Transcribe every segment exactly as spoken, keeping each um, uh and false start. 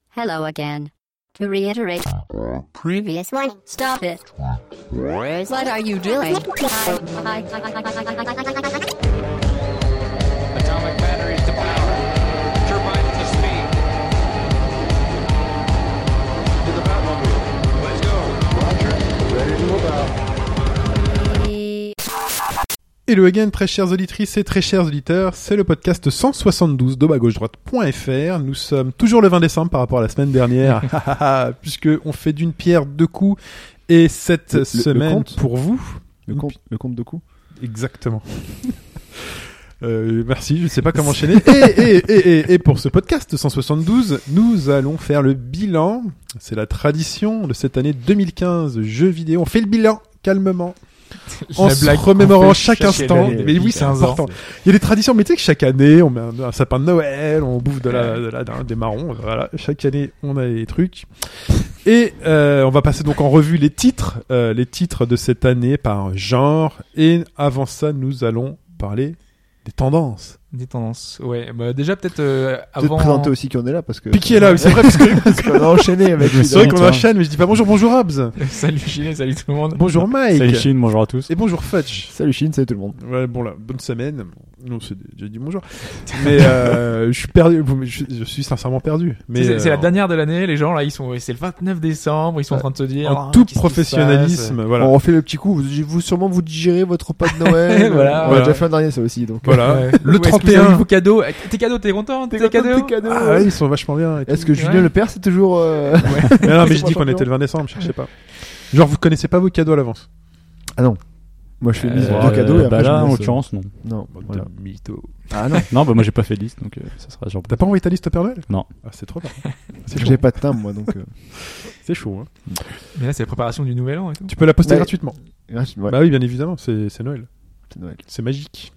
Hello again. To reiterate, previous one, stop it. What are you doing? Atomic batteries to power. Turbines to speed. To the Batmobile. Let's go. Roger. Ready to move out. Hello again, très chères auditrices et très chers auditeurs, c'est le podcast cent soixante-douze de bas gauche droite point f r. Nous sommes toujours le vingt décembre par rapport à la semaine dernière, puisque on fait d'une pierre deux coups, et cette le, semaine le compte. pour vous... Le compte, le compte de coups. Exactement. euh, merci, je ne sais pas comment enchaîner. Et, et, et, et, et pour ce podcast cent soixante-douze, nous allons faire le bilan, c'est la tradition de cette année deux mille quinze, jeux vidéo. On fait le bilan calmement. En La se blague remémorant qu'on fait chaque chaque instant. année Mais oui, depuis c'est quinze ans. important. Il y a des traditions, mais tu sais que chaque année, on met un, un sapin de Noël, on bouffe de la, de la, d'un- des marrons, voilà. Chaque année, on a des trucs. Et euh, on va passer donc en revue les titres, euh, les titres de cette année par genre. Et avant ça, nous allons parler des tendances. Des tendances, ouais. Bah, déjà, peut-être euh, Peut-être avant. présenter aussi qui on est là parce que. Puis qui est là, oui, c'est vrai, parce que Parce qu'on a enchaîné avec. c'est vrai qu'on enchaîne, mais je dis pas bonjour, bonjour Habs, Salut Chine, salut tout le monde. bonjour Mike, Salut Chine, bonjour à tous. et bonjour Fudge. Salut Chine, salut tout le monde. Ouais, bon là, bonne semaine. Non, c'est, j'ai dit bonjour. Mais euh, je suis perdu. Je, je suis sincèrement perdu. Mais c'est, c'est euh, la dernière de l'année, les gens là, ils sont, c'est le vingt-neuf décembre, ils sont en train de se dire. en Ah, tout qu'est-ce qui se professionnalisme, voilà. On refait le petit coup. Vous, vous sûrement vous digérez votre repas de Noël. Voilà. On Voilà. a déjà fait un dernier ça aussi donc. Voilà. passe Ouais. Le Où est-ce que trente et vous avez un. eu vos cadeaux. Tes cadeaux, t'es content? Tes content de cadeaux? tes cadeaux Ah ouais, ils sont vachement bien. et tout. Est-ce que Julien Ouais. le père c'est toujours. euh, Mais non, mais je C'est dis moi qu'on champion. était le vingt décembre, cherchez pas. Genre, vous connaissez pas vos cadeaux à l'avance. Ah non. Moi je fais une liste Euh, de cadeaux et bah après je là, me en laisse, l'occurrence, non. euh, Non. Voilà. Mytho. Ah non. Non, bah moi j'ai pas fait de liste, donc euh, ça sera genre. T'as pas envoyé ta liste au Père Noël? Non. Ah, c'est trop tard. C'est chaud. J'ai pas de timbre moi donc. euh, C'est chaud, hein. Mais là, c'est la préparation du nouvel an et tout. Tu peux la poster Ouais. gratuitement. ouais, Bah oui, bien évidemment, c'est, c'est Noël. c'est Noël. C'est magique.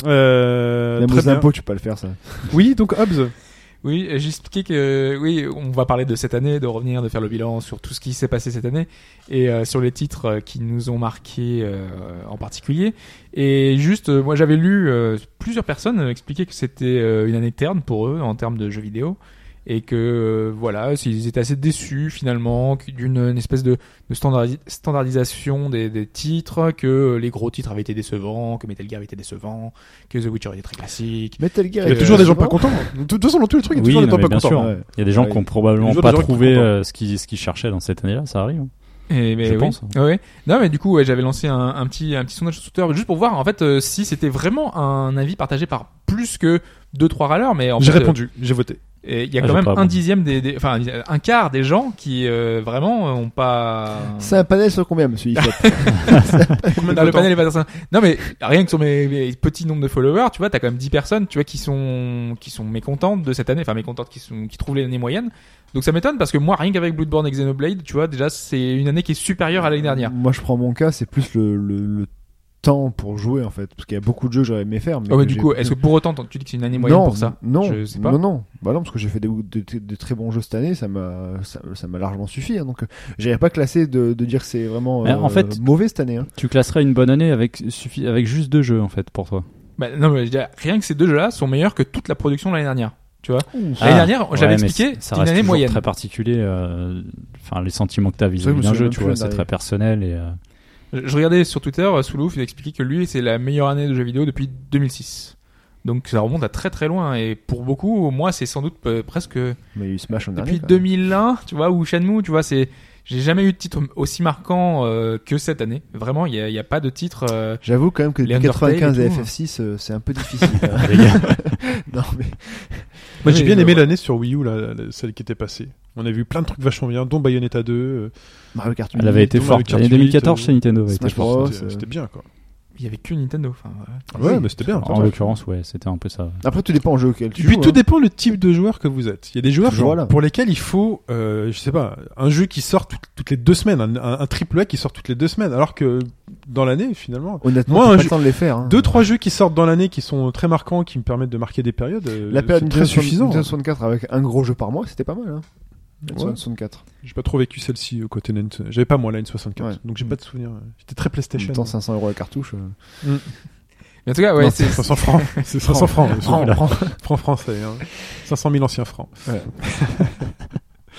Euh, Même très aux bien. impôts tu peux pas le faire ça. Oui, donc Hobbs. Oui, j'ai expliqué que oui, on va parler de cette année, de revenir, de faire le bilan sur tout ce qui s'est passé cette année et euh, sur les titres euh, qui nous ont marqués euh, en particulier. Et juste, euh, moi j'avais lu euh, plusieurs personnes euh, expliquer que c'était euh, une année terne pour eux en termes de jeux vidéo et que euh, voilà, ils étaient assez déçus finalement d'une une espèce de, de standardi- standardisation des, des titres, que les gros titres avaient été décevants, que Metal Gear avait été décevant, que The Witcher était très classique. Metal Gear. Il y a Euh, toujours des gens pas souvent. contents. De toute façon, dans tous les trucs, il y a Oui, toujours des non, gens mais pas bien contents. sûr. Ouais. Il y a des gens Ouais. qui ont probablement Toujours pas des gens qui sont trouvé contents. euh, ce qu'ils ce qu'ils cherchaient dans cette année-là, ça arrive. Et, mais Je oui. pense. Ouais, ouais. Non, mais du coup, ouais, j'avais lancé un, un petit, un petit sondage sur Twitter juste pour voir, en fait, euh, si c'était vraiment un avis partagé par plus que deux, trois râleurs, mais en J'ai fait, répondu, j'ai voté. euh, il y a Ah, quand j'ai même pas un répondu. dixième des, des- enfin, un quart des gens qui, euh, vraiment, euh, ont pas. C'est un panel sur combien monsieur Ifop? Combien de Non, le votants panel est pas intéressant. Non, mais rien que sur mes, mes petits nombres de followers, tu vois, t'as quand même dix personnes, tu vois, qui sont, qui sont mécontentes de cette année, enfin mécontentes, qui sont, qui trouvent l'année moyenne. Donc ça m'étonne parce que moi, rien qu'avec Bloodborne et Xenoblade, tu vois, déjà, c'est une année qui est supérieure à l'année dernière. Moi, je prends mon cas, c'est plus le, le, le temps pour jouer en fait, parce qu'il y a beaucoup de jeux que j'aurais aimé faire. Mais Oh, mais que du j'ai- coup, est-ce que pour autant, tu dis que c'est une année moyenne non, pour ça? Non, Je sais pas. non, non, bah non, parce que j'ai fait des, de, de- de très bons jeux cette année, ça m'a, ça, ça m'a largement suffi. Hein, donc, euh, j'irais pas classer de, de dire que c'est vraiment Mais euh, en fait- mauvais cette année. Hein. Tu classerais une bonne année avec suffi- avec juste deux jeux en fait pour toi. Bah, non, mais je dirais, rien que ces deux jeux-là sont meilleurs que toute la production de l'année dernière. Tu vois? L'année Ah, dernière, j'avais ouais, mais expliqué, c- ça c'était une reste année toujours moyenne. très particulier. euh, Enfin, les sentiments que t'as C'est vrai, vis-à-vis je me d'un souviens jeu, même tu plus vois, de c'est l'année. très personnel et. euh, Je je regardais sur Twitter, euh, Soulouf, il expliquait que lui, c'est la meilleure année de jeux vidéo depuis deux mille six. Donc ça remonte à très très loin. Et pour beaucoup, moi, c'est sans doute euh, presque Mais il y a eu Smash en dernier. depuis quand deux même. mille un, tu vois, ou Shenmue, tu vois, c'est. J'ai jamais eu de titre aussi marquant euh, que cette année. Vraiment, il y a, il y a pas de titre. euh, J'avoue quand même que Les depuis Undertale quatre-vingt-quinze et et tout, F F six, euh, c'est un peu difficile. les gars. non mais Moi, j'ai mais, bien euh, aimé ouais. l'année sur Wii U, là, la- celle qui était passée. On a vu plein de trucs vachement bien, dont Bayonetta deux. euh, Mario Kart Elle avait été Thomas forte. avec L'année Arthur deux mille quatorze huit, chez Nintendo avait été Smash forte. Bros. c'était, euh, c'était bien, quoi. Il y avait que Nintendo. Enfin, ouais. Ouais, oui. mais c'était bien. En l'occurrence, ouais, c'était un peu ça. Après, tout dépend en jeu auquel Et tu puis joues. tout hein. dépend le type de joueur que vous êtes. Il y a des joueurs Toujours genre, là. pour lesquels il faut, euh, je sais pas, un jeu qui sort tout- toutes les deux semaines, un, un, un triple A qui sort toutes les deux semaines, alors que dans l'année, finalement, Honnêtement, Moi, t'as un pas jeu- le temps de les faire. Hein. deux trois jeux qui sortent dans l'année qui sont très marquants, qui me permettent de marquer des périodes, euh, La période c'est très Nintendo suffisant. Nintendo soixante-quatre avec un gros jeu par mois, c'était pas mal. Hein. Ouais. soixante-quatre. J'ai pas trop vécu celle-ci au côté Nintendo. J'avais pas moi la N soixante-quatre, Ouais. donc j'ai Mm. pas de souvenir. J'étais très En PlayStation. même temps, cinq cents euros la cartouche. euh. Mm. Mais en tout cas, ouais, Non, c'est. c'est cinq cents francs. C'est cinq cents francs. Francs, francs. Francs français. Hein. cinq cent mille anciens francs. Ouais.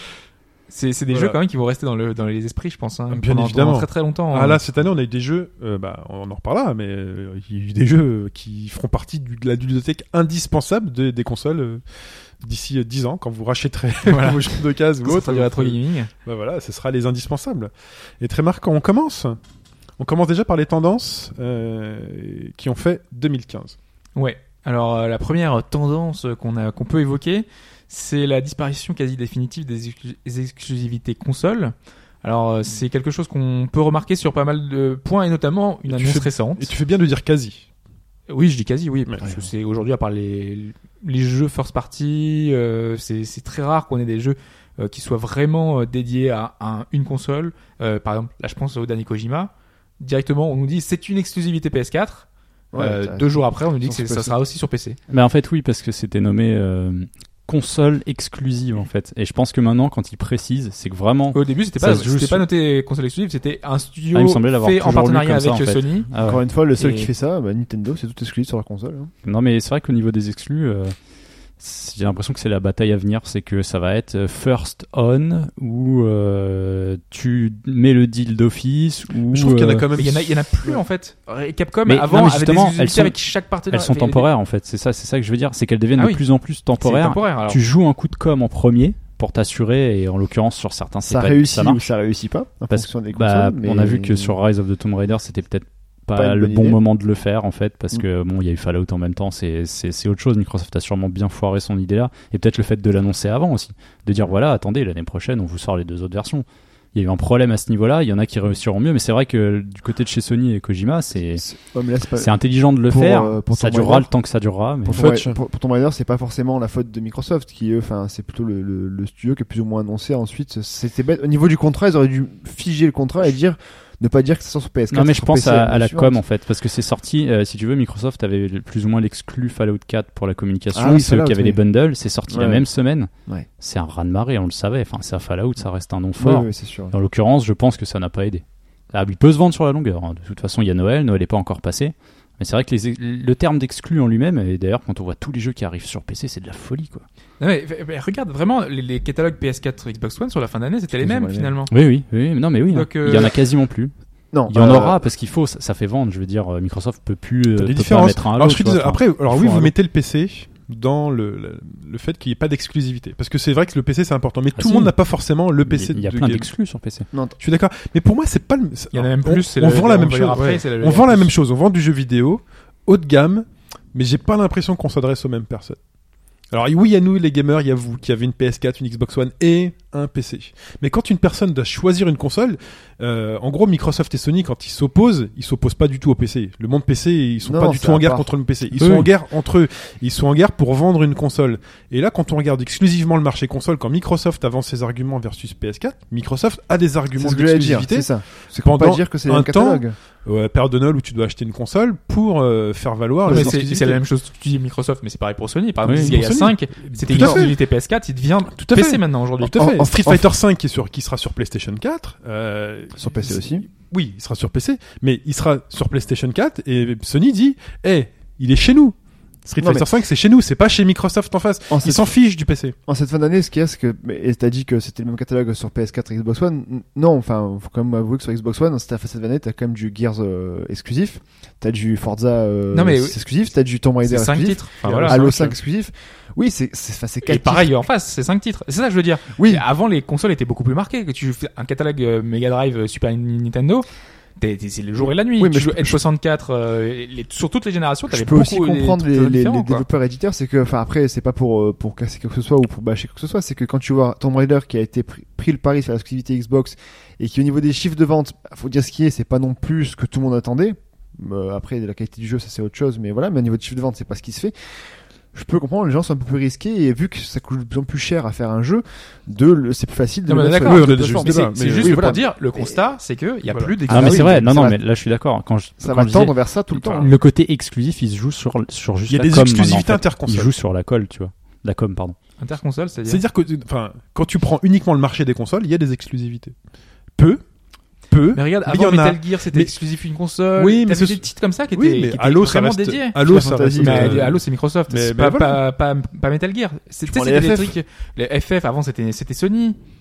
c'est c'est des Voilà. jeux quand même qui vont rester dans le dans les esprits, je pense. Hein, Bien pendant, évidemment. pendant très très longtemps. Ah hein. là, cette année, on a eu des jeux, euh, bah, on en reparlera, mais euh, il y a eu des jeux qui feront partie du, de la bibliothèque indispensable de- des consoles euh, d'ici euh, dix ans, quand vous rachèterez Voilà. vos jeux de cases ou Ça autre. sera du rétro gaming. Bah voilà, ce sera les indispensables. Et très marquant, on commence. On commence déjà par les tendances euh, qui ont fait deux mille quinze. Ouais. Alors euh, la première tendance qu'on a qu'on peut évoquer, c'est la disparition quasi définitive des, exclu- des exclusivités consoles. Alors euh, c'est quelque chose qu'on peut remarquer sur pas mal de points et notamment une Et tu annonce fais- récente. Et tu fais bien de dire quasi. Oui, je dis quasi, oui, Ouais. parce que c'est aujourd'hui à part les les jeux first party, euh, c'est c'est très rare qu'on ait des jeux euh, qui soient vraiment euh, dédiés à, à une console. Euh, par exemple, là je pense au dernier Kojima. Directement, on nous dit c'est une exclusivité P S quatre. Ouais, Euh, t'as- deux jours après, on nous dit que sur c'est- ça P C. sera aussi sur P C. Mais en fait, oui, parce que c'était nommé euh, console exclusive en fait. Et je pense que maintenant, quand ils précisent, c'est que vraiment. Au début, c'était Ça pas se joue c'était sur- pas noté console exclusive, c'était un studio Ah, il me semblait l'avoir fait en toujours lu partenariat comme ça, avec en fait. Sony. Ah ouais. Encore une fois, le seul Et- qui fait ça, bah, Nintendo, c'est tout exclusif sur la console. hein. Non, mais c'est vrai qu'au niveau des exclus, euh, c'est- j'ai l'impression que c'est la bataille à venir. C'est que ça va être euh, first on ou euh, tu mets le deal d'office ou. Je trouve qu'il y en a euh, quand même. Mais il y en a, il y en a plus en fait. Et Capcom Mais avant non, mais avait des justement, exclusivités elles sont- avec chaque partenaire. Elles sont Fait- temporaires en fait. C'est ça, c'est ça que je veux dire. C'est qu'elles deviennent Ah de oui. plus en plus C'est temporaires. temporaire alors. Tu joues un coup de com en premier pour t'assurer, et en l'occurrence sur certains, c'est Ça pas, réussit ça ou marche. ça réussit pas, en Parce fonction des Bah, consoles. mais- on a vu que sur Rise of the Tomb Raider, c'était peut-être pas, Pas une le bonne bon idée. moment de le faire en fait, parce Mm. que bon, il y a eu Fallout en même temps, c'est c'est c'est autre chose. Microsoft a sûrement bien foiré son idée là, et peut-être le fait de l'annoncer avant aussi, de dire voilà, attendez, l'année prochaine, on vous sort les deux autres versions. Il y a eu un problème à ce niveau-là. Il y en a qui réussiront mieux, mais c'est vrai que du côté de chez Sony et Kojima, c'est C'est- ouais, mais là, c'est pas- c'est intelligent de le pour, faire. euh, pour ça Tomb durera Raider. le temps que ça durera. Mais... Pour, Fudge. Tomb- pour, pour Tomb Raider, c'est pas forcément la faute de Microsoft qui, eux, enfin, c'est plutôt le, le, le studio qui a plus ou moins annoncé. Ensuite, c'était bête. Au niveau du contrat, ils auraient dû figer le contrat et dire, ne pas dire que ça sort sur P S quatre. Non, mais ça je sort pense P C à, l'année à la suivante. com en fait, parce que c'est sorti. euh, si tu veux, Microsoft avait plus ou moins l'exclu Fallout quatre pour la communication. Ah oui, ceux Fallout, qui avaient oui. les bundles, c'est sorti Ouais, la ouais. même semaine. Ouais. C'est un raz-de-marée, on le savait. Enfin, c'est un Fallout, ça reste un nom Ouais, fort. ouais, c'est sûr. Dans l'occurrence, je pense que ça n'a pas aidé. Ah, il peut se vendre sur la longueur. hein. De toute façon, il y a Noël. Noël n'est pas encore passé. Mais c'est vrai que les, le terme d'exclu en lui-même, et d'ailleurs, quand on voit tous les jeux qui arrivent sur P C, c'est de la folie, quoi. Non, mais, mais regarde vraiment les, les catalogues P S quatre Xbox One sur la fin d'année, c'était les Ils ont mêmes les mêmes. finalement. Oui, oui, oui. Non, mais oui. hein. Donc, euh, Il y en a quasiment plus. Non, Il y en euh, aura parce qu'il faut. Ça, ça fait vendre. Je veux dire, euh, Microsoft peut plus. euh, T'as des peut pas différences. mettre un Alors, Halo, je suis tu vois, désolé. enfin, Après, alors ils oui, font vous un mettez le P C dans le, le, le fait qu'il n'y ait pas d'exclusivité. Parce que c'est vrai que le P C c'est important, mais Ah tout si. le monde n'a pas forcément le P C. Il y a de plein game. d'exclus sur P C. Non, Je suis d'accord. Mais pour moi, c'est pas le. Il y en a même on- plus. c'est On le- vend la même va chose. dire après, ouais. c'est la- On vend la même chose. On vend du jeu vidéo haut de gamme, mais j'ai pas l'impression qu'on s'adresse aux mêmes personnes. Alors oui, il y a nous les gamers, il y a vous qui avez une P S quatre, une Xbox One et un P C. Mais quand une personne doit choisir une console, euh, en gros Microsoft et Sony quand ils s'opposent, ils s'opposent pas du tout au P C. Le monde P C, ils sont Non, pas du c'est tout en à guerre part. contre le P C. Ils Oui. sont en guerre entre eux. Ils sont en guerre pour vendre une console. Et là, quand on regarde exclusivement le marché console, quand Microsoft avance ses arguments versus P S quatre, Microsoft a des c'est arguments ce que j'allais dire. d'exclusivité. C'est ça. C'est qu'on peut Pendant pas dire que c'est un le catalogue. Ouais, période de Noël où tu dois acheter une console pour euh, faire valoir Ouais, les mais c'est exclusivités. c'est la même chose que tu dis Microsoft, mais c'est pareil pour Sony. Par exemple, Oui, il y a pour Sony. cinq, c'était une Tout à fait. exclusivité P S quatre, il devient Tout à P fait. C maintenant aujourd'hui. Tout à fait. En- en- Street en- Fighter cinq qui, est sur, qui sera sur PlayStation quatre. Euh, Sur P C aussi. Oui, il sera sur P C, mais il sera sur PlayStation quatre et Sony dit, eh, il est chez nous. Street Non, Fighter mais- cinq, c'est chez nous, c'est pas chez Microsoft en face. En Ils cette, s'en fichent du P C. en cette fin d'année, ce qu'il y a, c'est que, mais- et t'as dit que c'était le même catalogue sur P S quatre et Xbox One. N- Non, enfin, faut quand même avouer que sur Xbox One, cette cette année, t'as quand même du Gears euh, exclusif, t'as du Forza euh, Non, mais- c'est exclusif, t'as du Tomb Raider C'est cinq exclusif, titres. Enfin, voilà. Halo cinq, cinq ouais. exclusif. Oui, c'est, c'est, enfin, c'est Et quatre pareil en face, c'est cinq titres. C'est ça que je veux dire. titres. Oui, Et avant, les consoles étaient beaucoup plus marquées. Que tu fais un catalogue euh, Mega Drive, euh, Super Nintendo, t'es- t'es- c'est le jour et la nuit. Oui, mais tu je- joues N soixante-quatre, euh, les- sur toutes les générations, je t'avais peux beaucoup aussi comprendre des les, trucs les, différents, les quoi. développeurs éditeurs, c'est que, enfin, après, c'est pas pour, euh, pour casser quoi que ce soit ou pour bâcher quoi que ce soit, c'est que quand tu vois Tomb Raider qui a été pris, pris le pari de faire l'exclusivité Xbox et qui, au niveau des chiffres de vente, faut dire ce qui est, c'est pas non plus ce que tout le monde attendait. Euh, après, la qualité du jeu, ça c'est autre chose, mais voilà, mais au niveau de chiffre de vente, c'est pas ce qui se fait. Je peux comprendre, les gens sont un peu plus risqués et vu que ça coûte de plus en plus cher à faire un jeu, de, le- c'est plus facile de Non, le mais mettre d'accord, sur oui, les on a déjà eu ce plateformes. Mais c'est débat, c'est mais juste oui, pour voilà. dire, le constat, c'est qu'il y a Voilà. plus Ah, d'exclusivité. mais oui, c'est vrai. mais Non, ça non, va- mais là, je suis d'accord. Quand je, Ça quand va je disais- tendre vers ça tout le temps. le côté exclusif, il se joue sur, sur juste Il y a la des com exclusivités maintenant, en fait. interconsoles. Il joue sur la colle, tu vois. La com, pardon. Interconsole, c'est-à-dire. C'est-à-dire que, enfin, quand tu prends uniquement le marché des consoles, il y a des exclusivités. Peu, peu. Mais regarde, Mais il y avant en a. Metal Gear, c'était Mais- exclusif une console. Oui, mais T'avais ce- des titres comme ça qui Oui, étaient, mais qui étaient Halo, ça vraiment reste. dédiés. Halo, ça Fantasy, reste. Mais euh, Halo, c'est Microsoft. mais- C'est mais pas, voilà. pas, pas, pas Metal Gear. C'était prends c'était les des F F. trucs. Les F F, avant, c'était c'était Sony.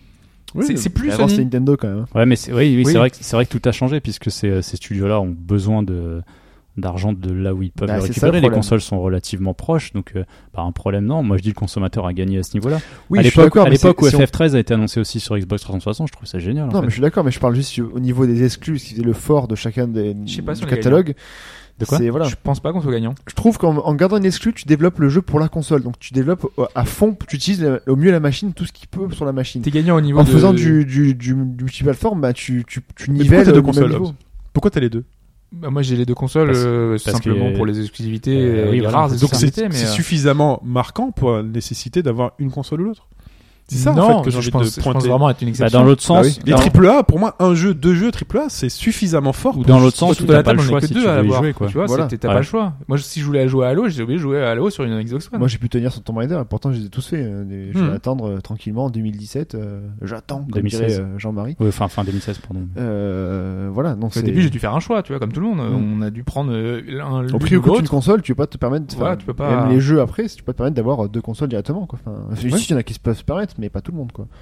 Oui, c'est, c'est plus Avant, Sony. c'était Nintendo quand même. Ouais, mais c'est, oui, oui, Oui. c'est vrai que c'est vrai que tout a changé puisque ces, ces studios-là ont besoin de d'argent de là où ils peuvent Bah, le c'est récupérer. ça, le Les problème. consoles sont relativement proches, donc euh, pas un problème. Non, moi je dis le consommateur a gagné à ce niveau-là. Oui, à je suis l'époque, d'accord, à mais l'époque c'est- où si on- F F treize a été annoncé aussi sur Xbox trois cent soixante, je trouve ça génial. en Non, fait. mais je suis d'accord, mais je parle juste au niveau des exclus, ce qui faisait le fort de chacun des Je sais pas si du on est catalogue. De quoi C'est voilà. Je pense pas qu'on soit gagnant. Je trouve qu'en en gardant une exclue, tu développes le jeu pour la console. Donc tu développes euh, à fond, tu utilises la- au mieux la machine, tout ce qui peut sur la machine. T'es gagnant au niveau En de... faisant du, du, du, du multiplateforme, bah, tu, tu, tu Mais pourquoi nivelles t'as deux au même consoles, niveau. Hobbs Pourquoi t'as les deux Bah, moi j'ai les deux consoles Parce- euh, parce simplement que- pour les exclusivités Euh, euh, oui, les voilà. rares Donc c'est exclusivités, mais c'est euh, suffisamment marquant pour nécessiter d'avoir une console ou l'autre. C'est ça non, en fait que j'ai je envie pense, de je pense pointer. vraiment être une Bah, exception. dans l'autre Bah sens, oui. Les dans- triple A, pour moi, un jeu, deux jeux triple A, c'est suffisamment fort. ou pour dans l'autre justifier- sens, Autour où de la t'as pas table, le on est choix que si deux tu à veux y l'avoir. jouer, quoi. Tu vois, Voilà. c'était- t'as Ouais. pas le choix. Moi, si je voulais jouer à Halo, j'ai obligé de jouer à Halo sur une Xbox One. Moi j'ai pu tenir sur Tomb Raider et pourtant je les ai tous fait. euh, des- Je Hmm. vais attendre euh, tranquillement en deux mille dix-sept. euh, J'attends, comme deux mille seize. dirait euh, Jean-Marie. Ouais, enfin fin deux mille seize, pardon. Euh, voilà, donc Au c'est début, j'ai dû faire un choix, tu vois, comme tout le monde. Mm. On a dû prendre euh, un au prix l'une où ou coûte une l'autre. console, tu peux pas te permettre. Voilà, enfin, tu peux pas- Même les jeux après, tu peux pas te permettre d'avoir deux consoles directement. Quoi. Enfin, Ouais. si, il y en a qui se peuvent se permettre, mais pas tout le monde, quoi.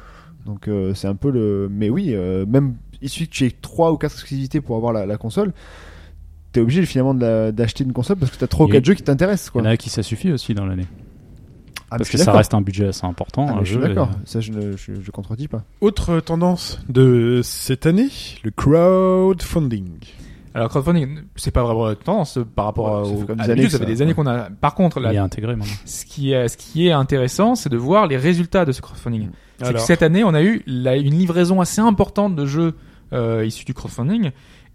Donc euh, c'est un peu le. Mais oui, euh, même il suffit que tu aies trois ou quatre exclusivités pour avoir la, la console. T'es obligé finalement de la- d'acheter une console parce que t'as trois ou Et- quatre jeux qui t'intéressent, Il y quoi. en a qui ça suffit aussi dans l'année. Ah, mais Parce je que suis ça d'accord. reste un budget assez important. Ah, un mais je suis jeu, d'accord. et- Ça, je ne je, je contredis pas. Autre tendance de cette année, le crowdfunding. Alors, crowdfunding, c'est pas vraiment une tendance par rapport Ouais, ça au. fait comme à des années l'habitude, que ça fait ça- des années ouais. qu'on a. Par contre, là, Il est intégré maintenant. ce qui est, ce qui est intéressant, c'est de voir les résultats de ce crowdfunding. C'est que Alors, cette année, on a eu la- une livraison assez importante de jeux euh, issus du crowdfunding.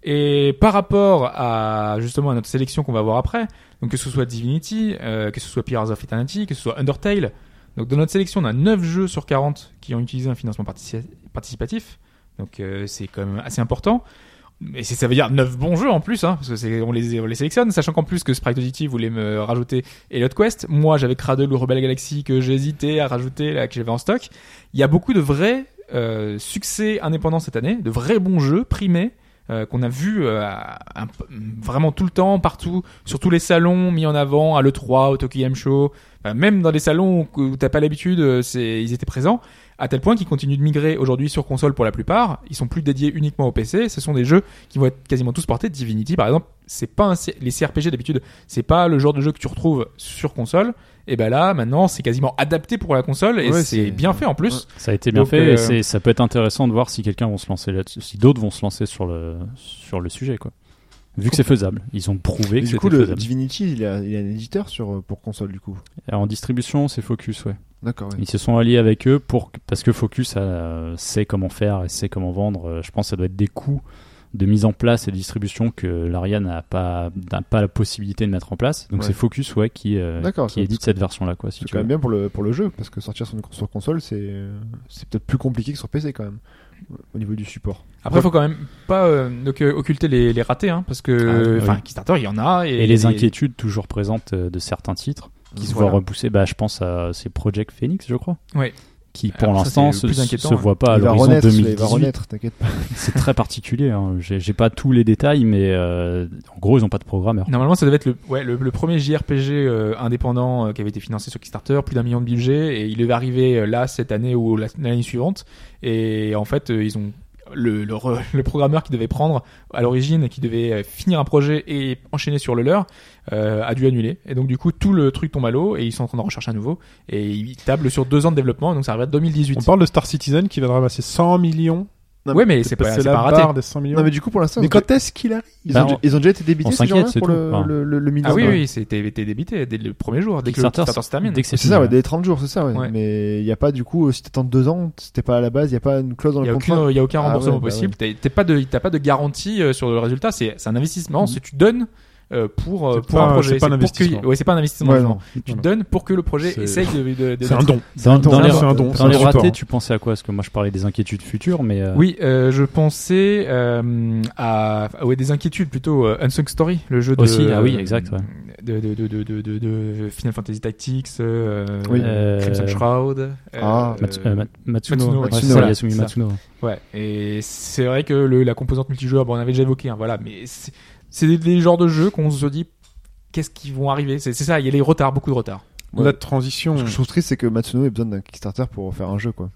Et par rapport à justement à notre sélection qu'on va voir après, donc que ce soit Divinity, euh, que ce soit Pillars of Eternity, que ce soit Undertale, donc dans notre sélection, on a neuf jeux sur quarante qui ont utilisé un financement partici- participatif. Donc euh, c'est quand même assez important. Mais c'est- ça veut dire neuf bons jeux en plus, hein, parce que c'est, on, les, on les sélectionne, sachant qu'en plus que Sprite Audity voulait me rajouter Elliot Quest. Moi, j'avais Cradle ou Rebel Galaxy que j'ai hésité à rajouter, là, que j'avais en stock. Il y a beaucoup de vrais euh, succès indépendants cette année, de vrais bons jeux primés. Euh, qu'on a vu euh, un- vraiment tout le temps, partout, sur tous les salons mis en avant, à l'E trois, au Tokyo Game Show, enfin, même dans des salons où, où t'as pas l'habitude, euh, c'est, ils étaient présents, à tel point qu'ils continuent de migrer aujourd'hui sur console pour la plupart. Ils sont plus dédiés uniquement au P C. Ce sont des jeux qui vont être quasiment tous portés. Divinity, par exemple, c'est pas un, C- les C R P G d'habitude, c'est pas le genre de jeu que tu retrouves sur console. Et ben là, maintenant, c'est quasiment adapté pour la console et Ouais, c'est c'est- bien fait en plus. Ça a été bien Donc, fait euh, et c'est, ça peut être intéressant de voir si quelqu'un vont se lancer là-dessus, si d'autres vont se lancer sur le, sur le sujet, quoi. Vu que c'est faisable. Ils ont prouvé Et que du c'était coup, le faisable. Divinity, il a, il a un éditeur sur, pour console, du coup. Et en distribution, c'est Focus, ouais. D'accord, ouais. Ils se sont alliés avec eux pour, parce que Focus euh, sait comment faire et sait comment vendre. Euh, Je pense que ça doit être des coûts de mise en place et de distribution que l'Ariane n'a pas, n'a pas la possibilité de mettre en place. Donc Ouais. c'est Focus, ouais, qui, euh, D'accord, qui ça- édite cette version-là, quoi, si C'est tu quand veux. même bien pour le, pour le jeu, parce que sortir sur, une- sur console, c'est, euh, c'est peut-être plus compliqué que sur P C, quand même, au niveau du support. Après, faut quand même pas euh, donc, euh, occulter les, les ratés, hein, parce que, Ah, enfin, oui. Kickstarter, il y en a. Et, Et les inquiétudes toujours présentes euh, de certains titres qui se Voilà. voient repousser. Bah, je pense à c'est Project Phoenix, je crois. Ouais. Qui pour Alors ça, l'instant c'est se, le plus se inquiétant, se hein. voit pas à il va l'horizon renaître, celui-là, il va deux mille dix-huit. renaître, t'inquiète pas. C'est très particulier. Hein. J'ai, j'ai pas tous les détails, mais euh, en gros, ils ont pas de programmeur. Normalement, ça devait être le, ouais, le, le premier J R P G euh, indépendant euh, qui avait été financé sur Kickstarter, plus d'un million de budget, et il devait arriver euh, là cette année ou la- l'année suivante. Et en fait, euh, ils ont le, le, re- le programmeur qui devait prendre à l'origine, qui devait euh, finir un projet et enchaîner sur le leur, euh, a dû annuler. Et donc du coup, tout le truc tombe à l'eau et ils sont en train de rechercher à nouveau. Et ils tablent sur deux ans de développement, donc ça arrivera en deux mille dix-huit. on parle de Star Citizen qui va ramasser cent millions. Non, Ouais, mais c'est pas, passer c'est la pas raté. barre des cent millions. Non, mais du coup, pour l'instant, Mais ils ont- quand est-ce qu'il arrive ils, Bah, ont, on- ils ont déjà été débités, on ces s'inquiète, gens-là, c'est pour tout. le, Enfin, le, le, le million. Ah oui, Ouais. oui, c'était été débité dès le premier jour, dès que le Kickstarter, Kickstarter se termine. dès que c'est C'est ça, fini, ouais, dès les trente jours, c'est ça, ouais. Ouais. Mais il n'y a pas, du coup, si t'attends deux ans, c'était pas à la base, il n'y a pas une clause dans Il y a le aucune, contrat. il y a aucun Ah remboursement ouais, bah possible. T'as- T'as pas de, t'as pas de garantie euh, sur le résultat. C'est, c'est un investissement. C'est tu donnes euh, pour euh, C'est pour pas- un projet. c'est pas un pour investissement. Que, ouais, c'est pas un investissement. Ouais, justement. non. Tu Voilà. donnes pour que le projet C'est- essaye de. de, de C'est un d'être- don. Dans, dans C'est les, un- c'est un don, c'est dans un les support. ratés, tu pensais à quoi? Parce que moi, je parlais des inquiétudes futures, mais euh, Oui, euh, je pensais euh, à ouais, des inquiétudes plutôt. euh, Unsung Story, le jeu de. Aussi, ah oui, exact, ouais. De, de, de, de, de, de, de Final Fantasy Tactics, euh, Oui. euh, Crimson Euh, Shroud. euh, Ah, Matsu- euh, Ma- Matsuno, Matsuno, ouais, Matsuno, c'est ça, voilà, Yasumi c'est ça. Matsuno. Ouais, et c'est vrai que le, la composante multijoueur, bon, on avait déjà évoqué, hein, voilà, mais c'est, c'est des, des genres de jeux qu'on se dit, qu'est-ce qui vont arriver? C'est, c'est ça, il y a les retards, beaucoup de retards. Ouais. La transition. Ce que je trouve triste, c'est que Matsuno ait besoin d'un Kickstarter pour faire un jeu, quoi.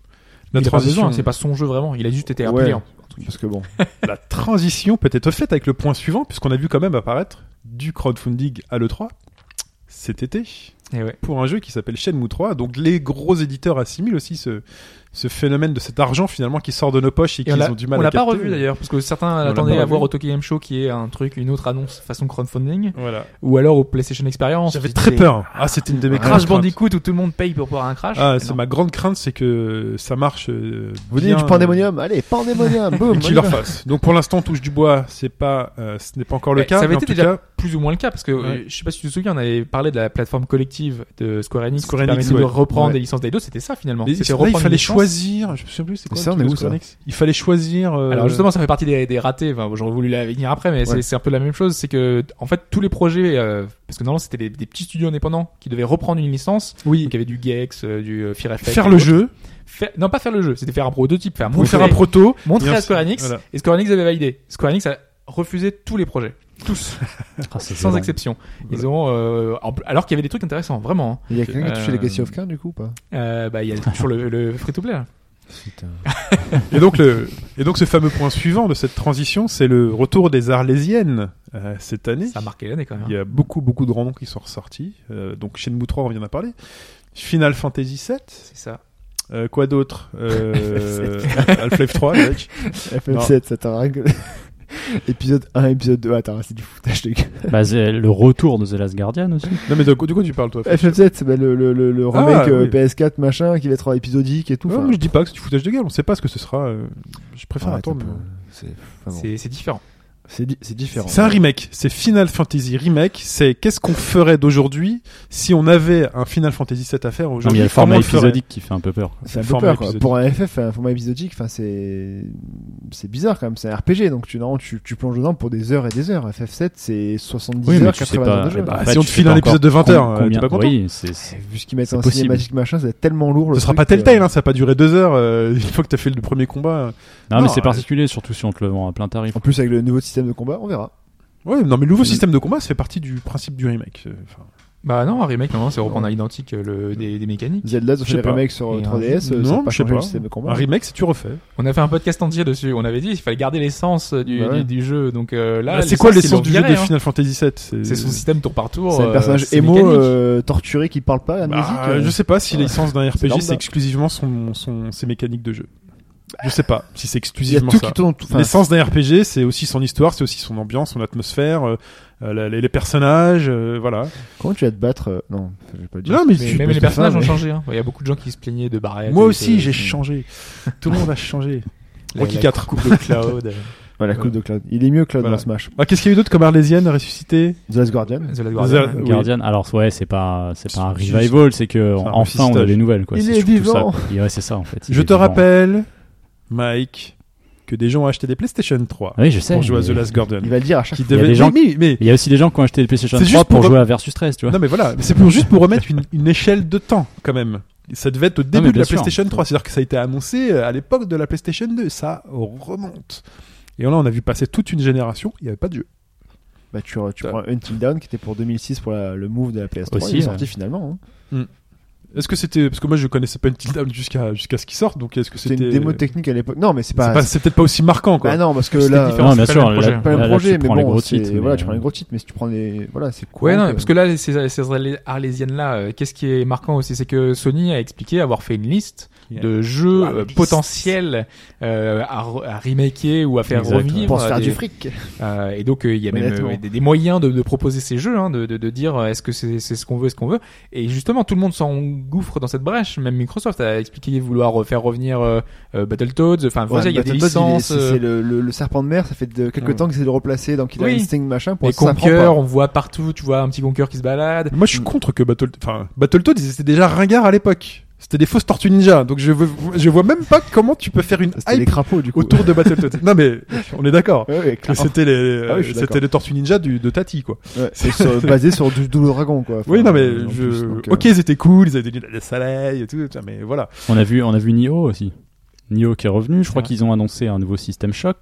La il a pas transition, besoin, c'est pas son jeu vraiment. Il a juste été un Ouais. player. Parce que bon, la transition peut être faite avec le point suivant, puisqu'on a vu quand même apparaître du crowdfunding à l'E trois cet été Et ouais. pour un jeu qui s'appelle Shenmue trois. Donc les gros éditeurs assimilent aussi ce, ce phénomène de cet argent finalement qui sort de nos poches et, Et qu'ils on l'a, ont du mal on à l'a pas capter. revu d'ailleurs, parce que certains l'a attendaient pas à voir revu. au Tokyo Game Show qui est un truc, une autre annonce façon crowdfunding, Voilà. ou alors au PlayStation Experience. J'avais C'était très peur. Ah, c'était une de mes Crash grandes craintes. Bandicoot où tout le monde paye pour voir un crash. Ah, c'est Non. ma grande crainte, c'est que ça marche. Euh, vous dites bien, du pandémonium, allez, pandémonium, euh, boum. et qu'il on y leur va. fasse. Donc pour l'instant, on touche du bois, c'est pas, euh, ce n'est pas encore le Ouais, cas. ça avait mais en été tout déjà cas, plus ou moins le cas, parce que Ouais. euh, je sais pas si tu te souviens, on avait parlé de la plateforme collective de Square Enix Square qui Enix, permettait de ouais. reprendre Ouais. des licences d'Eidos. C'était ça finalement. mais C'était là, il reprendre fallait une licence. choisir. Je me souviens plus. C'est quoi Mais ça, le on est truc où, de Square ça Enix Il fallait choisir. euh, Alors justement, ça fait partie des, des ratés. Enfin, j'aurais voulu la venir après, mais Ouais. c'est, c'est un peu la même chose. C'est que en fait, tous les projets, euh, parce que normalement c'était des, des petits studios indépendants qui devaient reprendre une licence. oui, Donc il y avait du Gex, euh, du euh, Fear Effect. faire et le autres. jeu, Faire- non, pas faire le jeu. C'était faire un prototype, faire pour montrer, faire un proto. montrer et à ainsi- Square Enix. voilà. Et Square Enix avait validé. Square Enix a refusé tous les projets, tous, Ah, c'est sans violent. exception. Ils ont, euh, en- alors qu'il y avait des trucs intéressants, vraiment. hein. Il y a quelqu'un qui a touché Euh, Legacy of Kain du coup ou pas? Euh, bah il y a toujours le, le free to play. là. Putain. Et donc le, et donc ce fameux point suivant de cette transition, c'est le retour des Arlésiennes euh, cette année. Ça a marqué l'année quand même. Il y a beaucoup beaucoup de grands noms qui sont ressortis. Euh, donc Shenmue trois, on vient d'en parler. Final Fantasy sept. C'est ça. Euh, quoi d'autre euh, Half-Life trois, mec. F F sept, ça t'a rien que... Épisode un, épisode deux, attends, c'est du foutage de gueule. Bah, c'est le retour de The Last Guardian aussi. Non mais de, quoi- de quoi tu parles toi F F sept, c'est bah, le, le, le, le Ah, remake euh, oui. P S quatre machin qui va être épisodique et tout. Ouais, enfin, mais je dis pas que c'est du foutage de gueule, on sait pas ce que ce sera. euh, je préfère arrête un attendre. peu. C'est enfin, bon. C'est, c'est différent. C'est di- c'est différent. C'est un remake, c'est Final Fantasy Remake, c'est qu'est-ce qu'on ferait d'aujourd'hui si on avait un Final Fantasy sept à faire Non, mais il aujourd'hui. y a le comment format on le ferait épisodique qui fait un peu peur. C'est un peu format peur, quoi. épisodique. Pour un F F, un format épisodique, enfin, c'est, c'est bizarre quand même. C'est un R P G, donc tu, non, tu, tu plonges dedans pour des heures et des heures. F F sept, c'est soixante-dix Oui, mais heures, tu sais quatre-vingts heures pas. de jeu. bah, Bah, après, si on tu te sais file pas un épisode de encore vingt heures, com- euh, t'es combien- pas content Oui, c'est, c'est- Vu ce qu'ils mettent c'est en possible. cinématique machin, ça va être tellement lourd. le Ce sera truc, pas Telltale, euh, hein, ça va pas durer deux heures. euh, une fois que t'as fait le premier combat. Non, Non, mais c'est euh, particulier, surtout si on te le vend à plein tarif. En plus, avec le nouveau système de combat, on verra. Ouais, non mais le nouveau Mm. système de combat, ça fait partie du principe du remake. euh, enfin, Bah non, un remake, non, c'est reprendre à l'identique euh, le, des, des mécaniques. Zelda, ils ont Je fait sais des pas. remakes sur Et un trois D S, jeu- ça non, n'a pas je sais changé le pas. système de combat. un remake, c'est tu refais. On a fait un podcast entier dessus. On avait dit qu'il fallait garder l'essence du, Bah ouais. du, du jeu. Donc euh, là, Bah, c'est quoi l'essence ils l'ont du jeu viré, de hein. Final Fantasy sept C'est son système tour par tour. C'est un euh, personnage c'est émo, mécanique. euh, torturé qui parle pas, amnésique. Bah, euh. je sais pas si l'essence d'un R P G lambda. c'est exclusivement son, son, ses mécaniques de jeu. Je sais pas si c'est Il y a exclusivement tout ça. qui tourne. tout- enfin, L'essence d'un R P G, c'est aussi son histoire, c'est aussi son ambiance, son atmosphère, euh, euh, la- les, les personnages, euh, voilà. Comment tu vas te battre euh, Non, je vais pas le dire. Non, mais, Mais tu- même peux les te personnages faire, ont mais- changé. hein. Il y a beaucoup de gens qui se plaignaient de barrettes. moi et aussi, de- j'ai changé. Tout le monde a changé. La- Rocky la quatre. coupe de Cloud. Voilà, Coupe de Cloud. Il est mieux Cloud Voilà. dans Smash. Ah, qu'est-ce qu'il y a eu d'autre comme Arlésienne ressuscité? The Last Guardian. The Last Guardian. The- ouais. oui. Guardian, alors ouais, c'est pas, c'est pas un Si, revival, c'est que un enfin on a ressuscitage. des nouvelles, quoi. Il C'est est surtout vivant. ça, quoi. Et ouais, c'est ça en fait. Il Je est te vivant. rappelle, Mike, que des gens ont acheté des PlayStation trois Oui, je sais. pour jouer à mais- The Last Guardian. Il va le dire à chaque Qui fois. y a devaient- des gens- Oui, mais, mais- Il y a aussi des gens qui ont acheté des PlayStation C'est trois juste pour pour- jouer à Versus treize, tu vois. non mais voilà, mais c'est pour juste pour remettre une, une échelle de temps quand même. Ça devait être au début mais de la bien sûr. PlayStation trois, c'est-à-dire que ça a été annoncé à l'époque de la PlayStation deux, ça remonte. Et là, on a vu passer toute une génération, il n'y avait pas de jeu. Bah, tu, tu Ça. prends Until Dawn qui était pour deux mille six pour la- le move de la P S trois. Aussi, il est ouais. sorti finalement. hein. Est-ce que c'était parce que moi je connaissais pas Until Dawn jusqu'à jusqu'à ce qu'il sorte, donc est-ce que C'était c'était une démo technique à l'époque. Non, mais c'est C'est pas. pas- c'est peut-être pas aussi marquant quoi. Bah non, parce que C'était là. différent. Non, bien c'est sûr, pas le même là- projet. Pas le là, là, projet, tu mais prends les bon, gros c'est- titres, voilà, mais, tu prends euh, les gros titres, mais si tu prends les, voilà, c'est cool. Ouais, non, parce que là, ces, ces Arlésiennes-là, euh, qu'est-ce qui est marquant aussi, c'est que Sony a expliqué avoir fait une liste Yeah. de jeux Ah, euh, liste. potentiels euh, à, re- à remaker ou à faire Exact, revivre. pour se faire des- du fric. Euh, et donc euh, il y a même Honnêtement. euh, des, des moyens de, de proposer ces jeux, hein, de, de, de dire euh, est-ce que c'est c'est ce qu'on veut, est-ce qu'on veut. Et justement, tout le monde s'engouffre dans cette brèche. Même Microsoft a expliqué vouloir faire revenir euh, euh, Battletoads. Enfin, Ouais, voilà, il y a des Battletoads, il est- licences. C'est euh, c'est le, le, le serpent de mer, ça fait de quelques Ouais. temps qu'ils essaient de le replacer dans Killer Oui. Instinct machin pour les ça prend Conquer, pas. on voit partout. Tu vois un petit Conquer qui se balade. Moi je suis contre que Battle enfin Battletoads ils étaient déjà ringards à l'époque. C'était des fausses tortues ninja, donc je veux- je vois même pas comment tu peux faire une C'était les hype crapauds du coup. autour de Battletoads. Non mais on est d'accord. Ouais, ouais, Que clairement. c'était les Ah oui, je suis c'était d'accord. les tortues ninja du, de Tati quoi. Ouais, c'est sur- basé sur du Double Dragon quoi. Enfin, Oui non mais en je plus, donc, euh, OK, ils étaient cool, ils avaient des lunettes de soleil et tout ça, mais voilà. On a vu, on a vu Nioh aussi. Nioh qui est revenu. Je crois Ouais. qu'ils ont annoncé un nouveau système choc.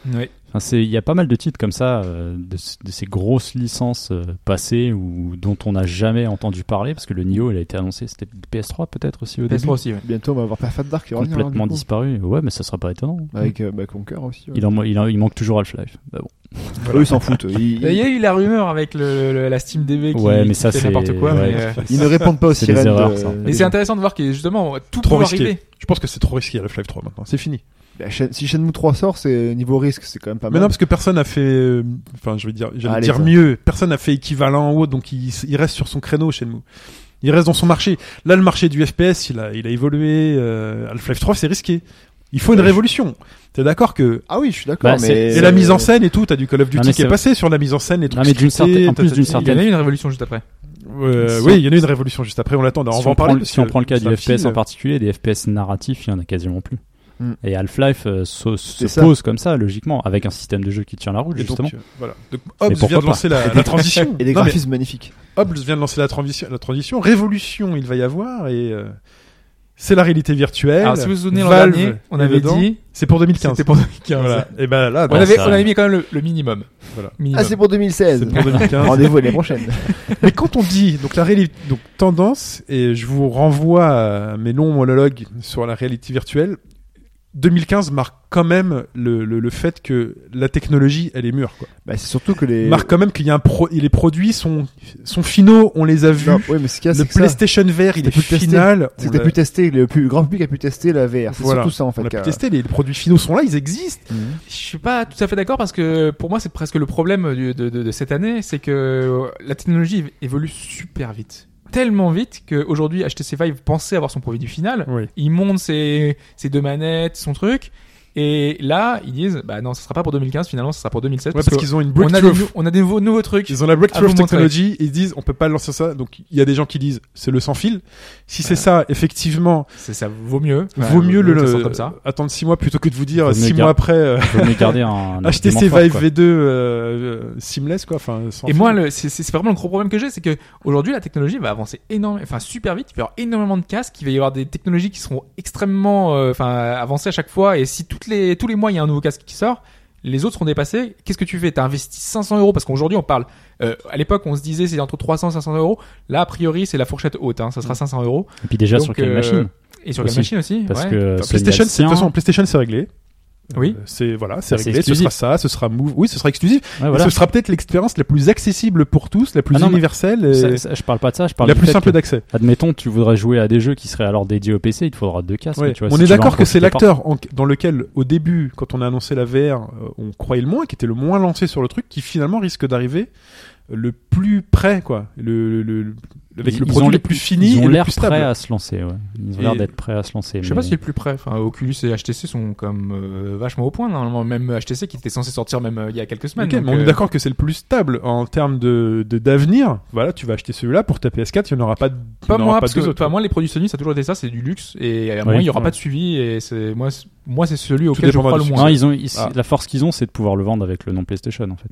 Oui. Enfin, c'est, il y a pas mal de titres comme ça, euh, de, de ces grosses licences euh, passées ou dont on n'a jamais entendu parler, parce que le Nioh, il a été annoncé, c'était P S trois peut-être aussi au P S trois début. aussi, ouais. Bientôt, on va avoir Perfect Dark qui va revenir, Complètement alors, du coup. disparu. Ouais, mais ça sera pas étonnant. Avec euh, bah, Conquer aussi. Ouais. Il, en, il, en, il manque toujours Half-Life. Bah bon. Eux, ils s'en foutent. Ils, Il y a eu la rumeur avec le, le- la Steam D B qui, Ouais, mais qui ça, fait c'est- n'importe quoi. ouais. Mais, euh, ils ne répondent pas aux C'est des sirènes. erreurs, de- ça. mais c'est intéressant de voir que justement tout Trop peut risqué. arriver. Je pense que c'est trop risqué Half-Life trois maintenant. C'est fini. Bah, Shen- si Shenmue trois sort, c'est niveau risque, c'est quand même pas Mais mal. non, parce que personne n'a fait. euh, Enfin, je vais dire, j'allais Allez, dire ça. mieux. Personne n'a fait équivalent en haut, donc il, il reste sur son créneau chez nous. Il reste dans son marché. Là, le marché du F P S, il a, il a évolué. Euh, Half-Life trois, c'est risqué. Il faut une Ouais, je- révolution. T'es d'accord que Ah oui, je suis d'accord. Bah, mais c'est- et la mise en scène et tout, t'as du Call of Duty Non, mais qui est c'est- passé sur la mise en scène et tout. Non, mais d'une certaine- en plus d'une Il y certaine- en a eu une révolution juste après. Euh, Si oui, on- il y en a eu une révolution juste après. On l'attend. On Si va on, en parler. prend, parce si on que prend le cas du ça F P S file. en particulier, des F P S narratifs, il y en a quasiment plus. Mm. Et Half-Life euh, se, se C'est ça. pose comme ça, logiquement, avec un système de jeu qui tient la route, Et donc, justement. euh, voilà. Donc, Hobbs pourquoi vient de pas lancer la, la transition. Et des Non, mais graphismes magnifiques. Hobbs vient de lancer la transition, la transition. Révolution, il va y avoir et euh, c'est la réalité virtuelle. Alors si vous vous souvenez l'an Valve dernier, on est avait dedans. dit C'est pour deux mille quinze. c'était pour deux mille quinze. Voilà. Et ben là, On non, avait ça- on avait mis quand même le, le minimum. Voilà. Minimum. Ah, c'est pour deux mille seize. c'est pour deux mille quinze. Rendez-vous l'année prochaine. Mais quand on dit donc la réalité, donc tendance, et je vous renvoie à mes longs monologues sur la réalité virtuelle. deux mille quinze marque quand même le, le, le fait que la technologie elle est mûre quoi. Bah, c'est surtout que les. Marque quand même qu'il y a un pro, et les produits sont sont finaux, on les a vus. Non, ouais, mais ce qu'il y a, Le c'est que ça, PlayStation V R il C'était est plus testé. final. c'est On que t'as l'a- pu tester, le plus, grand public a pu tester la V R. C'est Voilà. surtout ça en fait. on a qu'a- pu tester, les produits finaux sont là, ils existent. Mhm. Je suis pas tout à fait d'accord parce que pour moi c'est presque le problème du- de, de, de cette année, c'est que la technologie évolue super vite. Tellement vite qu'aujourd'hui H T C Vive pensait avoir son produit final. Oui. Il monte ses, ses deux manettes, son truc. Et là, ils disent, bah non, ça sera pas pour deux mille quinze, finalement, ça sera pour deux mille seize. Ouais, parce qu'ils ont une on a, des, breakthrough. nou- on a des nouveaux, nouveaux trucs. Ils ont la à breakthrough vous montrer. technology, ils disent on peut pas lancer ça. Donc il y a des gens qui disent c'est le sans fil. Si c'est ça, effectivement, C'est, ça vaut mieux. vaut Ouais, mieux le, que ça soit le- comme ça. attendre six mois plutôt que de vous dire Vaut mieux six gar- mois après euh, Faut mieux garder un, un H T C argument fort, Vive quoi. V deux euh, euh, seamless quoi. Enfin, sans Et fil. moi, le, c'est, c'est c'est vraiment le gros problème que j'ai, c'est que aujourd'hui, la technologie va avancer énormément, enfin super vite. Il va y avoir énormément de casques, il va y avoir des technologies qui seront extrêmement, euh, enfin avancées à chaque fois. Et si toutes les tous les mois il y a un nouveau casque qui sort, les autres seront dépassés. Qu'est-ce que tu fais? T'as investi cinq cents euros parce qu'aujourd'hui on parle. Euh, à l'époque, on se disait c'est entre trois cents et cinq cents euros. Là, a priori, c'est la fourchette haute. Hein, ça sera cinq cents euros. Et puis déjà Donc, sur quelle euh, machine? Et sur quelle Aussi. machine aussi? Parce ouais. que Enfin, Sony PlayStation, a le c'est- de toute sien. façon, PlayStation c'est réglé. Oui. Euh, c'est voilà, c'est C'est réglé. Ce exclusif. sera ça, ce sera Move. Oui, ce sera exclusif. Ouais, Et voilà. ce sera peut-être l'expérience la plus accessible pour tous, la plus Ah non, mais universelle, et Ça- ça- je parle pas de ça, je parle la du plus fait simple que, d'accès. admettons, tu voudrais jouer à des jeux qui seraient alors dédiés au P C, il te faudra deux casques. Ouais. Tu vois, On si est tu veux en d'accord que c'est profiter l'acteur en- dans lequel, au début, quand on a annoncé la V R, euh, on croyait le moins, qui était le moins lancé sur le truc, qui finalement risque d'arriver euh, le plus près, quoi, le, le, le- avec Ils- le ils produit ont le les- plus fini Ils et ont le l'air plus stable. prêts à se lancer, ouais. Ils ont Et- l'air d'être prêts à se lancer. Je sais mais- pas si c'est le plus près. Enfin, Oculus et H T C sont comme euh, vachement au point. Normalement, même H T C qui était censé sortir même euh, il y a quelques semaines. Ok, donc, mais on est euh, d'accord que c'est le plus stable en termes de de- d'avenir. Voilà, tu vas acheter celui-là pour ta P S quatre, il n'y en aura pas, de- il Pas y en aura moi, pas parce deux que autres. enfin, moi les produits Sony ça a toujours été ça, c'est du luxe et à moi Oui, il y aura ouais. pas de suivi et c'est moi c'est- moi c'est celui Tout auquel je dépendra crois le du moins. Non, ils ont, ils- Ah. la force qu'ils ont, c'est de pouvoir le vendre avec le nom PlayStation, en fait.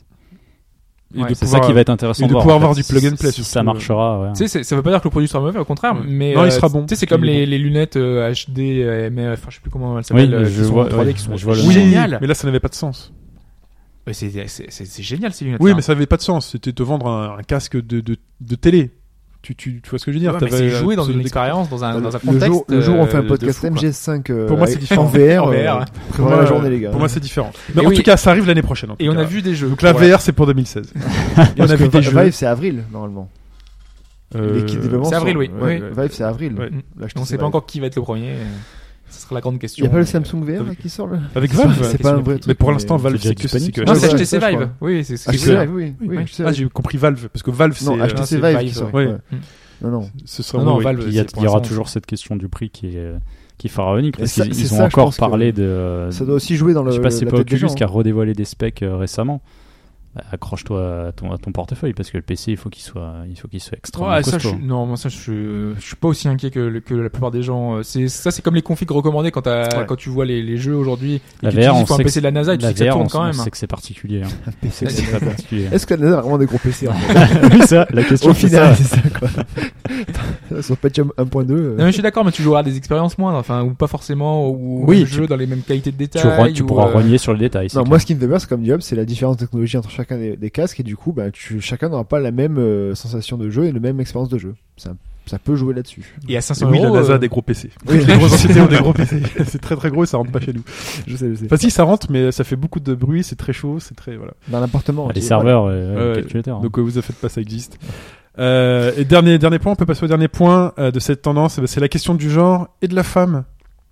Et Ouais, de C'est pouvoir- ça qui va être intéressant et de de voir. pouvoir en fait. avoir du plug and play, Si, si surtout, ça marchera, ouais. Tu sais, c'est- ça veut pas dire que le produit sera mauvais, au contraire, Ouais. mais Non, il euh, sera bon. Tu sais, c'est Il comme est les, bon. les lunettes euh, H D, euh, mais enfin je sais plus comment elles Oui, s'appellent, euh, qui je sont vois, en trois D, ouais, qui sont je vois le Oui, géniales. mais là ça n'avait pas de sens. Mais c'est c'est c'est c'est génial ces lunettes. Oui, mais ça n'avait pas de sens. C'était te vendre un, un casque de, de, de télé. Tu, tu, tu vois ce que je veux dire? Ouais, mais T'avais, c'est jouer dans euh, une des- expérience, dans un, dans un le contexte. jour, le jour où on fait euh, un de podcast fou, quoi. M G S cinq euh, Pour moi, c'est avec- différent. en V R, En V R, euh, ouais. Pour prévoyez moi, la journée les gars. Pour moi, c'est différent. Mais Et en oui. tout cas, ça arrive l'année prochaine. en tout Et on cas. a vu des jeux. Donc la Voilà. V R, c'est pour deux mille seize. Il y en Parce a que vu des Vi- jeux. Vive c'est avril normalement. Euh, L'équipe de développement c'est avril, sont- oui. ouais, Oui. Vive c'est avril. Ouais. Là, je On te sait sais pas encore qui va être le premier. euh, Ce sera la grande Il question. y a pas le mais- Samsung V R là, qui sort là. Avec C'est Valve. pas- c'est pas un vrai Mais truc, pour mais l'instant, Valve, c'est c'est déjà que c'est disponible. que Non, Ouais, c'est ouais, H T C ça, je Vive. crois. Oui, c'est ce H que T je C veux Vive, dire. oui. Oui, Oui, oui. H T C Ah, Vive. j'ai compris Valve parce que Valve, c'est Non, euh, H T C c'est Vive Vive, qui sort. ouais. ouais. Non, non. ce sera Non, non, oui. Valve, Il y, a- c'est pour il y aura l'instant, toujours cette question du prix qui est, qui est pharaonique. Et Parce ça- qu'ils c'est ils ont ça, je encore pense que parlé de. Ça doit aussi jouer dans le. Je sais pas si c'est la pas tête des Oculus gens, qui a redévoilé des specs euh, récemment. Bah, accroche-toi à ton, à ton portefeuille parce que le P C il faut qu'il soit il faut qu'il soit extrêmement Ouais, ça, je, costaud. suis- non, moi ça, je, suis- je suis pas aussi inquiet que, le- que la plupart des gens. Euh, C'est ça, c'est comme les configs recommandés quand, t'as- Ouais. quand tu vois les, les jeux aujourd'hui. Et La que V R, tu dis, on il faut un sait P C de la NASA et tu la sais que ça V R, tourne on, quand on même. sait que c'est particulier. Hein. Un P C, C'est c'est très pas- particulier. Est-ce que la NASA a vraiment des gros P C en fait oui, ça, la question Au c'est final, ça. c'est ça quoi. Sur Pentium un point deux. Non, mais je suis d'accord, mais tu joueras à des expériences moindres, enfin, ou pas forcément, ou Oui, le tu- jeu dans les mêmes qualités de détail. Tu, re- tu ou, pourras euh, rogner sur les détails. c'est Non, clair. moi ce qui me fait peur, c'est comme Diop, c'est la différence de technologie entre chacun des, des casques et du coup, bah, tu, chacun n'aura pas la même euh, sensation de jeu et la même expérience de jeu. Ça, ça peut jouer là-dessus. Et à cinq cents Oui, la euros. NASA euh, a des gros P C. Oui, Les grosses sociétés ont des gros P C. C'est très très gros et ça rentre pas chez nous. Je sais, je sais. Enfin si, ça rentre, mais ça fait beaucoup de bruit, c'est très chaud, c'est très voilà. Dans l'appartement. Ah, les tu- serveurs, euh, Ouais, le calculateur. hein. Donc euh, vous en faites pas, ça existe. Euh, et dernier dernier point, on peut passer au dernier point euh, de cette tendance, eh ben, c'est la question du genre et de la femme.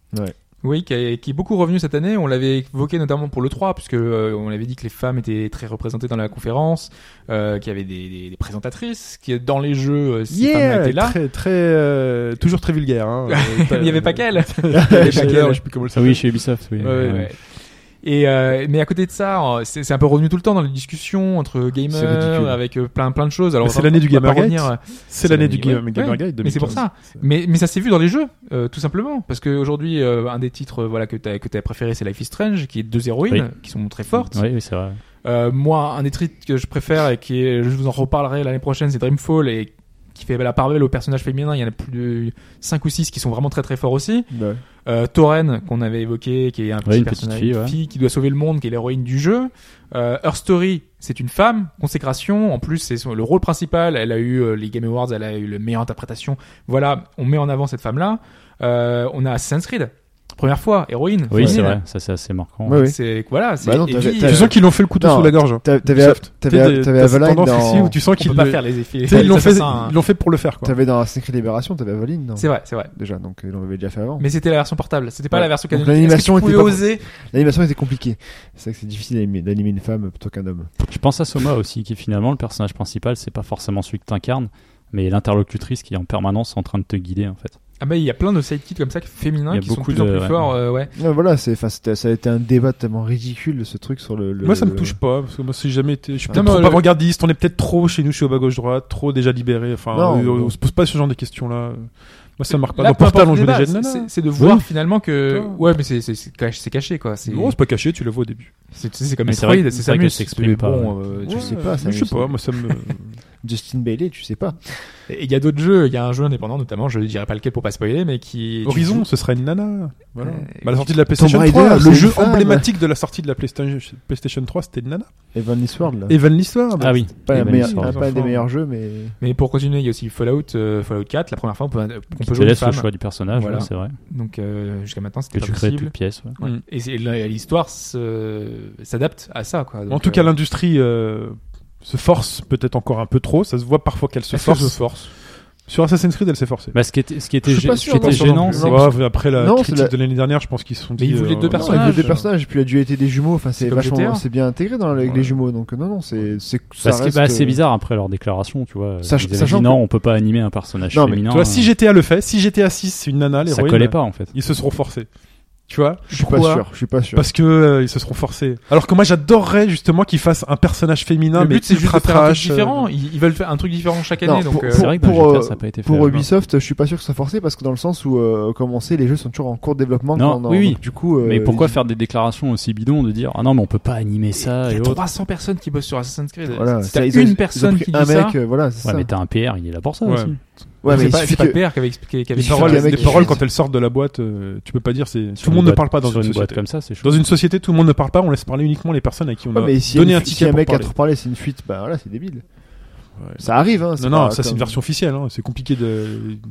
Oui, qui est, qui est beaucoup revenu cette année. On l'avait évoqué notamment pour l'E trois, puisque euh, on avait dit que les femmes étaient très représentées dans la conférence, euh, qu'il y avait des, des, des présentatrices, qui dans les jeux, euh, ces femmes étaient là. très très euh, toujours très vulgaire. Hein. Il n'y avait pas qu'elle. Il y avait pas qu'elle, je sais plus comment elle Ah s'appelle. oui, chez Ubisoft, oui. Ouais, ouais, ouais. Et euh, mais à côté de ça, euh, c'est, c'est un peu revenu tout le temps dans les discussions entre C'est gamers, ridicule. avec euh, plein plein de choses. Alors Mais c'est on va- l'année du on va pas Gamergate. revenir, euh, C'est l'année du ouais, Game- ouais, Gamergate. mais c'est pour ça. Mais mais ça s'est vu dans les jeux, euh, tout simplement, parce que aujourd'hui, euh, un des titres, euh, voilà, que t'as que t'as préféré, c'est Life is Strange, qui est deux héroïnes Oui. qui sont très fortes. Oui, oui, c'est vrai. Euh, moi, un des titres que je préfère et qui est, je vous en reparlerai l'année prochaine, c'est Dreamfall et qui fait la part belle aux personnages féminins. Il y en a plus de cinq ou six qui sont vraiment très très forts aussi. Ouais. Euh, Torren, qu'on avait évoqué, qui est un Ouais, petit une petite personnage, fille, ouais. fille qui doit sauver le monde, qui est l'héroïne du jeu. Euh, Her Story, c'est une femme, consécration. En plus, c'est son- le rôle principal. Elle a eu euh, les Game Awards, elle a eu la meilleure interprétation. Voilà, on met en avant cette femme-là. Euh, on a Assassin's Creed, première fois, héroïne. Oui, c'est féminine. vrai. Ça, c'est assez marquant. Ouais, oui. C'est voilà, c'est Bah non, et t'avais- puis, t'avais- Tu euh, sens qu'ils l'ont fait le couteau Non. sous la gorge. hein. T'a- T'avais, Ubisoft. t'avais, T'as- t'avais t'as cette Aveline tendance ici dans, où tu sens on qu'ils peut pas le- faire les effets. tu sais, ils l'ont les fait, assassins, hein. ils l'ont fait pour le faire quoi. t'avais dans Assassin's Creed Libération, t'avais Aveline, non? C'est vrai, c'est vrai. Déjà, donc ils l'avaient déjà fait avant. Mais c'était la version portable, c'était pas Ouais. la version Donc canonique. l'animation Est-ce que tu était pouvais pas- oser. L'animation était compliquée. C'est vrai que c'est difficile d'animer, d'animer une femme plutôt qu'un homme. Je pense à Soma aussi, qui finalement, le personnage principal, c'est pas forcément celui que t'incarnes, mais l'interlocutrice qui est en permanence en train de te guider, en fait. Ah bah il y a plein de sidekicks comme ça féminins Il y a qui sont de beaucoup plus en de- plus ouais. forts, euh, ouais. Ouais, voilà, c'est, enfin, c'était- ça a été un débat tellement ridicule ce truc sur le. le- Moi ça me le- touche pas parce que moi j'ai jamais été, je suis Non, peut-être mais trop le- avant-gardiste, on est peut-être trop chez nous chez au bas gauche droite, trop déjà libéré. Enfin, Non, on, non. on se pose pas ce genre de questions là. Moi ça me marque pas. Là, Dans peu importe Portal on le joue les débat, jeunes c'est- nanas. c'est- c'est de voir Oui. finalement que Toi. ouais mais c'est c'est c'est caché, c'est caché quoi, c'est Non, c'est pas caché, tu le vois au début. c'est c'est comme Mais c'est Metroid, vrai que- c'est c'est vrai qu'elle Samus, s'exprime mais pas, bon, euh, Je tu- sais pas, ça je sais me- pas, moi ça me. Justin Bailey, tu sais pas. Et il y a d'autres jeux, il y a un jeu indépendant notamment, je dirais pas lequel pour pas spoiler, mais qui tu Horizon, joues- ce serait une nana. Voilà. Euh, Bah, la sortie de la PlayStation Raider, trois, c'est le une jeu femme. emblématique de la sortie de la PlayStation, PlayStation trois, c'était une nana. Evan Eastward, là. Evan l'histoire. Ah oui. Pas, un Evan meilleur- Eastward. pas un des meilleurs jeux, mais. Mais pour continuer, il y a aussi Fallout, euh, Fallout quatre, la première fois on peut, on Qui peut te jouer une laisse le femme. choix du personnage, Voilà. ouais, c'est vrai. Donc euh, jusqu'à maintenant Que c'était pas tu crées possible. toute pièce. ouais. Ouais. Mm. Et c'est- la- l'histoire se- s'adapte à ça quoi. En Donc, tout cas, euh, l'industrie euh, se force peut-être encore un peu trop. Ça se voit parfois qu'elle se est-ce qu'elle force. se force. Sur Assassin's Creed, elle s'est forcée. Bah, ce qui était, ce qui était, Je suis pas gê- ce sûr, qui était non, sur gênant, non c'est plus. Ouais, après la Non, c'est critique la- de l'année dernière, je pense qu'ils se sont Mais dit. ils voulaient deux euh, Non, personnages. avec les deux personnages, et puis la dualité des jumeaux, enfin, c'est C'est comme G T A. vachement, c'est bien intégré dans, avec Ouais. les jumeaux, donc non, non, c'est, c'est, ça Parce que reste, bah, c'est euh, bizarre après leur déclaration, tu vois. Sach- Ils avaient sachant dit non, que- on peut pas animer un personnage Non, mais féminin. Tu vois, si euh, G T A le fait, si G T A six c'est une nana, ça l'héroïne, collait pas en fait. ils se seront forcés. Tu vois Je suis pas Pourquoi sûr, je suis pas sûr. Parce que euh, ils se seront forcés. Alors que moi, j'adorerais justement qu'ils fassent un personnage féminin, Le mais but c'est juste ultra de faire un truc trash, euh, différent. Ils, ils veulent faire un truc différent chaque année. Non, donc pour- euh, C'est vrai que dans pour, G T A, euh, ça n'a pas été fait. Pour ouais. Ubisoft, je suis pas sûr que ce soit forcé parce que dans le sens où, euh, comme on sait, les jeux sont toujours en cours de développement. Non, quand on- oui, oui. donc, du coup, euh, Mais pourquoi ils- faire des déclarations aussi bidons de dire ah non mais on peut pas animer ça il y et a autres. trois cents personnes qui bossent sur Assassin's Creed. Voilà, Si ça, t'as ils ont- une ils ont personne pris qui dit un ça, mec, euh, voilà, c'est Ouais, ça. mais t'as un P R, il est là pour ça Ouais. aussi. Ouais, mais c'est il pas, suffit c'est pas que- le P R qui avait expliqué, qui avait il Les suffit parlé paroles, qu'un mec les qui paroles, fait- quand elles sortent de la boîte, euh, tu peux pas dire c'est. Sur Tout le une monde ne boîte- parle pas dans sur une une boîte société. comme ça, c'est chaud. Dans une société, tout le monde ne parle pas. On laisse parler uniquement les personnes à qui on Ouais, a mais si, donné un, un si ticket un pour mec a parler. trop parlé, c'est une fuite, bah voilà, c'est débile. Ouais. Ça arrive, hein. Non, non, pas ça c'est comme- une version officielle. Hein. C'est compliqué de.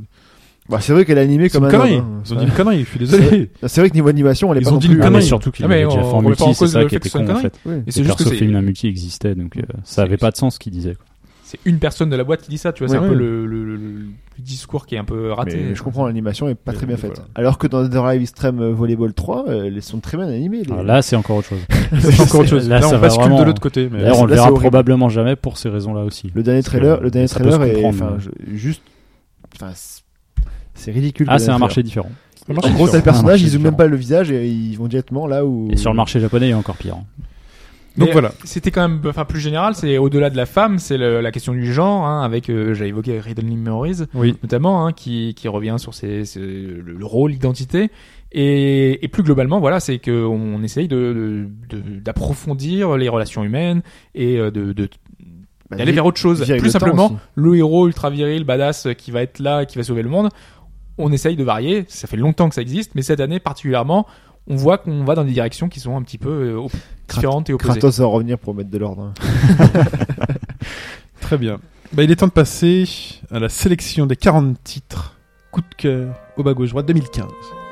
Bah, c'est vrai qu'elle est animée C'est comme une un homme, connerie. hein. Ils ont dit une connerie. Je suis désolé. C'est vrai que niveau animation, elle est Ils pas ont non dit plus, une Ah, euh, mais connerie. surtout qu'il Ah, mais avait on- déjà fait on en remet pas en multi, c'est cause ça le qui fait était que ce soit con une en fait. oui. Et Les c'est juste que persos c'est féminins multi existaient donc euh, ça avait C'est- pas de sens ce qu'il disait. quoi. c'est une personne de la boîte qui dit ça. Tu vois, c'est Oui, un peu oui. le, le, le- le discours qui est un peu raté. Mais je comprends, l'animation est pas Mais très bien voilà. faite. Alors que dans The Live Extreme Volleyball trois, euh, elles sont très bien animées. les- Alors là, c'est encore autre chose. C'est encore autre chose. Là, Là, ça on va bascule vraiment- de l'autre côté. Mais D'ailleurs, on le là, c'est verra horrible. probablement jamais pour ces raisons-là aussi. Le dernier Parce que trailer, le dernier ça peut trailer se est, comprendre, enfin, mais- je- juste, enfin, c'est- c'est ridicule. Ah, le c'est un dernier marché différent. Ça trailer. marche En gros, différent. t'as le personnage, marché ils zooment même différent. pas le visage et ils vont directement là où. Et sur le marché japonais, il y a encore pire. hein. Donc Mais voilà. C'était quand même, enfin plus général, c'est au-delà de la femme, c'est le, la question du genre, hein, avec, euh, j'ai évoqué Hidden Memories, Oui. notamment, hein, qui, qui revient sur ses, ses- le, le rôle, l'identité, et, et plus globalement, voilà, c'est que on essaye de, de, de- d'approfondir les relations humaines et euh, de, de Bah, d'aller vi- vers autre chose. vivre avec Plus le temps simplement, aussi. le héros ultra viril, badass, euh, qui va être là, qui va sauver le monde. On essaye de varier. Ça fait longtemps que ça existe, mais cette année particulièrement, on voit qu'on va dans des directions qui sont un petit peu euh, op- différentes et opposées. Kratos va revenir pour mettre de l'ordre. hein. Très bien. Bah, il est temps de passer à la sélection des quarante titres coup de cœur au bas gauche droite deux mille quinze.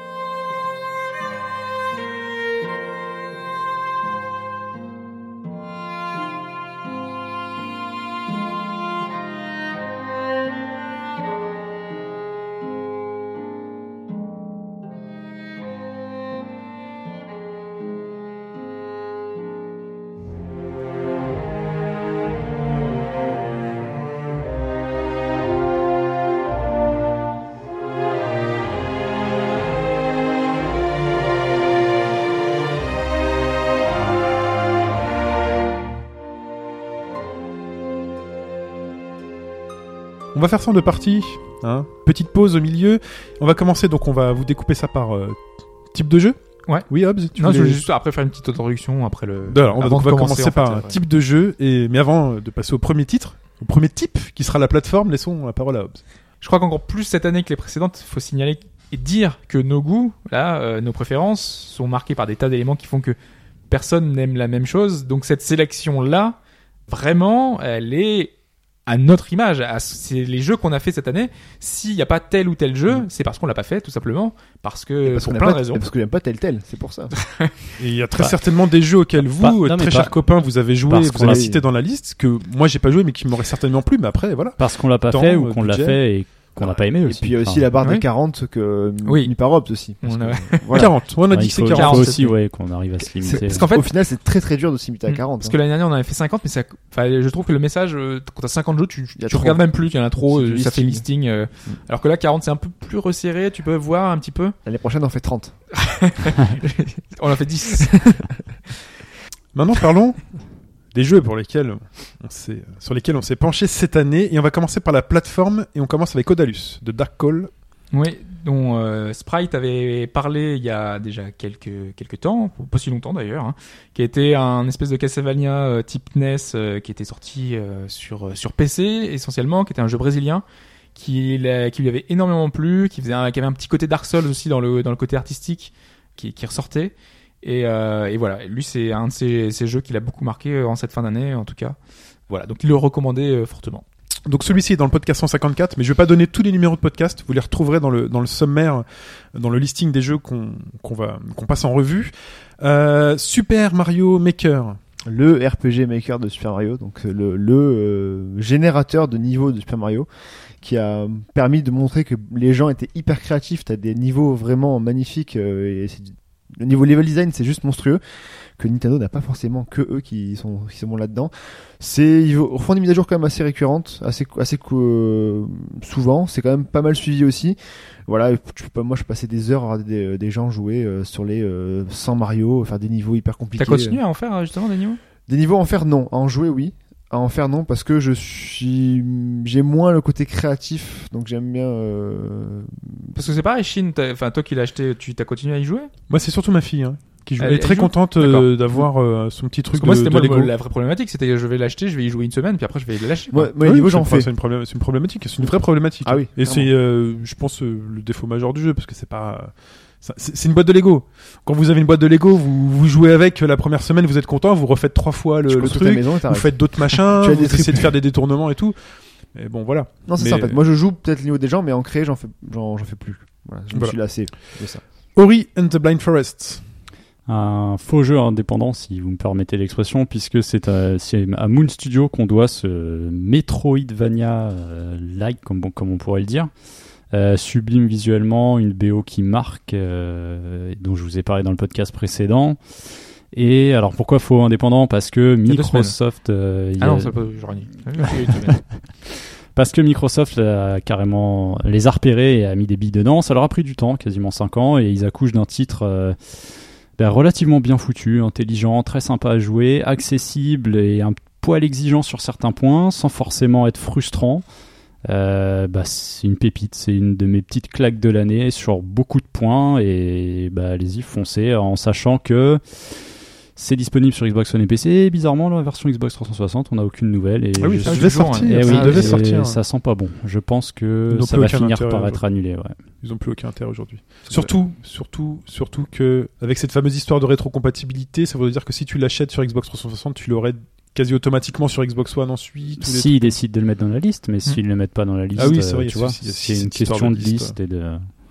On va faire ça en deux parties. Hein. Petite pause au milieu. On va commencer, donc on va vous découper ça par euh, type de jeu. Ouais. Oui, Hobbs, tu Non, je voulais- voulais juste après faire une petite introduction après le. Alors, on va, avant donc, de on va commencer, commencer en fait, par un ouais. type de jeu, et mais avant euh, de passer au premier titre, au premier type qui sera la plateforme, laissons la parole à Hobbs. Je crois qu'encore plus cette année que les précédentes, il faut signaler et dire que nos goûts, là, euh, nos préférences, sont marqués par des tas d'éléments qui font que personne n'aime la même chose. Donc cette sélection-là, vraiment, elle est à notre image. À- C'est les jeux qu'on a fait cette année. S'il n'y a pas tel ou tel jeu, c'est parce qu'on l'a pas fait, tout simplement. Parce que, Parce pour qu'on plein aime de pas- raisons. Parce que j'aime pas tel tel, c'est pour ça. Et il y a très Bah. certainement des jeux auxquels vous, Bah, euh, non, mais très pas- chers copains, vous avez joué, parce vous qu'on avez l'a- cité dans la liste, que moi j'ai pas joué, mais qui m'aurait certainement plu, mais après, voilà. Parce qu'on l'a pas Temps, fait ou euh, qu'on l'a budget. fait et qu'on n'a pas aimé Et aussi. puis il y a aussi Enfin, la barre oui. des quarante que Oui. mis par Hobbs aussi. parce On que- a- voilà. quarante, on a ouais, dit il que c'est faut, il quarante. faut quarante, aussi ouais, qu'on arrive à se C'est- limiter. Parce qu'en fait- Au final, c'est très très dur de s'imiter à Mm. quarante. Parce hein. que l'année dernière, on avait fait cinquante, mais ça, enfin, je trouve que le message, euh, quand t'as cinquante jeux, tu, Il y a tu trop. regardes même plus, il y en a trop, C'est du euh, ça fait listing. listing. euh, Mm. Alors que là, quarante, c'est un peu plus resserré, tu peux voir un petit peu. L'année prochaine, on fait trente. On en fait dix. Maintenant, parlons des jeux pour lesquels on s'est, sur lesquels on s'est penché cette année, et on va commencer par la plateforme, et on commence avec Odalus, de Dark Call. Oui, dont euh, Sprite avait parlé il y a déjà quelques quelques temps, pas si longtemps d'ailleurs, hein, qui était un espèce de Castlevania euh, type N E S euh, qui était sorti euh, sur sur P C essentiellement, qui était un jeu brésilien qui, l'a- qui lui avait énormément plu, qui faisait un, qui avait un petit côté Dark Souls aussi dans le dans le côté artistique qui, qui ressortait. Et, euh, et voilà, lui c'est un de ces, ces jeux qui l'a beaucoup marqué euh, en cette fin d'année en tout cas. Voilà, donc il le recommandait euh, fortement. Donc celui-ci est dans le podcast cent cinquante-quatre, mais je vais pas donner tous les numéros de podcast, vous les retrouverez dans le, dans le sommaire, dans le listing des jeux qu'on, qu'on va, qu'on passe en revue. Euh, Super Mario Maker. Le R P G Maker de Super Mario, donc le, le euh, générateur de niveaux de Super Mario, qui a permis de montrer que les gens étaient hyper créatifs. T'as des niveaux vraiment magnifiques, euh, et c'est, le niveau level design c'est juste monstrueux, que Nintendo n'a pas forcément que eux qui sont qui sont bons là-dedans. C'est ils font des mises à jour quand même assez récurrentes, assez assez euh, souvent. C'est quand même pas mal suivi aussi. Voilà, je peux pas, moi je passais des heures à regarder des, des gens jouer euh, sur les euh, cent Mario, faire des niveaux hyper compliqués. T'as continué à en faire euh, justement des niveaux? Des niveaux à en faire non, à en jouer oui, à en faire non parce que je suis j'ai moins le côté créatif, donc j'aime bien euh... Parce que c'est pareil, Shin, t'as- enfin toi qui l'as acheté, tu t'as continué à y jouer? Moi, c'est surtout ma fille, hein, qui joue. Elle- Elle, est elle très joue contente euh, D'accord. d'avoir euh, son petit Parce truc que moi de, c'était de moi Lego. le- la vraie problématique, c'était que je vais l'acheter, je vais y jouer une semaine, puis après je vais le lâcher. quoi. moi, moi les Oui, niveaux c'est j'en une- fais. C'est une, problème- c'est une problématique, c'est une vraie problématique. Ah oui, Et clairement. c'est, euh, je pense, euh, le défaut majeur du jeu, parce que c'est pas. ça- C'est c'est une boîte de Lego. Quand vous avez une boîte de Lego, vous, vous jouez avec euh, la première semaine, vous êtes content, vous refaites trois fois le, Tu le construis ta truc, maison et vous t'arrêtes. faites d'autres machins, Tu as vous des essayez triples. de faire des détournements et tout. Et bon, voilà. Non, c'est Mais- ça en fait. Moi je joue peut-être le niveau des gens, mais en créer j'en fais j'en, j'en fais plus. Voilà, je me Voilà. suis lassé de ça. Ori and the Blind Forest. Un faux jeu indépendant, si vous me permettez l'expression, puisque c'est à, c'est à Moon Studio qu'on doit ce Metroidvania-like, comme, comme on pourrait le dire. Euh, sublime visuellement, une B O qui marque, euh, dont je vous ai parlé dans le podcast précédent. Et alors pourquoi faux indépendant? Parce que y a deux Microsoft... euh, il y Ah a- non, c'est pas, j'aurais dit. Il y a une semaine. Parce que Microsoft a carrément les a repérés et a mis des billes dedans. Ça leur a pris du temps, quasiment cinq ans, et ils accouchent d'un titre euh, ben, relativement bien foutu, intelligent, très sympa à jouer, accessible et un poil exigeant sur certains points, sans forcément être frustrant. Euh, bah, c'est une pépite, c'est une de mes petites claques de l'année sur beaucoup de points et bah, allez-y, foncez en sachant que c'est disponible sur Xbox One et P C. Et bizarrement, la version Xbox trois cent soixante, on n'a aucune nouvelle. Et Ah oui, je ça suis- devait sortir. Eh ça oui, devait et sortir. ça sent pas bon. Je pense que Ils n'ont ça plus va aucun finir intérêt, par ouais. être annulé. Ouais. Ils ont plus aucun intérêt aujourd'hui. Surtout, surtout, surtout que avec cette fameuse histoire de rétrocompatibilité, ça veut dire que si tu l'achètes sur Xbox trois cent soixante, tu l'aurais quasi automatiquement sur Xbox One ensuite. ou des S'ils décident de le mettre dans la liste, mais s'ils ne le mettent pas dans la liste, Ah oui, c'est euh, vrai, tu il y a vois, ce- il y a c'est cette une histoire question de de liste, liste et de.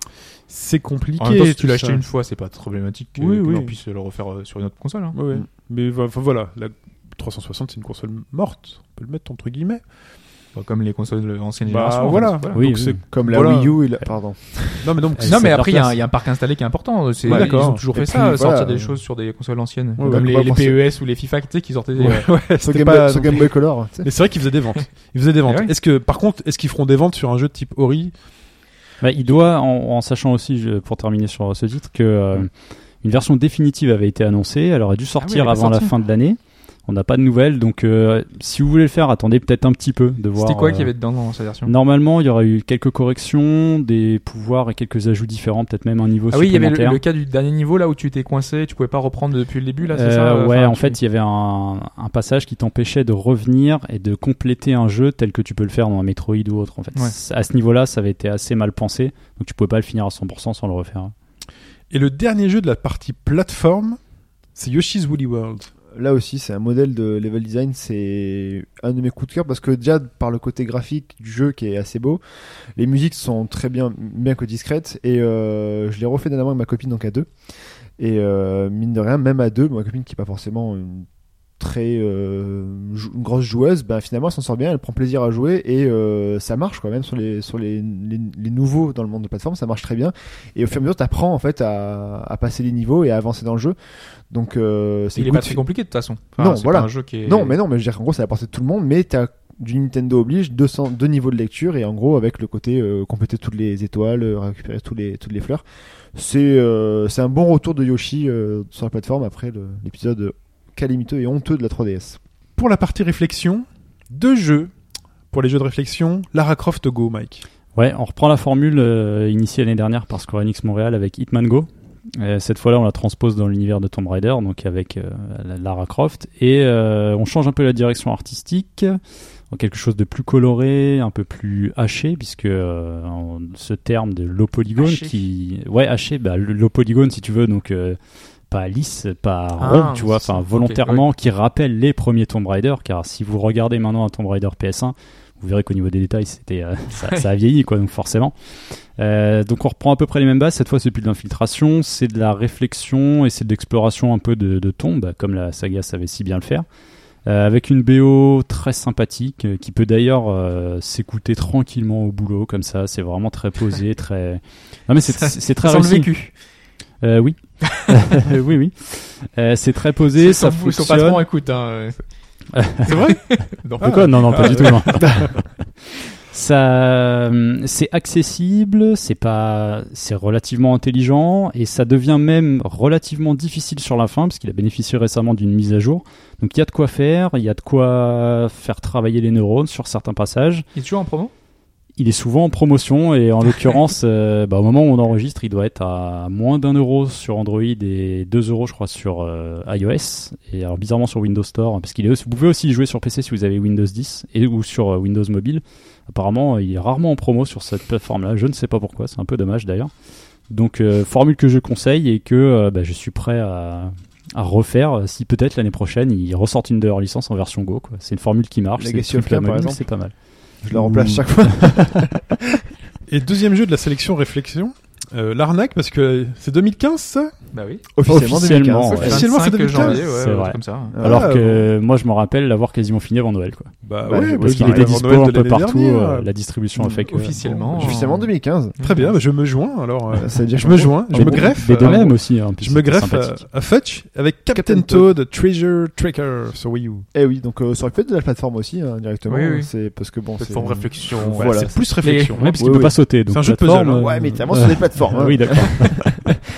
C'est compliqué. En même temps, si tu tout l'as acheté ça. une fois, c'est pas trop problématique que, Oui, que oui. l'on puisse le refaire euh, sur une autre console. Hein. Ouais, ouais. Mm. Mais va- enfin, voilà, la trois cent soixante, c'est une console morte. On peut le mettre entre guillemets. Bah, comme les consoles anciennes Bah générations. voilà. en fait, Oui, Donc oui. c'est Comme la Voilà. Wii U et la... Pardon. non mais donc Euh, Non, c'est mais leur après, il y, a place. un- il y a un parc installé qui est important. C'est, Ouais, ils d'accord. ont toujours Et fait puis, ça, voilà, sortir des euh, choses sur des consoles anciennes. Ouais, Comme ouais, les, ouais, les bon, P c'est- E S ou les FIFA, tu sais, qui sortaient des. ouais, ouais, Sur c'était Game, pas Boy, sur Game Boy Color. tu sais. Mais c'est vrai qu'ils faisaient des ventes. Ils faisaient des ventes. Eh ouais. Est-ce que par contre, est-ce qu'ils feront des ventes sur un jeu de type Ori? Bah, il doit, en, en sachant aussi, je- pour terminer sur ce titre, que euh, une version définitive avait été annoncée. Elle aurait dû sortir elle est pas avant la sortie. fin de l'année. On n'a pas de nouvelles, donc euh, si vous voulez le faire, attendez peut-être un petit peu de voir. C'était quoi euh, qu'il y avait dedans dans sa version Normalement, il y aurait eu quelques corrections, des pouvoirs et quelques ajouts différents, peut-être même un niveau Ah oui, il y avait le, supplémentaire. le cas du dernier niveau là où tu étais coincé, tu pouvais pas reprendre depuis le début là, c'est Euh, ça ouais, Enfin, en tu- fait, il y avait un, un passage qui t'empêchait de revenir et de compléter un jeu tel que tu peux le faire dans un Metroid ou autre. En fait, Ouais. C- à ce niveau-là, ça avait été assez mal pensé, donc tu pouvais pas le finir à cent pour cent sans le refaire. Et le dernier jeu de la partie plateforme, c'est Yoshi's Woolly World. Là aussi, c'est un modèle de level design. C'est un de mes coups de cœur parce que déjà, par le côté graphique du jeu qui est assez beau, les musiques sont très bien, bien que discrètes. Et euh, je l'ai refait dernièrement avec ma copine, donc à deux. Et euh, mine de rien, même à deux, ma copine qui est pas forcément une très euh, jou- une grosse joueuse, ben finalement elle s'en sort bien, elle prend plaisir à jouer et euh, ça marche quand même sur les sur les, les, les nouveaux dans le monde de plateforme, ça marche très bien. Et au fur et à mesure, t'apprends en fait à, à passer les niveaux et à avancer dans le jeu. Donc euh, c'est Il est good. pas très compliqué de toute façon. Enfin, Non, c'est voilà. pas un jeu qui est. Non, mais non, mais je veux dire qu'en gros, c'est à la portée de tout le monde, mais t'as du Nintendo oblige deux cents, deux niveaux de lecture et en gros avec le côté euh, compléter toutes les étoiles, euh, récupérer tous les toutes les fleurs. C'est euh, c'est un bon retour de Yoshi euh, sur la plateforme après le- l'épisode calamiteux et honteux de la trois D S. Pour la partie réflexion, deux jeux. Pour les jeux de réflexion, Lara Croft Go, Mike. Ouais, on reprend la formule euh, initiée l'année dernière par Square Enix Montréal avec Hitman Go. Euh, cette fois-là, on la transpose dans l'univers de Tomb Raider, donc avec euh, la- Lara Croft, et euh, on change un peu la direction artistique en quelque chose de plus coloré, un peu plus haché, puisque euh, en- ce terme de low polygon Haché. qui, ouais, haché, bah, le low polygon si tu veux, donc euh, pas lisse, pas Ah, rond, tu vois, c'est enfin ça. volontairement, Ok, qui rappelle les premiers Tomb Raider, car si vous regardez maintenant un Tomb Raider P S un, vous verrez qu'au niveau des détails, c'était, euh, ça, ça a vieilli, quoi, donc forcément. Euh, donc on reprend à peu près les mêmes bases. Cette fois, c'est plus de l'infiltration, c'est de la réflexion et c'est de l'exploration un peu de, de tombes, comme la saga savait si bien le faire. Euh, avec une B O très sympathique, euh, qui peut d'ailleurs euh, s'écouter tranquillement au boulot, comme ça. C'est vraiment très posé, très. Non mais c'est, Ça- c'est très Ça sent le réussi. vécu. Euh, oui, oui, oui. Euh, c'est très posé, ça son, son fonctionne. patron écoute. Hein. C'est vrai Non. De quoi ? Non, non, pas du tout. Non. Ça, hum, c'est accessible, c'est pas, c'est relativement intelligent et ça devient même relativement difficile sur la fin parce qu'il a bénéficié récemment d'une mise à jour. Donc il y a de quoi faire, il y a de quoi faire travailler les neurones sur certains passages. Il est toujours en promo Il est souvent en promotion et en l'occurrence, euh, bah, au moment où on enregistre, il doit être à moins d'un euro sur Android et deux euros, je crois, sur euh, iOS. Et alors bizarrement sur Windows Store, parce qu'il est aussi, vous pouvez aussi y jouer sur P C si vous avez Windows dix et ou sur euh, Windows Mobile. Apparemment, il est rarement en promo sur cette plateforme-là. Je ne sais pas pourquoi, c'est un peu dommage d'ailleurs. Donc euh, formule que je conseille et que euh, bah, je suis prêt à, à refaire si peut-être l'année prochaine ils ressortent une de leurs licences en version Go, quoi. C'est une formule qui marche. Legacy c'est of triple A Kain, par mobile, exemple. c'est pas mal. Je la remplace Ouh. chaque fois. Et deuxième jeu de la sélection réflexion, euh, l'arnaque, parce que c'est deux mille quinze ça. Bah oui. Officiellement, Officiellement, deux mille quinze. ouais. Officiellement, c'est vingt-cinq deux mille quinze. janvier, ouais, C'est un vrai. truc comme ça. Alors Ah, que moi je me rappelle l'avoir quasiment fini avant Noël, quoi. Bah Bah, ouais, oui, Parce qu'il bah, était avant dispo Noël un de peu l'année partout, dernière. euh, la distribution a fait que... Officiellement. Officiellement deux mille quinze. Très bien, bah, je me joins alors. euh, Ça veut dire je me joins, je Mais me bon, greffe. Mais de euh, même aussi, hein, Je me greffe à, sympathique. à Fetch avec Captain, Captain Toad, Treasure Tracker sur Wii U. Eh oui, donc euh, ça aurait pu être de la plateforme aussi hein, directement. Oui, oui. C'est parce que bon, Plateforme c'est réflexion. Voilà. C'est plus réflexion. Ouais, parce qu'il Oui, peut oui. pas sauter. Donc C'est un jeu de plateforme, puzzle, hein. euh, Ouais, mais évidemment sur des plateformes. hein. Oui, d'accord.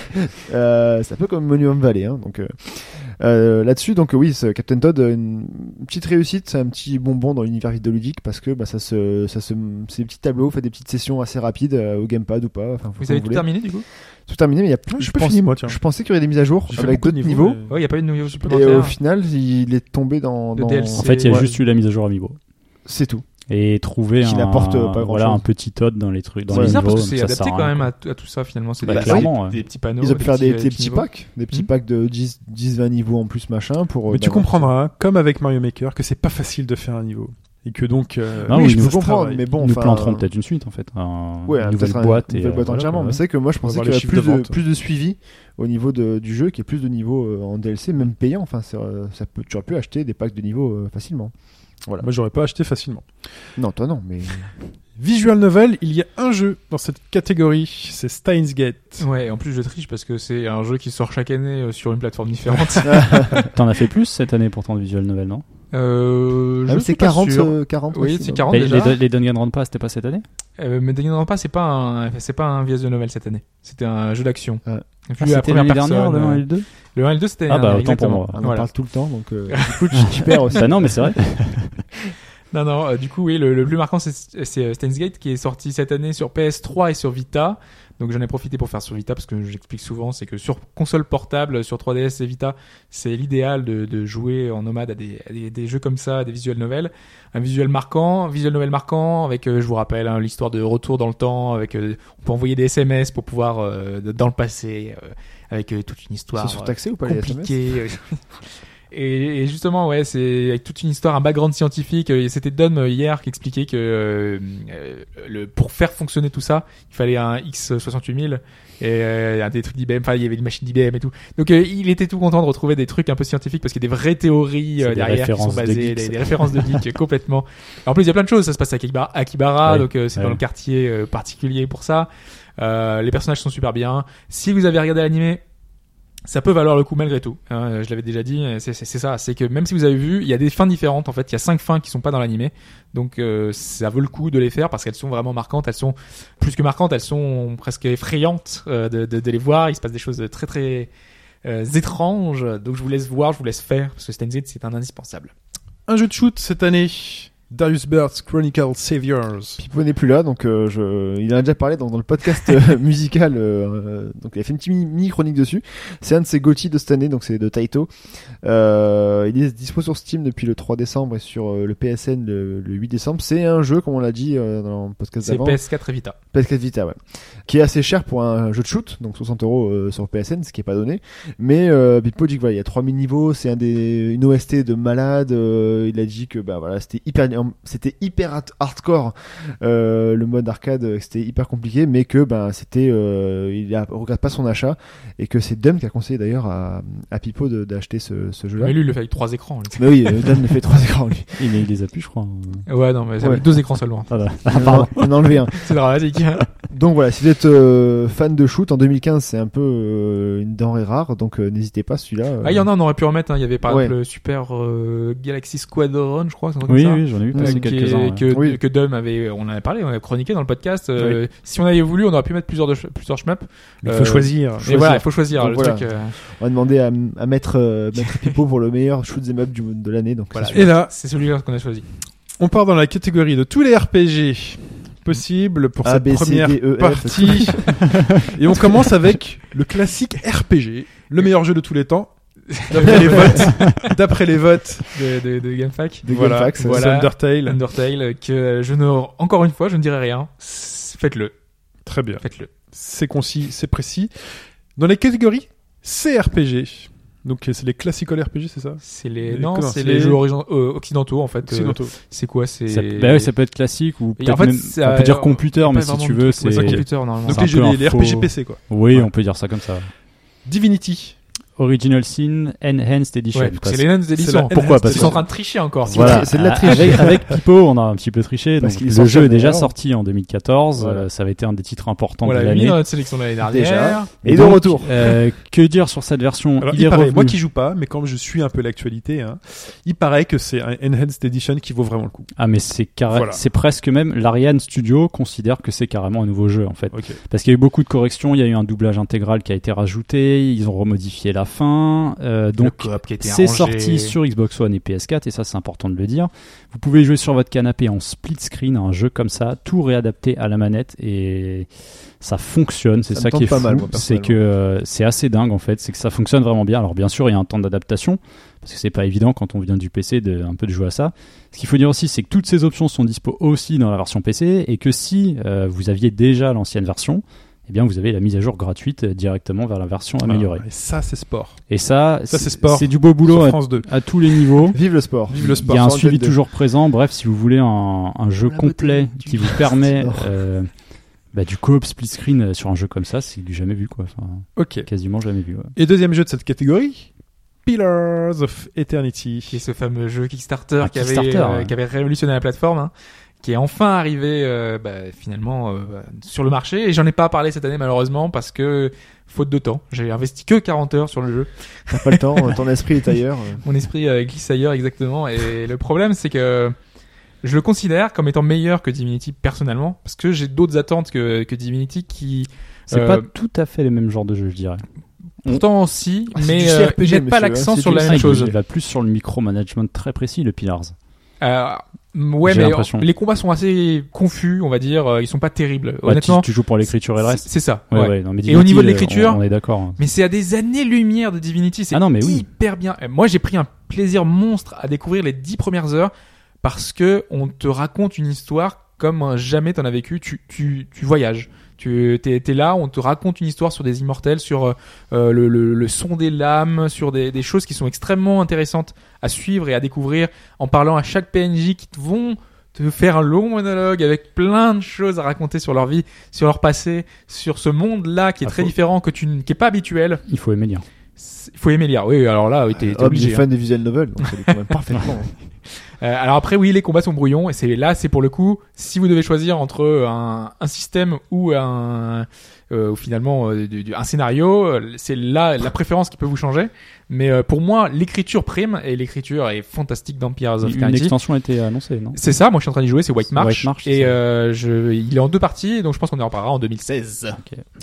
euh, c'est un peu comme Monument Valley, hein, donc. Euh... Euh, là-dessus, donc oui, ce Captain Todd, une petite réussite, c'est un petit bonbon dans l'univers vidéoludique parce que bah, ça se, ça se, c'est des petits tableaux, fait des petites sessions assez rapides euh, au gamepad ou pas. Enfin, vous avez tout terminé du coup? Tout terminé, mais il y a plus. Ouais, je pas pense, fini, moi, tiens. je pensais qu'il y aurait des mises à jour J'ai fait avec beaucoup de d'autres niveaux. niveaux, mais- Ouais, il y a pas eu de nouveaux Et supplémentaires. au final, il est tombé dans. Le dans... D L C. En fait, il y a Ouais. juste eu la mise à jour Amiibo. C'est tout. Et trouver Qui un, n'apporte pas voilà, grand-chose. un petit Todd dans les trucs, dans C'est les bizarre niveaux. parce que c'est ça adapté sert à quand rien, même quoi. à, à tout ça finalement. C'est Bah, des, clairement, des, ouais. des petits panneaux. Ils ont pu faire des, petits, des euh, petits niveaux. packs, des petits Mhm. packs de dix vingt niveaux en plus machin pour. Mais euh, tu d'avoir- comprendras, comme avec Mario Maker, que c'est pas facile de faire un niveau. Et que donc. euh, Non, oui, oui, je nous, peux ça se comprendre, travaille. mais bon, Ils nous enfin, planteront peut-être une suite en fait. Un, Ouais, une nouvelle peut-être un- boîte. une et, nouvelle euh, boîte voilà, entièrement. quoi. Mais c'est vrai que moi, je On va pensais voir qu'il y les avait chiffres plus de de, vente. plus de suivi au niveau de, du jeu, qu'il y ait plus de niveaux euh, en D L C, même payant. Enfin, c'est, euh, ça peut, tu aurais pu acheter des packs de niveaux euh, facilement. Voilà. Moi, j'aurais pas acheté facilement. Non, toi non, mais. Visual Novel, il y a un jeu dans cette catégorie, c'est Steins Gate. Ouais, et en plus je triche parce que c'est un jeu qui sort chaque année euh, sur une plateforme différente. T'en as fait plus cette année pourtant de Visual Novel, non? euh, je Ah, suis c'est pas quarante, sûr. euh, quarante. Oui, ouais, c'est c'est quarante Les, déjà. les, les Danganronpa, c'était pas cette année? Euh, mais Danganronpa, c'est pas un, c'est pas un visual novel cette année. C'était un jeu d'action. Ouais. Vu Ah, à c'était première l'année personne, dernière, le un euh, et le deux? Le un et le deux, c'était Ah bah, euh, autant pour exactement. moi. On en Voilà. parle tout le temps, donc euh, du coup, tu t'y perds aussi. Bah non, mais c'est vrai. Non, non, euh, du coup, oui, le, le plus marquant, c'est, c'est euh, Steins Gate qui est sorti cette année sur P S trois et sur Vita. Donc j'en ai profité pour faire sur Vita parce que j'explique souvent, c'est que sur console portable, sur trois D S et Vita, c'est l'idéal de, de jouer en nomade à des, à des, des jeux comme ça, des visual novels. Un visuel marquant, visual novel marquant, avec, euh, je vous rappelle, hein, l'histoire de retour dans le temps, avec, euh, on peut envoyer des S M S pour pouvoir, euh, dans le passé, euh, avec euh, toute une histoire. C'est surtaxé ou pas les S M S? compliquée. Et, et justement, ouais, c'est avec toute une histoire, un background scientifique. Et c'était Dom euh, hier qui expliquait que euh, euh, le, pour faire fonctionner tout ça, il fallait un X soixante-huit mille et euh, un des trucs d'I B M. Enfin, il y avait des machines d'I B M et tout. Donc, euh, il était tout content de retrouver des trucs un peu scientifiques parce qu'il y a des vraies théories C'est euh, des derrière qui sont références de basées, geeks. des, des références de geeks complètement. En plus, il y a plein de choses. Ça se passe à Akibara, Akibara Ouais. donc euh, c'est Ouais. dans le quartier euh, particulier pour ça. Euh, les personnages sont super bien. Si vous avez regardé l'animé, ça peut valoir le coup malgré tout. Hein, je l'avais déjà dit, c'est, c'est, c'est ça. C'est que même si vous avez vu, il y a des fins différentes. En fait, il y a cinq fins qui sont pas dans l'animé, donc euh, ça vaut le coup de les faire parce qu'elles sont vraiment marquantes. Elles sont plus que marquantes, elles sont presque effrayantes euh, de, de, de les voir. Il se passe des choses très très euh, étranges. Donc je vous laisse voir, je vous laisse faire parce que Steins Gate c'est un indispensable. Un jeu de shoot cette année, Darius Burt's Chronicle Saviors. Pipo n'est plus là, donc euh, je... il en a déjà parlé dans, dans le podcast euh, musical. Euh, donc il a fait une petite mini, mini chronique dessus. C'est un de ses GOTY de cette année, donc c'est de Taito. Euh, il est dispo sur Steam depuis le trois décembre et sur euh, le P S N le, le huit décembre. C'est un jeu, comme on l'a dit euh, dans le podcast C'est d'avant, P S quatre et Vita. P S quatre Vita, ouais, qui est assez cher pour un jeu de shoot, donc soixante euros euh, sur P S N, ce qui est pas donné. Mais euh, Pipo dit que voilà, il y a trois mille niveaux, c'est un des une O S T de malade. Euh, il a dit que bah voilà, c'était hyper c'était hyper hard- hardcore euh, le mode arcade, euh, c'était hyper compliqué, mais que ben c'était euh, il a, regrette pas son achat et que c'est Dom qui a conseillé d'ailleurs à, à Pipo de, d'acheter ce, ce jeu-là. Mais lui, il le fait avec trois écrans. lui. Mais oui, euh, Dom le fait trois écrans lui. Il, il les a plus, je crois. Ouais, non, mais c'est Ouais. avec deux écrans seulement. Ah, bah. Ah, pardon, on a enlevé un. C'est dramatique. Donc voilà, si vous êtes euh, fan de shoot en deux mille quinze, c'est un peu euh, une denrée rare, donc euh, n'hésitez pas celui-là. euh. Ah, il y en a, on aurait pu en mettre. Hein. Il y avait par Ouais. exemple le Super euh, Galaxy Squadron, je crois. C'est un truc Oui, comme ça. oui, j'en ai vu Euh, passer qui quelques-uns. est- ouais. que, Oui. que Dom avait, on en avait parlé, on avait chroniqué dans le podcast. Euh, Si on avait voulu, on aurait pu mettre plusieurs, de, plusieurs shmups. Il Euh, faut choisir. Mais voilà, il faut choisir. Donc le voilà. truc, euh, On va demander à, à mettre, euh, mettre Pipo pour le meilleur shoot 'em up du, de l'année. Donc voilà. c'est Et là, C'est celui-là qu'on a choisi. on part dans la catégorie de tous les R P G possibles pour A, cette B, C, première D, E, F, partie. Et on commence avec le classique R P G, le meilleur jeu de tous les temps. D'après les votes, d'après les votes, De, de, de GameFAQ. de voilà, Gamefax. voilà. Voilà. Undertale. Undertale, que je ne, encore une fois, je ne dirai rien. S- Faites-le. Très bien. Faites-le. C'est concis, c'est précis. Dans les catégories C R P G. Donc c'est les classical R P G, c'est ça? C'est les, Les- non, comment, c'est c'est les, les- jeux origin- euh, occidentaux, en fait. Euh, Occidentaux. c'est quoi? C'est, Ça, bah ouais, ça peut être classique ou Et peut-être en fait, même, c'est, on peut euh, dire computer, pas mais si vraiment tu de veux, truc. Ouais, c'est. c'est computer, normalement. Donc C'est les, un jeux, peu les, un les R P G faux- P C quoi. Oui, Ouais. on peut dire ça comme ça. Divinity. Original Sin Enhanced Edition. Ouais, Parce- c'est l'Enhanced Edition. Pourquoi Parce Parce qu'ils sont en que- train de tricher encore. Voilà. C'est de la A- triche. Avec, avec Pipo, on a un petit peu triché. Parce Donc, qu'il est le sorti jeu en est déjà meilleur. sorti en deux mille quatorze. Voilà. euh, ça avait été un des titres importants Voilà, de mis l'année. dans notre sélection de l'année dernière. Déjà. Et Et de donc, retour. euh, que dire sur cette version Alors, Il il, est paraît, revenu. moi qui joue pas, mais quand je suis un peu l'actualité, hein, il paraît que c'est un Enhanced Edition qui vaut vraiment le coup. Ah, mais c'est carré... Voilà. c'est presque même l'Ariane Studio considère que c'est carrément un nouveau jeu en fait. Ok. Parce qu'il y a eu beaucoup de corrections, il y a eu un doublage intégral qui a été rajouté, ils ont remodifié la fin. euh, donc Le coop qui a été c'est arrangé. sorti sur Xbox One et P S quatre et ça c'est important de le dire. Vous pouvez jouer sur votre canapé en split screen à un jeu comme ça, tout réadapté à la manette et ça fonctionne. C'est Ça ça, me qui est tente fou. pas mal, moi, c'est personnellement. que euh, c'est assez dingue en fait, c'est que ça fonctionne vraiment bien. Alors bien sûr il y a un temps d'adaptation parce que c'est pas évident quand on vient du P C de un peu de jouer à ça. Ce qu'il faut dire aussi c'est que toutes ces options sont dispo aussi dans la version P C et que si euh, vous aviez déjà l'ancienne version, eh bien vous avez la mise à jour gratuite euh, directement vers la version améliorée. Ah, et ça, c'est sport. Et ça, Ça, c'est sport. c'est du beau boulot Sur à, France deux. à tous les niveaux. Vive le sport. Vive le sport. Il y a un Sans suivi antenne de- toujours présent. Bref, si vous voulez un, un jeu La beauté complet du qui vous permet sport. euh, bah, du coop split screen euh, sur un jeu comme ça, c'est du jamais vu quoi. Enfin, Ok. quasiment jamais vu. Ouais. Et deuxième jeu de cette catégorie, Pillars of Eternity. Qui est ce fameux jeu Kickstarter Un qui, avait, Kickstarter, euh, ouais. qui avait révolutionné la plateforme, hein, qui est enfin arrivé euh, bah, finalement euh, sur le marché. Et j'en ai pas parlé cette année malheureusement parce que faute de temps, j'ai investi que quarante heures sur le jeu. T'as pas le temps, ton esprit est ailleurs. Mon esprit euh, glisse ailleurs exactement. Et le problème c'est que je le considère comme étant meilleur que Divinity personnellement parce que j'ai d'autres attentes que, que Divinity qui C'est euh, pas tout à fait les mêmes genres de jeux, je dirais. pourtant aussi, Ah, c'est mais du euh, C R P G, ils mettent pas monsieur, l'accent hein, c'est sur du- la Ah, même il- chose. Il va plus sur le micromanagement très précis, le Pillars. Euh, ouais, J'ai mais l'impression. les combats sont assez confus, on va dire. euh, Ils sont pas terribles. Ouais, Honnêtement, tu, tu joues pour l'écriture et le c'est reste. c'est ça. Ouais, ouais. ouais, non, mais Et au niveau de Divinity, l'écriture, on, on est d'accord. hein. Mais c'est à des années-lumière de Divinity. C'est Ah non, mais oui. hyper bien. Euh, Moi, j'ai pris un plaisir monstre à découvrir les dix premières heures parce que on te raconte une histoire comme euh, jamais t'en as vécu. Tu, tu, tu voyages. Tu t'es, t'es là, on te raconte une histoire sur des immortels, sur euh, euh, le, le, le son des lames, sur des, des choses qui sont extrêmement intéressantes à suivre et à découvrir en parlant à chaque P N J qui te vont te faire un long monologue avec plein de choses à raconter sur leur vie, sur leur passé, sur ce monde-là qui est Ah, très faut- différent, que tu, n- qui est pas habituel. Il faut aimer lire. Il faut aimer lire. Oui, alors là, oui, t'es, t'es Homme obligé. des hein. fans des visual novels, donc ça lui convient parfaitement. Euh, alors après, oui, les combats sont brouillons et c'est là, c'est pour le coup, si vous devez choisir entre un, un système ou un, euh, ou finalement euh, du, du- un scénario, euh, c'est là la préférence qui peut vous changer. Mais euh, pour moi, l'écriture prime et l'écriture est fantastique dans Pillars of Une Eternity. extension a été annoncée, non C'est ça, moi je suis en train d'y jouer, c'est White C'est March, White March, c'est et ça. euh, je, il est en deux parties, donc je pense qu'on en reparlera en deux mille seize.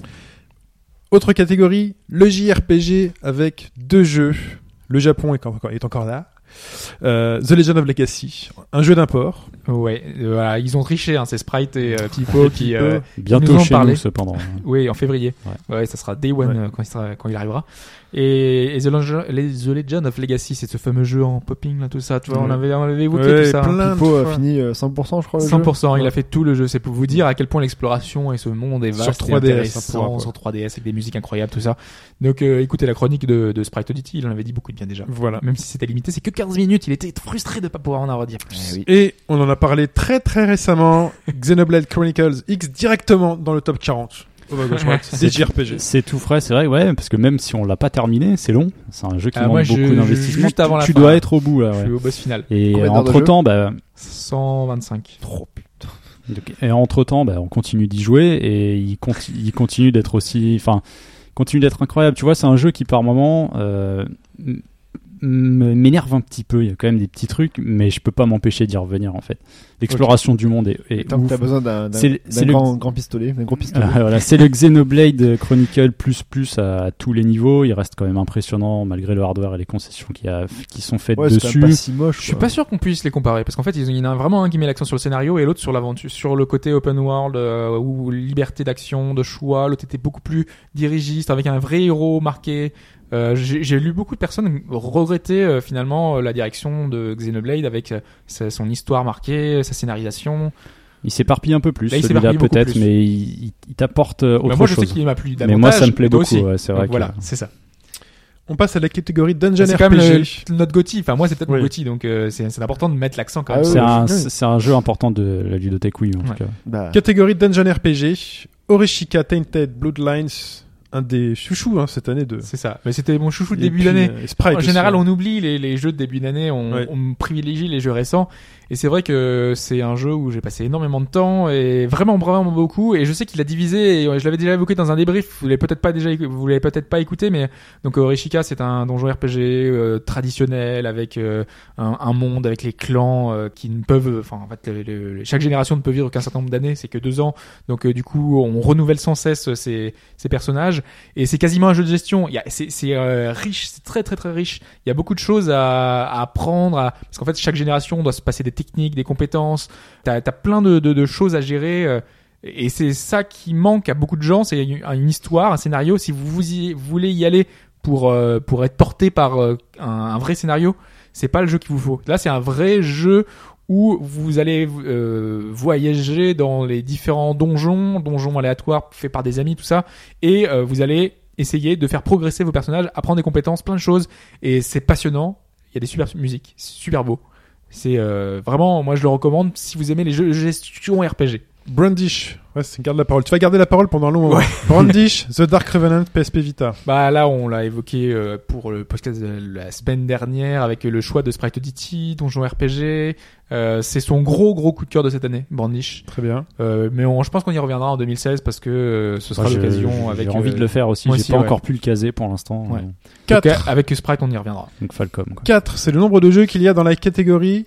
Autre catégorie, le J R P G avec deux jeux. Le Japon est encore, est encore là. Euh, The Legend of Legacy, un jeu d'import. Ouais, euh, voilà, ils ont triché, hein, c'est Sprite et euh, Pipo qui, euh, Bientôt nous en chez parlait. nous, cependant. oui, en février. Ouais. Ouais, ça sera Day One Ouais. euh, quand, il sera, quand il arrivera. Et, et The, Legend, les- The Legend of Legacy, c'est ce fameux jeu en popping là, tout ça. Tu vois, on Ouais. avait, on avait évoqué Ouais, tout ça. hein. plein de Pipo a fois. fini euh, cent pour cent, je crois. le jeu. cent pour cent, il Ouais. a fait tout le jeu. C'est pour vous dire à quel point l'exploration et ce monde est Sur vaste trois D S, et hein, intéressant, pour un peu. sur trois D S avec des musiques incroyables, tout ça. Donc euh, écoutez la chronique de, de Sprite Oddity, il en avait dit beaucoup de bien déjà. Voilà. Même si c'était limité, c'est que quinze minutes, il était frustré de pas pouvoir en avoir dire plus. Eh oui. Et on en a parlé très très récemment, Xenoblade Chronicles X directement dans le top quarante. Oh bah gauche droite, des J R P G. C'est tout frais, c'est vrai, ouais, parce que même si on l'a pas terminé, c'est long. C'est un jeu qui Ah, demande moi, je- beaucoup d'investissement. juste avant tu la tu fin, dois là. être au bout là. Je Ouais. suis au boss final. Et Combien d'heures de entre jeu temps, bah, cent vingt-cinq. Trop putain. donc, et entre temps, bah, on continue d'y jouer et il, conti- il continue d'être aussi, enfin, continue d'être incroyable. Tu vois, c'est un jeu qui par moment euh, m- m- m'énerve un petit peu. Il y a quand même des petits trucs, mais je peux pas m'empêcher d'y revenir en fait. L'exploration du monde est, est Tant que ouf. t'as besoin d'un d'un- C'est le- d'un c'est le- grand, grand pistolet, d'un gros pistolet. Euh, voilà, c'est le Xenoblade Chronicle plus plus à, à tous les niveaux. Il reste quand même impressionnant malgré le hardware et les concessions qui, a, qui sont faites Ouais, c'est quand dessus. même pas si moche. Je suis quoi. pas sûr qu'on puisse les comparer parce qu'en fait, ils- il y en a vraiment un qui met l'accent sur le scénario et l'autre sur l'aventure, sur le côté open world euh, ou liberté d'action, de choix. L'autre était beaucoup plus dirigiste avec un vrai héros marqué. Euh, j'ai, j'ai lu beaucoup de personnes regretter euh, finalement euh, la direction de Xenoblade avec euh, sa- son histoire marquée, sa scénarisation. Il s'éparpille un peu plus, Là, il celui-là s'éparpille beaucoup peut-être, plus. mais il, il- il t'apporte euh, autre Bah, moi, je chose. sais qu'il m'a plu davantage. Mais moi, ça me plaît et toi beaucoup. aussi. Ouais, c'est vrai Donc, que voilà, c'est ça. On passe à la catégorie Dungeon C'est quand R même P le- G. notre Gotti. Enfin, moi, c'est peut-être Oui. mon Gotti, donc euh, c'est, c'est important de mettre l'accent quand Ah même. oui, c'est oui, un, oui. c'est un jeu important de la ludothèque Wii, en Ouais. tout cas. Bah, Catégorie Dungeon R P G, Oreshika Tainted Bloodlines, un des chouchous hein, cette année de. C'est ça. Mais c'était mon chouchou de Et début puis, d'année. euh, Sprite En aussi, général, hein. on oublie les, les jeux de début d'année, on, Ouais. on privilégie les jeux récents. Et c'est vrai que c'est un jeu où j'ai passé énormément de temps et vraiment, vraiment beaucoup. Et je sais qu'il a divisé. Et je l'avais déjà évoqué dans un débrief. Vous l'avez peut-être pas déjà, écou- vous l'avez peut-être pas écouté, mais donc euh, Orishika, c'est un donjon R P G euh, traditionnel avec euh, un, un monde avec les clans euh, qui ne peuvent, enfin en fait, le- le- le- chaque génération ne peut vivre qu'un certain nombre d'années. C'est que deux ans. Donc euh, du coup, on renouvelle sans cesse ces, ces personnages. Et c'est quasiment un jeu de gestion. Il y a, c'est, c'est euh, riche, c'est très très très riche. Il y a beaucoup de choses à, à apprendre, à... parce qu'en fait chaque génération doit se passer des techniques, des compétences. T'as, t'as plein de, de, de choses à gérer. euh, Et c'est ça qui manque à beaucoup de gens, c'est une, une histoire, un scénario. Si vous, vous, y, vous voulez y aller pour euh, pour être porté par euh, un, un vrai scénario, c'est pas le jeu qu'il vous faut. Là, c'est un vrai jeu où vous allez euh, voyager dans les différents donjons, donjons aléatoires faits par des amis, tout ça, et euh, vous allez essayer de faire progresser vos personnages, apprendre des compétences, plein de choses, et c'est passionnant. Il y a des super musiques, c'est super beau. C'est euh, vraiment, moi je le recommande si vous aimez les jeux de gestion R P G. Brandish. Ouais, c'est garde la parole. Tu vas garder la parole pendant un long moment. Ouais. Brandish, The Dark Revenant, P S P Vita. Bah là, on l'a évoqué euh, pour le podcast de la semaine dernière avec le choix de Sprite Oddity, Donjon R P G. Euh, c'est son gros gros coup de cœur de cette année, Brandish. Très bien. Euh, mais on, je pense qu'on y reviendra en deux mille seize parce que euh, ce sera Moi, j'ai- l'occasion avec. J'ai envie euh, de le faire aussi. moi J'ai aussi, pas ouais. encore pu le caser pour l'instant. Ouais. euh, donc, quatre. avec Sprite, on y reviendra. Donc Falcom. Quoi. quatre, c'est le nombre de jeux qu'il y a dans la catégorie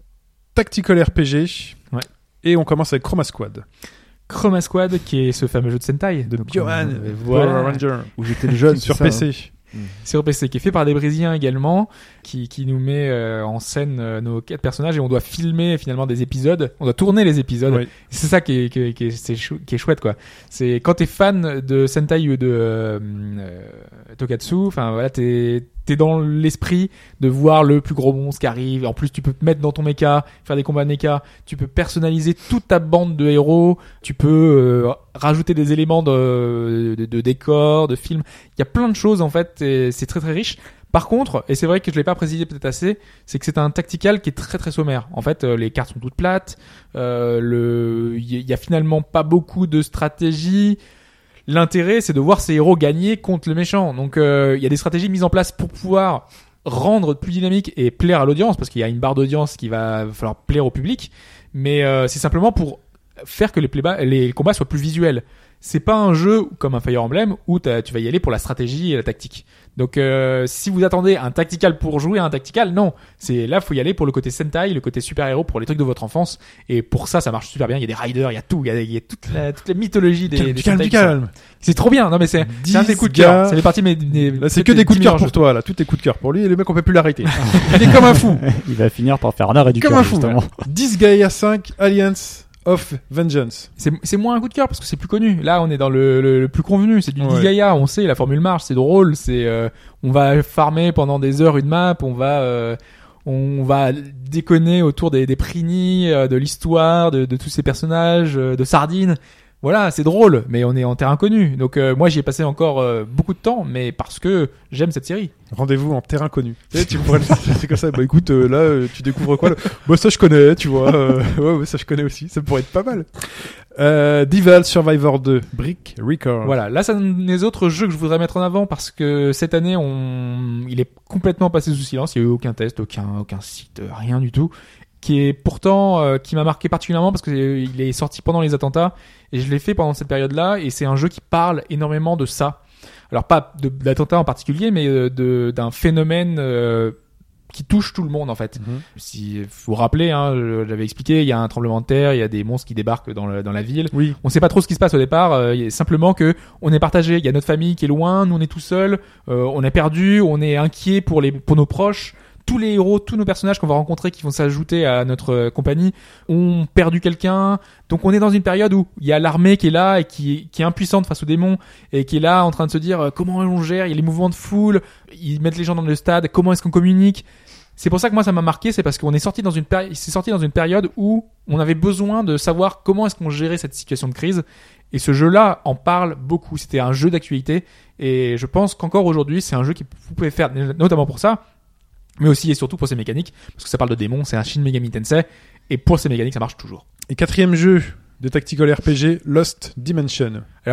Tactical R P G. Ouais. Et on commence avec Chroma Squad. Chroma Squad, qui est ce fameux jeu de Sentai De Donc, Biohan, euh, Power voilà. Ranger. Où j'étais le jeune Sur c'est P ça, C. hein. sur P C, qui est fait par des Brésiliens également, qui, qui nous met euh, en scène euh, nos quatre personnages et on doit filmer finalement des épisodes, on doit tourner les épisodes. Oui. C'est ça qui est, qui est, qui est, c'est chou- qui est chouette quoi. C'est quand t'es fan de Sentai ou de euh, euh, Tokatsu, enfin voilà, t'es t'es dans l'esprit de voir le plus gros monstre qui arrive. En plus, tu peux te mettre dans ton mecha, faire des combats de mecha. Tu peux personnaliser toute ta bande de héros. Tu peux euh, rajouter des éléments de, de, de décor, de film. Il y a plein de choses en fait. Et c'est très très riche. Par contre, et c'est vrai que je l'ai pas précisé peut-être assez, c'est que c'est un tactical qui est très très sommaire. En fait, euh, les cartes sont toutes plates. Euh, le, il y a finalement pas beaucoup de stratégie. L'intérêt, c'est de voir ces héros gagner contre le méchant. Donc, euh, il y a des stratégies mises en place pour pouvoir rendre plus dynamique et plaire à l'audience, parce qu'il y a une barre d'audience qui va falloir plaire au public. Mais euh, c'est simplement pour faire que les, playba- les combats soient plus visuels. C'est pas un jeu comme un Fire Emblem où t'as- tu vas y aller pour la stratégie et la tactique. Donc, euh, si vous attendez un tactical pour jouer à un tactical, non. C'est là, faut y aller pour le côté Sentai, le côté super-héros, pour les trucs de votre enfance. Et pour ça, ça marche super bien. Il y a des riders, il y a tout, il y a, il y a toute la, toute la mythologie des, Calme, des calme, Sentai. calme. C'est trop bien. Non, mais c'est, dix c'est un des coups de cœur. gars. Ça fait partie de mes, mes- Là, c'est peut-être que des les coups de dix cœur meilleurs pour jeux. toi, là. Tout est coups de cœur pour lui et le mec, on peut plus l'arrêter. Il est comme un fou. Il va finir par faire un arrêt du Comme cœur un fou. justement. Disgaea cinq, Alliance of Vengeance. C'est, c'est moins un coup de cœur parce que c'est plus connu. Là, on est dans le, le, le plus convenu. C'est du Ouais. Disgaea. On sait, la formule marche. C'est drôle. C'est, euh, on va farmer pendant des heures une map. On va, euh, on va déconner autour des, des Prini, euh, de l'histoire, de, de tous ces personnages, euh, de Sardine. Voilà, c'est drôle, mais on est en terrain connu. Donc euh, moi, j'y ai passé encore euh, beaucoup de temps, mais parce que j'aime cette série. Rendez-vous en terrain connu. Tu sais, tu pourrais le faire, c'est comme ça. Bah écoute, euh, là, euh, tu découvres quoi là Bah ça je connais, tu vois. Euh, ouais, ouais, ça je connais aussi. Ça pourrait être pas mal. Euh, Deval Survivor deux, Brick Record. Voilà, là, c'est un des autres jeux que je voudrais mettre en avant parce que cette année, on, il est complètement passé sous silence. Il y a eu aucun test, aucun, aucun site, euh, rien du tout. Qui est pourtant, euh, qui m'a marqué particulièrement parce que euh, il est sorti pendant les attentats et je l'ai fait pendant cette période-là et c'est un jeu qui parle énormément de ça. Alors pas de, de l'attentat en particulier, mais euh, de, d'un phénomène euh, qui touche tout le monde en fait. Mhm. Si vous vous rappelez, hein, je l'avais expliqué, il y a un tremblement de terre, il y a des monstres qui débarquent dans, le, dans la ville. Oui. On sait pas trop ce qui se passe au départ, euh, il y a simplement que on est partagé. Il y a notre famille qui est loin, nous on est tout seul, euh, on est perdu, on est inquiet pour les pour nos proches. Tous les héros, tous nos personnages qu'on va rencontrer qui vont s'ajouter à notre euh, compagnie ont perdu quelqu'un. Donc on est dans une période où il y a l'armée qui est là et qui, qui est impuissante face aux démons et qui est là en train de se dire euh, comment on gère. Il y a les mouvements de foule, ils mettent les gens dans le stade, comment est-ce qu'on communique. C'est pour ça que moi ça m'a marqué, c'est parce qu'on est sorti dans une péri- c'est sorti dans une période où on avait besoin de savoir comment est-ce qu'on gérait cette situation de crise. Et ce jeu-là en parle beaucoup. C'était un jeu d'actualité et je pense qu'encore aujourd'hui c'est un jeu qui vous pouvez faire notamment pour ça. Mais aussi et surtout pour ses mécaniques, parce que ça parle de démons, c'est un Shin Megami Tensei, et pour ses mécaniques, ça marche toujours. Et quatrième jeu de Tactical R P G, Lost Dimension. Alors là,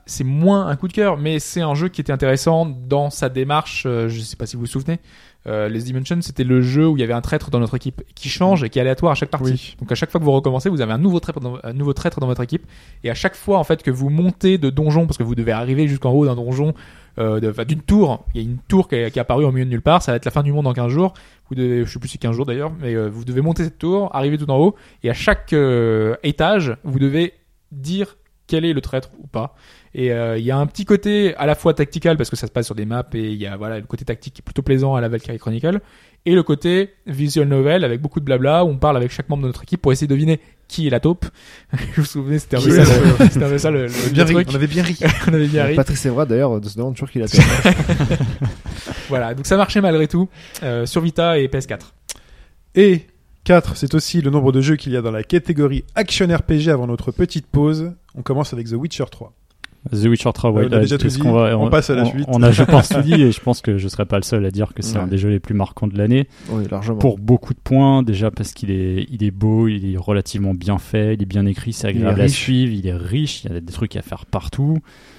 c'est moins un coup de cœur, mais c'est un jeu qui était intéressant dans sa démarche. Euh, je sais pas si vous vous souvenez. Euh, les Dimensions, c'était le jeu où il y avait un traître dans notre équipe qui change et qui est aléatoire à chaque partie. Oui. Donc à chaque fois que vous recommencez, vous avez un nouveau traître dans, un nouveau traître dans votre équipe. Et à chaque fois, en fait, que vous montez de donjon, parce que vous devez arriver jusqu'en haut d'un donjon, euh, de, enfin, d'une tour. Il y a une tour qui est, qui est apparue au milieu de nulle part. Ça va être la fin du monde dans quinze jours. Vous devez, je sais plus si quinze jours d'ailleurs, mais euh, vous devez monter cette tour, arriver tout en haut. Et à chaque euh, étage, vous devez dire quel est le traître ou pas. Et il euh, y a un petit côté à la fois tactical parce que ça se passe sur des maps et il y a voilà le côté tactique qui est plutôt plaisant à la Valkyrie Chronicle et le côté visual novel avec beaucoup de blabla où on parle avec chaque membre de notre équipe pour essayer de deviner qui est la taupe. Vous vous souvenez, c'était un peu ça, le, c'était un peu ça le, le, Bien le ri, truc. on avait bien ri. On avait bien ri. Patrick Sévra d'ailleurs se demande toujours qu'il a tort. Voilà, donc ça marchait malgré tout euh, sur Vita et P S quatre. Et quatre, c'est aussi le nombre de jeux qu'il y a dans la catégorie Action R P G avant notre petite pause. On commence avec The Witcher trois. The Witcher trois, ouais, Ouais, on a déjà tout est-ce dit. qu'on va- On passe à la suite. On a, je pense, tout dit, et je pense que je serai pas le seul à dire que c'est Ouais. un des jeux les plus marquants de l'année. Oui, largement. Pour beaucoup de points, déjà parce qu'il est, il est beau, il est relativement bien fait, il est bien écrit, c'est Il est agréable à riche. suivre, il est riche, il y a des trucs à faire partout.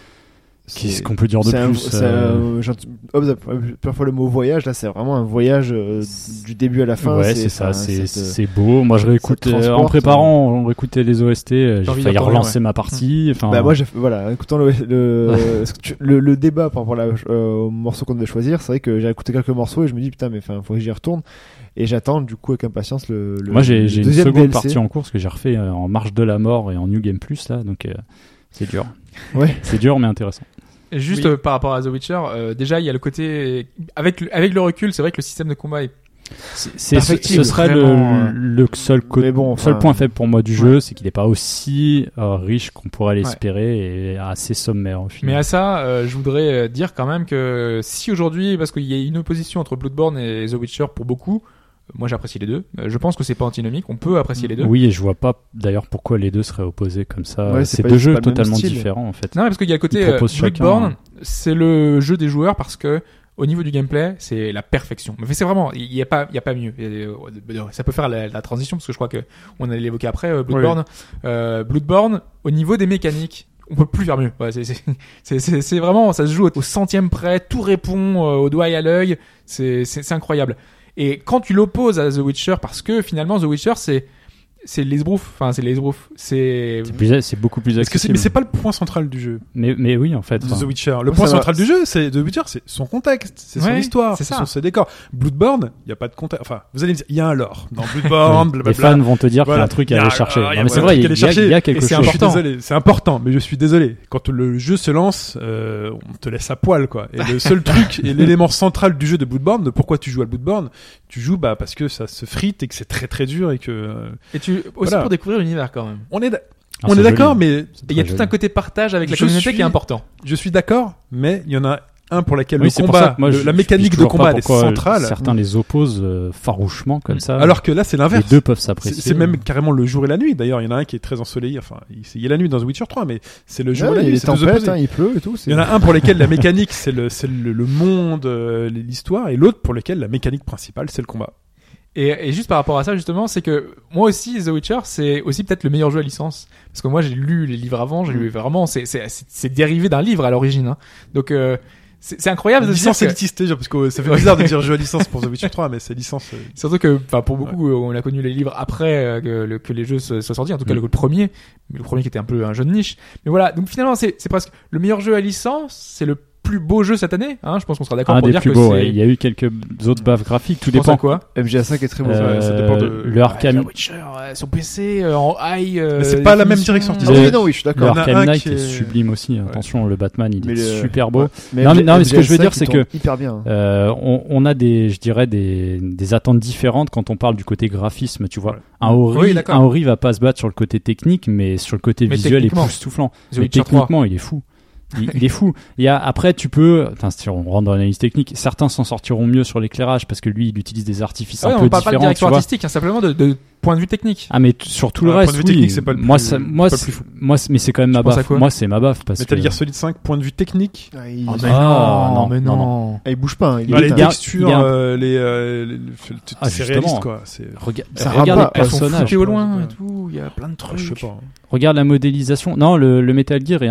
C'est- Qu'est-ce qu'on peut dire de c'est un- plus c'est euh, un- j'ent- hop, hop, plusieurs fois le mot voyage, là c'est vraiment un voyage euh, du début à la fin. Ouais, c'est ça, enfin, c'est, cette, euh, c'est beau. Moi, je réécoute, ça te euh, en transporte, préparant, on réécoutait les O S T, euh, j'ai envie failli d'entendre, relancer ouais. ma partie. Enfin, Bah moi j'ai fait- voilà, écoutant le le, ce que tu- le, le débat par rapport à la- euh, au morceau qu'on devait choisir, c'est vrai que j'ai écouté quelques morceaux et je me dis putain mais enfin faut que j'y retourne et j'attends du coup avec impatience le, le moi, j'ai, le j'ai une deuxième seconde D L C. partie en cours, ce que j'ai refait euh, en Marche de la Mort et en New Game Plus, là, donc euh, c'est dur. Ouais. C'est dur, mais intéressant. Et juste Oui. euh, par rapport à The Witcher, euh, déjà il y a le côté avec le, avec le recul, c'est vrai que le système de combat est C'est, c'est- ce, Perfectible, ce serait vraiment, le, le seul, côté, Mais bon, seul enfin, point faible pour moi du jeu, c'est qu'il n'est pas aussi euh, riche qu'on pourrait l'espérer et assez sommaire au Mais final. à ça, euh, je voudrais euh, dire quand même que si aujourd'hui, parce qu'il y a une opposition entre Bloodborne et The Witcher pour beaucoup, euh, moi j'apprécie les deux. Euh, je pense que c'est pas antinomique, on peut apprécier les deux. Oui, et je vois pas d'ailleurs pourquoi les deux seraient opposés comme ça. Ouais, c'est c'est pas- deux c'est jeux pas le même totalement style. différents en fait. Non, parce qu'il y a le côté Ils euh, proposent chacun, Bloodborne, hein. c'est le jeu des joueurs parce que au niveau du gameplay, c'est la perfection. Mais c'est vraiment, il y a pas, il y a pas mieux. Et, euh, ça peut faire la, la transition parce que je crois que on allait l'évoquer après. euh, Bloodborne, euh, Bloodborne, au niveau des mécaniques, on peut plus faire mieux. Ouais, c'est, c'est, c'est, c'est, c'est vraiment, ça se joue au centième près, tout répond euh, au doigt et à l'œil. C'est, c'est, c'est incroyable. Et quand tu l'opposes à The Witcher, parce que finalement The Witcher, c'est c'est les esbroufs, enfin c'est les esbroufs, c'est C'est, plus- c'est beaucoup plus Parce que c'est, accessible. mais c'est pas le point central du jeu, Mais, mais oui, en fait. de enfin, The Witcher. Le Ouais, point ça va. central du jeu, c'est The Witcher, c'est son contexte, c'est son Ouais, histoire, c'est ce ça. sont ses décors. Bloodborne, il y a pas de contexte. Enfin, vous allez me dire, il y a un lore dans Bloodborne, les blablabla. fans vont te dire Voilà. qu'il y a un truc Il y à a- aller chercher. euh, il y a Non, mais c'est un vrai, truc il à aller y, a- chercher. il y a quelque Et c'est chose. Je suis important. désolé, c'est important, mais je suis désolé. Quand le jeu se lance, euh, on te laisse à poil, quoi. Et le seul truc et l'élément central du jeu de Bloodborne, de pourquoi tu joues à Bloodborne, tu joues bah parce que ça se frite et que c'est très très dur et que euh, et tu aussi Voilà. pour découvrir l'univers quand même. on est d'a- Ah, on c'est est d'accord, joli. mais Et il y a Très tout joli. un côté partage avec la Je communauté suis- qui est important. je suis d'accord, mais il y en a un pour lequel Oui, le c'est pour ça combat, que moi, le- je- la je mécanique explique de toujours combat pas elle est pourquoi centrale. Certains les opposent euh, farouchement comme ça. Alors que là, c'est les l'inverse. deux peuvent C'est s'apprécier. c'est même carrément le jour et la nuit. D'ailleurs, il y en a un qui est très ensoleillé. Enfin, il il y a la nuit dans The Witcher trois, mais c'est le jour Ouais, et la il y a nuit. des C'est deux tempêtes, opposés. hein, il pleut et tout. c'est- Il y en a un pour lequel la mécanique c'est le c'est le, le monde, euh, l'histoire, et l'autre pour lequel la mécanique principale c'est le combat. Et, et juste par rapport à ça justement, c'est que moi aussi The Witcher, c'est aussi peut-être le meilleur jeu à licence parce que moi j'ai lu les livres avant, j'ai lu vraiment, c'est c'est c'est, c'est dérivé d'un livre à l'origine. Hein. Donc euh, c'est, c'est incroyable de se dire Licence que- élitiste, genre, parce que ça fait bizarre de dire jeu à licence pour The Witcher trois, mais c'est licence. euh, Surtout que, enfin, pour beaucoup, euh, on a connu les livres après euh, que, le- que les jeux se- soient sortis. En tout cas, Mm. le, le premier, mais le premier qui était un peu un jeu de niche. Mais voilà, donc finalement, c'est, c'est presque le meilleur jeu à licence. C'est le plus beau jeu cette année. Hein, je pense qu'on sera d'accord un pour des dire plus que beaux. c'est. ouais. Il y a eu quelques autres baffes graphiques. Tout Tu penses dépend à quoi M G A cinq est très bon. Euh, ça dépend de- le Arkham. The Witcher euh, sur P C euh, en high. euh, Mais c'est pas la même définition. direction Ah Le- oui, non, oui, je suis Le d'accord. en a Arkham un Knight qui est... est- sublime aussi. Attention, le Batman, il Mais est le- super beau. Ouais. Mais Non, mais- M G- non, mais ce que je veux M G A dire, cinq, c'est il tourne que- hyper bien. Euh, on, on a des, je dirais, des, des attentes différentes quand on parle du côté graphisme, tu vois. Ouais. Un Ori, Oui, d'accord. un Ori va pas se battre sur le côté technique, mais sur le côté Mais visuel et techniquement. époustouflant. The Mais Witcher trois. techniquement, il est fou. Il, il est fou. Il y a, après, tu peux, enfin, si on rentre dans l'analyse technique, certains s'en sortiront mieux sur l'éclairage parce que lui, il utilise des artifices Ah ouais, un on peu parle pas de différents, tu direction vois. artistique, hein, simplement de, de point de vue technique. Ah, mais t- sur tout le Ah, reste, point de vue oui. technique, c'est pas le moi, plus- ça, c'est moi, pas le c'est- plus fou. moi, c'est- mais c'est quand même Tu ma penses à baffe. quoi Moi, c'est ma baffe parce Metal que. Gear Solid cinq, point de vue technique. Ah, il... Oh, mais Ah, non, mais non, non. Ah, il bouge pas. hein, il est Ah, les il y a- textures, il y a un- euh, les, euh, les- les- Ah, c'est justement. réaliste quoi. C'est Rega- Ça regarde rabat, les Elles sont personnages. floutées au quoi, loin ouais. et tout. Il y a plein de Ah, je sais trucs. pas. Regarde la modélisation. Non, le, le Metal Gear est un,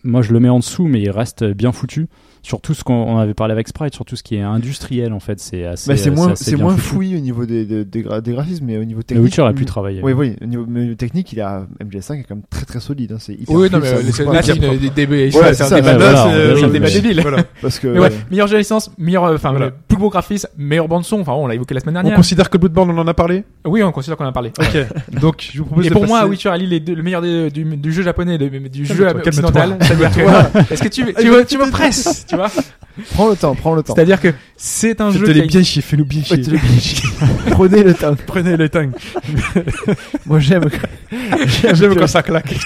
moi je le mets en dessous, mais il reste bien foutu. Sur tout ce qu'on on avait parlé avec Sprite, sur tout ce qui est industriel en fait, c'est assez. Bah, c'est euh, moins, assez c'est bien moins foutu. fouillis au niveau des, des, des, gra- des graphismes, mais au niveau The technique. Witcher a pu travailler. Oui, oui. Au niveau, au niveau technique, il a M G S cinq est quand même très très solide. Hein. C'est hyper Oui, non, fluide, mais ça bouge c'est- pas. là, c'est une- des débats. Ouais, c'est c'est un ça, débat ouais, de- voilà, c'est- on c'est est- un débat mais- débile. Voilà. Parce que Mais ouais, meilleure licence, meilleur, euh, enfin, Voilà. le plus gros graphisme, meilleure bande son. Enfin, on l'a évoqué la semaine On dernière. considère que Bloodborne, on en a parlé. Oui, on considère qu'on en a parlé. Ok. Donc, je vous propose Et de pour moi, passer- Witcher allie les deux, le meilleur des- du, du jeu japonais, le- du jeu Calme-toi, occidental. C'est-à-dire que, est-ce que tu, tu, me- tu me presses, tu vois? prends le temps, prends le temps. C'est-à-dire que c'est un jeu Faites-les qui a- bien chier, fais-nous bien chier. Faites-le bien chier. Prenez le temps. Prenez le temps. Moi j'aime. J'aime quand ça claque.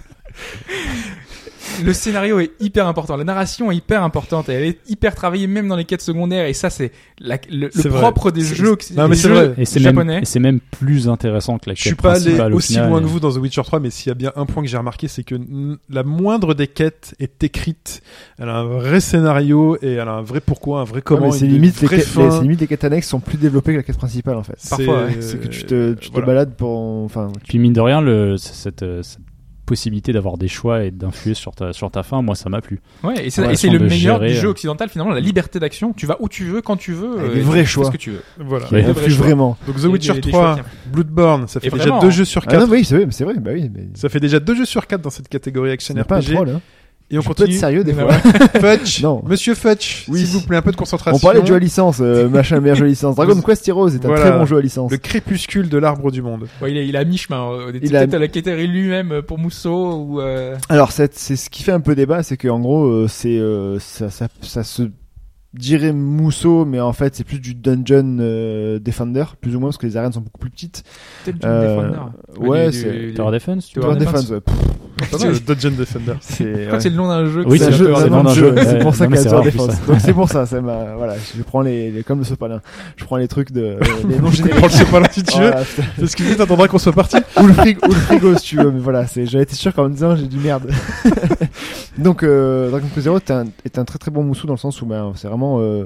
le scénario est hyper important, la narration est hyper importante, et elle est hyper travaillée même dans les quêtes secondaires, et ça c'est la- le, le C'est vrai. propre des C'est- jeux, Non, mais des c'est jeux vrai. Et c'est japonais. même, et c'est même plus intéressant que la Je suis quête pas allé principale au aussi final, loin et- que vous dans The Witcher trois, mais s'il y a bien un point que j'ai remarqué, c'est que n- la moindre des quêtes est écrite. Elle a un vrai scénario et elle a un vrai pourquoi, un vrai comment. Ouais, mais c'est une limite, les vraie quêtes, fin. les, c'est limite les quêtes annexes sont plus développées que la quête principale en fait. C'est- Parfois, ouais. C'est que tu te, tu te voilà. balades pour, enfin, tu- Puis mine de rien, le, cette, euh, cette possibilité d'avoir des choix et d'influer sur ta, sur ta fin, moi ça m'a plu. Ouais, et c'est, Ouais, et c'est façon le de meilleur gérer, du jeu euh. occidental finalement, la liberté d'action. Tu vas où tu veux, quand tu veux. Avec euh, des et vrais tu fais choix. ce que tu veux. Voilà. Ouais. Des vrais influe choix. vraiment. Donc The Il y a Witcher des- des trois, choix, Bloodborne, ça fait Et déjà vraiment, deux hein. jeux sur Ah quatre. non, oui, c'est vrai, mais c'est vrai, bah oui, mais Ça fait déjà deux jeux sur quatre dans cette catégorie action ce n'est pas un R P G. troll, hein. Et on Je peux être continue. sérieux des Non, fois. Fudge, Non. Monsieur Fudge, Oui. s'il vous plaît, un peu de concentration. On parlait de jeu à licence, euh, machin, meilleur jeu à licence. Dragon Quest Heroes est un Voilà. très bon jeu à licence. Le crépuscule de l'arbre du monde. Ouais, il est, il est à mi-chemin. euh, Il a- Peut-être à la quête lui-même pour Musso ou. euh, Alors, c'est, c'est ce qui fait un peu débat, c'est qu'en gros, euh, c'est, euh, ça, ça, ça se dirait Musso, mais en fait, c'est plus du Dungeon euh, Defender, plus ou moins, parce que les arènes sont beaucoup plus petites. Peut-être du Euh, Defender. ouais, du- c'est- du- Tower Defense, tu Tower vois. Tower Defense. Defense, ouais. Pff, Pas mal, le Dungeon Defender. c'est, Je crois ouais. que c'est le nom d'un jeu. Oui, que c'est un c'est jeu, un c'est nom un d'un jeu, jeu. c'est pour Ouais, ça non, mais qu'il y a c'est Tower vrai, Defense. plus ça. Donc c'est pour ça, c'est ma, voilà, je prends les, les comme le sopalin. Je prends les trucs de, les noms génériques. Prends le sopalin si tu veux. Voilà, putain. Excusez, t'attendras qu'on soit parti. ou le frigo, ou le frigo si tu veux, mais voilà, c'est, j'avais été sûr qu'en me disant j'ai dit merde. Donc, euh, Dragon Quest Zero est un, est un très très bon moussou dans le sens où, ben, c'est vraiment, euh,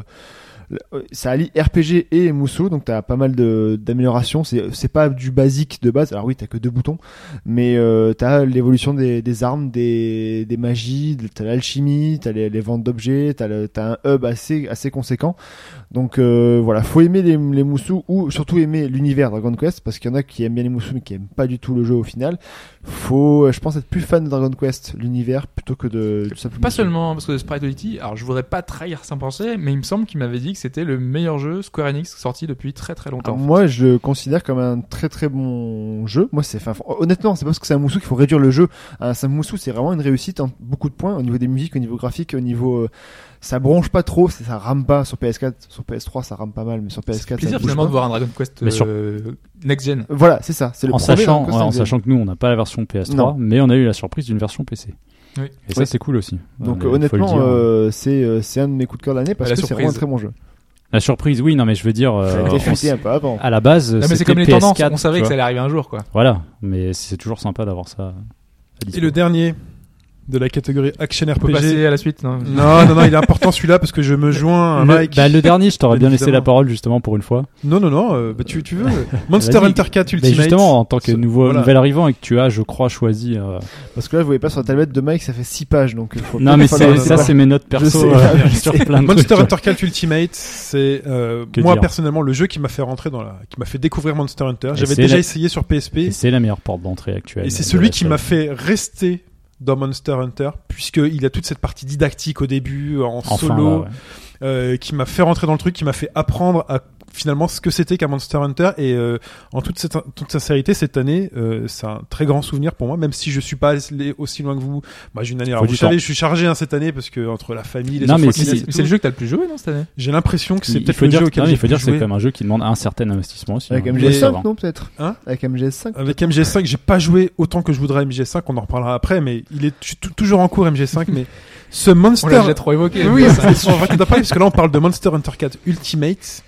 ça allie R P G et Musou, donc t'as pas mal de d'améliorations. C'est c'est pas du basique de base. Alors oui, t'as que deux boutons, mais euh, t'as l'évolution des des armes, des des magies, t'as l'alchimie, t'as les, les ventes d'objets, t'as le, t'as un hub assez assez conséquent. Donc euh, voilà, faut aimer les les Musou ou surtout aimer l'univers Dragon Quest parce qu'il y en a qui aiment bien les Musou mais qui aiment pas du tout le jeu au final. Faut, je pense, être plus fan de Dragon Quest, l'univers, plutôt que de du simple Pas Musou. seulement parce que Sprite Oddity, alors je voudrais pas trahir sans penser, mais il me semble qu'il m'avait dit que c'était le meilleur jeu Square Enix sorti depuis très très longtemps. Alors, moi, je le considère comme un très très bon jeu. Moi, c'est, enfin, honnêtement, c'est pas parce que c'est un moussou qu'il faut réduire le jeu. Un simple moussou, c'est vraiment une réussite en beaucoup de points au niveau des musiques, au niveau graphique, au niveau, euh, ça bronche pas trop, c'est- ça rame pas sur P S quatre, sur P S trois, ça rame pas mal, mais sur P S C'est quatre, plaisir ça bouge finalement pas. de voir un Dragon Quest Mais sur- euh, next gen. Voilà, c'est ça. C'est le En premier sachant, Dragon Quest ouais, en Next Gen. sachant que nous, on n'a pas la version P S trois, Non. mais on a eu la surprise d'une version P C. Oui. Et ça, Oui. c'est cool aussi. Donc Euh, faut le honnêtement, dire. euh, c'est euh, c'est un de mes coups de cœur de l'année parce La que c'est surprise. vraiment un très bon jeu. La surprise, oui, non, mais je veux dire, Ça a euh, été on fuité s- un peu avant. à la base, Non, mais c'était c'est comme les P S tendances, quatre, on savait tu que vois. ça allait arriver un jour quoi. Voilà, mais c'est toujours sympa d'avoir ça. à Et dispo. le dernier de la catégorie action On peut R P G. passer à la suite, non Non, non, non, il est important celui-là parce que je me joins à le, Mike. bah, le dernier, je t'aurais bien laissé Évidemment. la parole justement pour une fois. Non, non, non, euh, bah, tu, tu veux. Monster Vas-y. Hunter quatre Mais Ultimate. justement, en tant que Ce- nouveau, voilà. nouvel arrivant et que tu as, je crois, choisi. euh, Parce que là, je voyais pas sur la tablette de Mike, ça fait six pages, donc il faut Non, peut-être mais falloir- c'est, ça, c'est mes notes perso Je sais, euh, je sur sais. plein de Monster trucs. Hunter quatre Ultimate, c'est euh, Que moi dire. personnellement le jeu qui m'a fait rentrer dans la, qui m'a fait découvrir Monster Hunter. Et J'avais c'est déjà la- essayé sur P S P Et c'est la meilleure porte d'entrée actuelle. et c'est de celui la qui série. m'a fait rester dans Monster Hunter puisque il a toute cette partie didactique au début en Enfin, solo, là, ouais. euh, qui m'a fait rentrer dans le truc, qui m'a fait apprendre à finalement ce que c'était qu'un Monster Hunter et euh, en toute, cette, toute sincérité cette année euh, c'est un très grand souvenir pour moi même si je suis pas allé aussi loin que vous. Bah, j'ai une année alors Faut vous du savez temps. je suis chargé hein, cette année parce que entre la famille les Non, enfants mais qui si, naissent si, et Mais tout, c'est le jeu que t'as le plus joué, non, cette année j'ai l'impression que c'est Il peut-être faut le dire, jeu non, auquel mais j'ai il faut dire plus que c'est joué. quand même un jeu qui demande un certain investissement aussi. Avec hein. M G S cinq, Mais- non, peut-être? Hein Avec M G S cinq? Avec M G S cinq, j'ai pas joué autant que je voudrais à M G S cinq, on en reparlera après, mais il est je suis tou- toujours en cours M G S cinq, mais ce On Monster... l'a déjà trop évoqué. Oui, mais c'est- ça- on va peut-être en parler, parce que là on parle de Monster Hunter quatre Ultimate.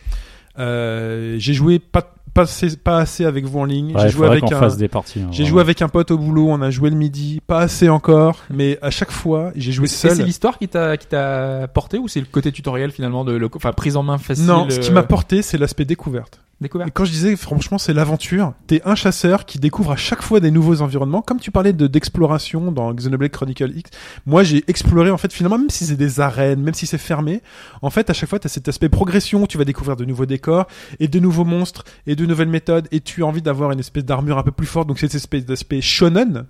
Euh, j'ai joué pas, pas, assez, pas assez avec vous en ligne, Ouais, j'ai il joué faudrait avec qu'on un... fasse des parties. hein, J'ai vraiment. joué avec un pote au boulot, on a joué le midi, pas assez encore, mais à chaque fois, j'ai joué Et c'est seul. l'histoire qui t'a qui t'a porté ou c'est le côté tutoriel finalement de le, enfin prise en main facile. Non, ce qui euh, m'a porté, c'est l'aspect découverte. découverte. Et quand je disais, franchement, c'est l'aventure. T'es un chasseur qui découvre à chaque fois des nouveaux environnements. Comme tu parlais de, d'exploration dans Xenoblade Chronicle X, moi, j'ai exploré, en fait, finalement, même si c'est des arènes, même si c'est fermé, en fait, à chaque fois, t'as cet aspect progression, tu vas découvrir de nouveaux décors, et de nouveaux monstres, et de nouvelles méthodes, et tu as envie d'avoir une espèce d'armure un peu plus forte, donc c'est cette espèce d'aspect shonen,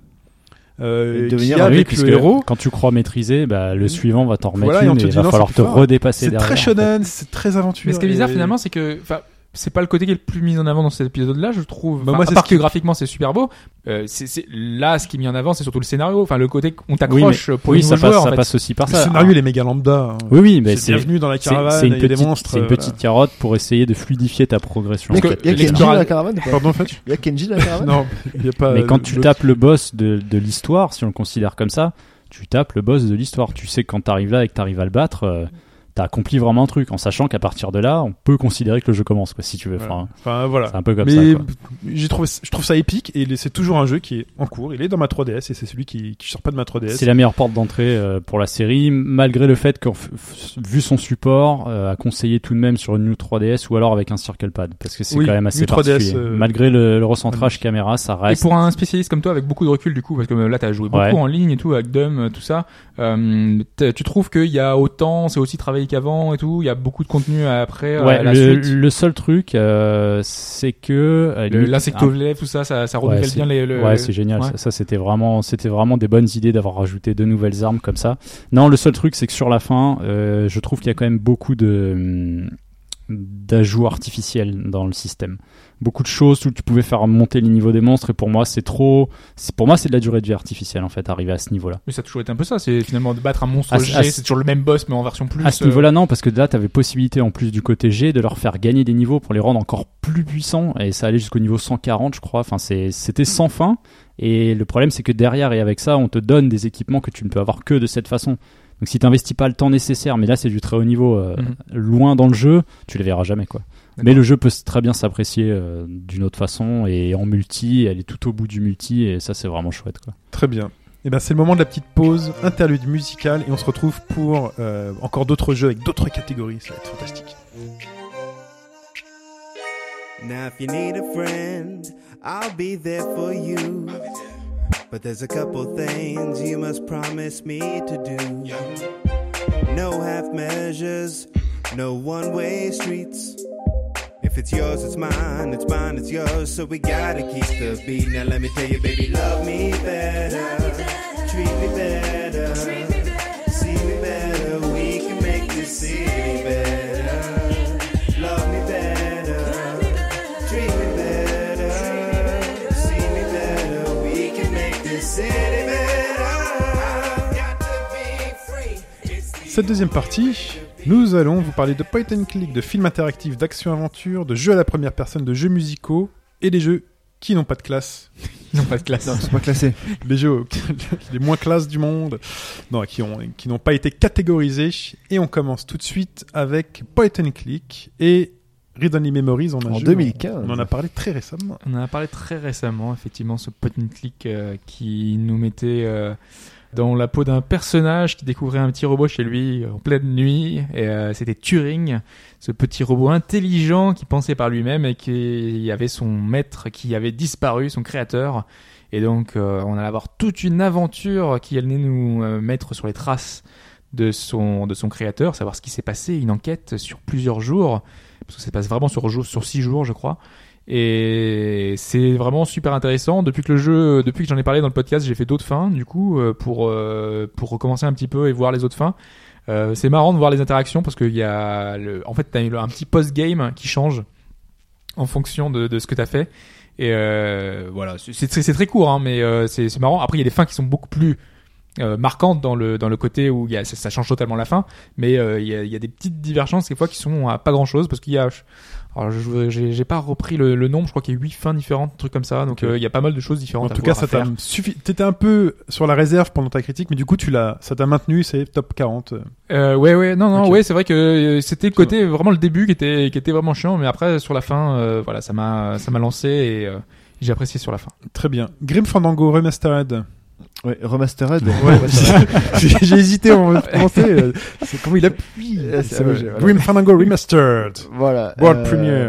euh, Et qui devenir a Oui, avec puisque le héros. quand tu crois maîtriser, bah, le suivant va t'en remettre Voilà, et on une te et il dit va non, falloir c'est te plus fort. redépasser C'est derrière. très en fait. shonen, c'est très aventure. Mais ce qui est bizarre et- finalement, c'est que, enfin, c'est pas le côté qui est le plus mis en avant dans cet épisode-là, je trouve. Bah, Enfin, moi, à c'est part ce que qui- graphiquement c'est super beau, euh, c'est, c'est là ce qui est mis en avant, c'est surtout le scénario. Enfin, le côté qu'on Oui, t'accroche mais- pour oui, les ça nouveaux passe, joueurs. ça en fait. passe aussi par Le ça. scénario, il est méga lambda. hein. Oui, oui, mais c'est c'est bienvenue dans la c'est- caravane, c'est une il y a des petite, monstres. c'est une euh, petite voilà. carotte pour essayer de fluidifier ta progression. Il y a, Parce il y a que Kenji l'exploration- dans la caravane ou pas Pardon, en fait. Il y a Kenji dans la caravane Non, il y a pas. Mais quand le- tu le- tapes le boss de, de l'histoire, si on le considère comme ça, tu tapes le boss de l'histoire. Tu sais que quand t'arrives là et que t'arrives à le battre, euh, t'as accompli vraiment un truc, en sachant qu'à partir de là, on peut considérer que le jeu commence, quoi, si tu veux. Voilà. Enfin, Enfin, voilà. c'est un peu comme Mais ça, quoi. j'ai trouvé, je trouve ça épique et c'est toujours un jeu qui est en cours. Il est dans ma trois D S et c'est celui qui, qui sort pas de ma trois D S. C'est la meilleure porte d'entrée euh, pour la série, malgré le fait qu'en f- f- vu son support, euh, à conseiller tout de même sur une New trois D S ou alors avec un Circle Pad, parce que c'est Oui, quand même assez New trois D S, particulier. euh, Malgré le, le recentrage caméra, ça Et reste. pour un spécialiste comme toi, avec beaucoup de recul du coup, parce que euh, là t'as joué beaucoup Ouais. en ligne et tout, avec Dum, euh, tout ça, euh, t'as- tu trouves qu'il y a autant, c'est aussi travaillé qu'avant et tout, il y a beaucoup de contenu après, euh, Ouais, à la le, suite. le seul truc, euh, c'est que euh, Le- limite, L'insectovlève, tout ça, ça, ça Ouais, renouvelle c'est- bien les. Le... Ouais, c'est génial. Ouais. Ça, ça, c'était vraiment, c'était vraiment des bonnes idées d'avoir rajouté deux nouvelles armes comme ça. Non, le seul truc, c'est que sur la fin, euh, je trouve qu'il y a quand même beaucoup de hum, d'ajouts artificiels dans le système. Beaucoup de choses où tu pouvais faire monter les niveaux des monstres et pour moi, c'est trop. C'est, pour moi, c'est de la durée de vie artificielle en fait, arriver à ce niveau-là. Mais ça a toujours été un peu ça, c'est finalement de battre un monstre À- G, à- c'est toujours le même boss mais en version plus. À ce euh, niveau-là, non, parce que là, t'avais possibilité en plus du côté G de leur faire gagner des niveaux pour les rendre encore plus puissants et ça allait jusqu'au niveau cent quarante, je crois. Enfin, c'est, c'était sans fin. Et le problème, c'est que derrière et avec ça, on te donne des équipements que tu ne peux avoir que de cette façon. Donc, si t'investis pas le temps nécessaire, mais là, c'est du très haut niveau, euh, Mhm. loin dans le jeu, tu les verras jamais, quoi. D'accord. Mais le jeu peut très bien s'apprécier euh, d'une autre façon et en multi, elle est tout au bout du multi et ça, c'est vraiment chouette, quoi. Très bien. Et ben c'est le moment de la petite pause, interlude musicale et on se retrouve pour euh, encore d'autres jeux avec d'autres catégories. Ça va être fantastique. Now if you need a friend, I'll be there for you. But there's a couple things you must promise me to do. No half measures, no one-way streets. If it's yours, it's mine, it's mine, it's yours. So we gotta keep the beat. Now let me tell you, baby, love me better, treat me better, see me better. We can make this city better. Love me better, treat me better, see me better. We can make this city better. Got to be free. It's the Cette deuxième partie, nous allons vous parler de point and click, de films interactifs, d'action-aventure, de jeux à la première personne, de jeux musicaux et des jeux qui n'ont pas de classe. Ils n'ont pas de classe. Non, c'est pas classé. Les jeux les moins classes du monde, non, qui ont qui n'ont pas été catégorisés. Et on commence tout de suite avec point and click et Read Only Memories. On a En jeu, deux mille quinze. On en a parlé très récemment. On en a parlé très récemment, effectivement, ce point and click euh, qui nous mettait euh, dans la peau d'un personnage qui découvrait un petit robot chez lui euh, en pleine nuit. Et euh, c'était Turing, ce petit robot intelligent qui pensait par lui-même et qui avait son maître qui avait disparu, son créateur. Et donc, euh, on allait avoir toute une aventure qui allait nous euh, mettre sur les traces de son, de son créateur, savoir ce qui s'est passé, une enquête sur plusieurs jours, parce que ça se passe vraiment sur, sur six jours, je crois. Et c'est vraiment super intéressant. Depuis que le jeu, depuis que j'en ai parlé dans le podcast, j'ai fait d'autres fins, du coup, euh, pour euh, pour recommencer un petit peu et voir les autres fins. Euh, c'est marrant de voir les interactions parce qu'il y a, le, en fait, t'as un petit post-game qui change en fonction de, de ce que t'as fait. Et euh, voilà, c'est, c'est, c'est très court, hein, mais euh, c'est, c'est marrant. Après, il y a des fins qui sont beaucoup plus euh, marquantes dans le dans le côté où il y a, ça, ça change totalement la fin. Mais euh, il y a, il y a des petites divergences des fois qui sont à pas grand chose parce qu'il y a Alors, je, j'ai, j'ai pas repris le, le nombre, je crois qu'il y a huit fins différentes, trucs comme ça, donc il euh, y a pas mal de choses différentes En à tout cas, voir, ça à faire. t'a suffi... T'étais un peu sur la réserve pendant ta critique, mais du coup, tu l'as, ça t'a maintenu, c'est top quarante. Euh, ouais, ouais, non, non, Ok. ouais, c'est vrai que euh, c'était le côté, vraiment le début qui était, qui était vraiment chiant, mais après, sur la fin, euh, voilà, ça m'a, ça m'a lancé et euh, j'ai apprécié sur la fin. Très bien. Grim Fandango Remastered. Ouais, Remastered. Ouais, j'ai, j'ai hésité à en prononcer. euh, C'est comment il appuie. Euh, c'est- C'est ouais, vrai. voilà. Grim Fandango Remastered. Voilà. World euh, Premiere.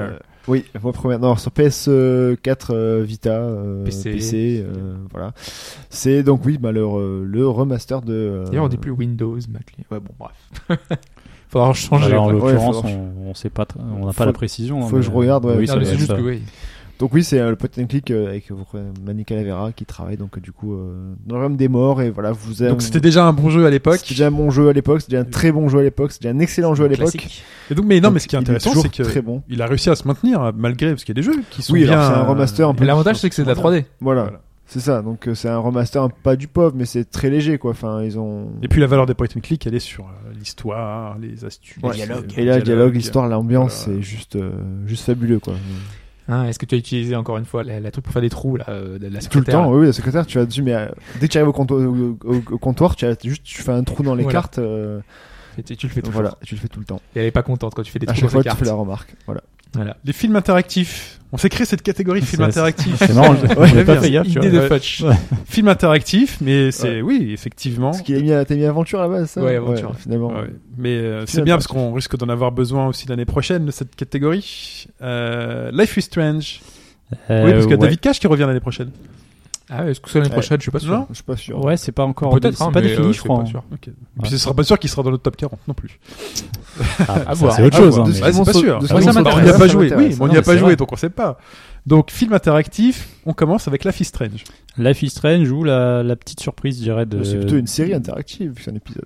Oui, la fois première. Non, sur P S quatre euh, Vita, euh, P C, P C euh, voilà. C'est donc oui, bah, le, re- le remaster de. Euh, D'ailleurs, on dit plus Windows, Mac. Ouais, bon, bref. Faudra en changer. Alors, en quoi. Ouais, l'occurrence, faudra- on, on sait pas, tr- on n'a Faut- pas la précision. faut que je regarde, ouais. Oui, Non, ça mais doit c'est être juste ça. que oui. Donc oui, c'est euh, le point and click euh, avec vous Manny Calavera qui travaille donc euh, du coup euh, dans le royaume des morts et voilà, vous avez Donc c'était déjà un bon jeu à l'époque. C'était déjà un bon jeu à l'époque, c'était déjà un très bon jeu à l'époque, c'était déjà un excellent jeu à l'époque. Classique. Et donc, mais non, Donc, mais ce qui est il intéressant, toujours c'est que très bon. il a réussi à se maintenir malgré parce qu'il y a des jeux qui sont Oui, bien. alors c'est un remaster un peu. Mais l'avantage, c'est que c'est de la trois D. Voilà, Voilà. c'est ça. Donc euh, c'est un remaster un- pas du pauvre, mais c'est très léger quoi. Enfin, ils ont. Et puis la valeur des point and click, elle est sur euh, l'histoire, les astuces, Ouais. dialogues. Et là, le dialogue, l'histoire, l'ambiance, Voilà. c'est juste, euh, juste fabuleux quoi. Hein, est-ce que tu as utilisé encore une fois la, la truc pour faire des trous là, euh, de la Tout le secrétaire, temps, là oui, oui, la secrétaire, tu as dessus, mais euh, dès que tu arrives au comptoir, au, au- au comptoir, tu as juste, tu fais un trou dans les Voilà. cartes. euh, Et tu, tu le fais tout. voilà, tu le fais tout le temps. Et elle est pas contente quand tu fais des À trous chaque dans fois, ses tu cartes. fais la remarque. Voilà. Voilà. Les films interactifs. On s'est créé cette catégorie film C'est- interactif. C'est marrant, j'ai Ouais, j'ai pas bien. fait gaffe. tu Idée vois. de Fudge. Ouais. Film interactif, mais c'est oui, effectivement. Parce qu'il a mis, à- t'as mis aventure à la base, ça Ouais, aventure. finalement. Ouais. Mais euh, c'est Film bien parce interactif. qu'on risque d'en avoir besoin aussi l'année prochaine de cette catégorie. Euh, Life is Strange. Euh, oui, parce qu'il y a ouais. David Cage qui revient l'année prochaine. Ah ouais, est-ce que c'est l'année Ouais. prochaine? Je suis pas sûr. Non. Je suis pas sûr. Ouais, c'est pas encore. Peut-être, c'est hein, pas mais, défini, euh, je je crois. suis pas sûr. Ok. Et puis ce sera pas sûr qu'il sera dans notre top quarante non plus. Ah, À ça, voir. c'est autre À chose. voir. hein, De mais- ce Ouais, c'est pas qu'ils sûr. m'ont- de ce Ah, qu'ils ça m'ont m'intéresse. On n'y a sorti, pas ça joué. Oui, m'intéresse. mais on Non, n'y a mais pas c'est joué, vrai. donc on sait pas. Donc film interactif, on commence avec Life is Strange. Life is Strange ou la, la petite surprise, je dirais, de, C'est plutôt une série interactive, c'est un épisode.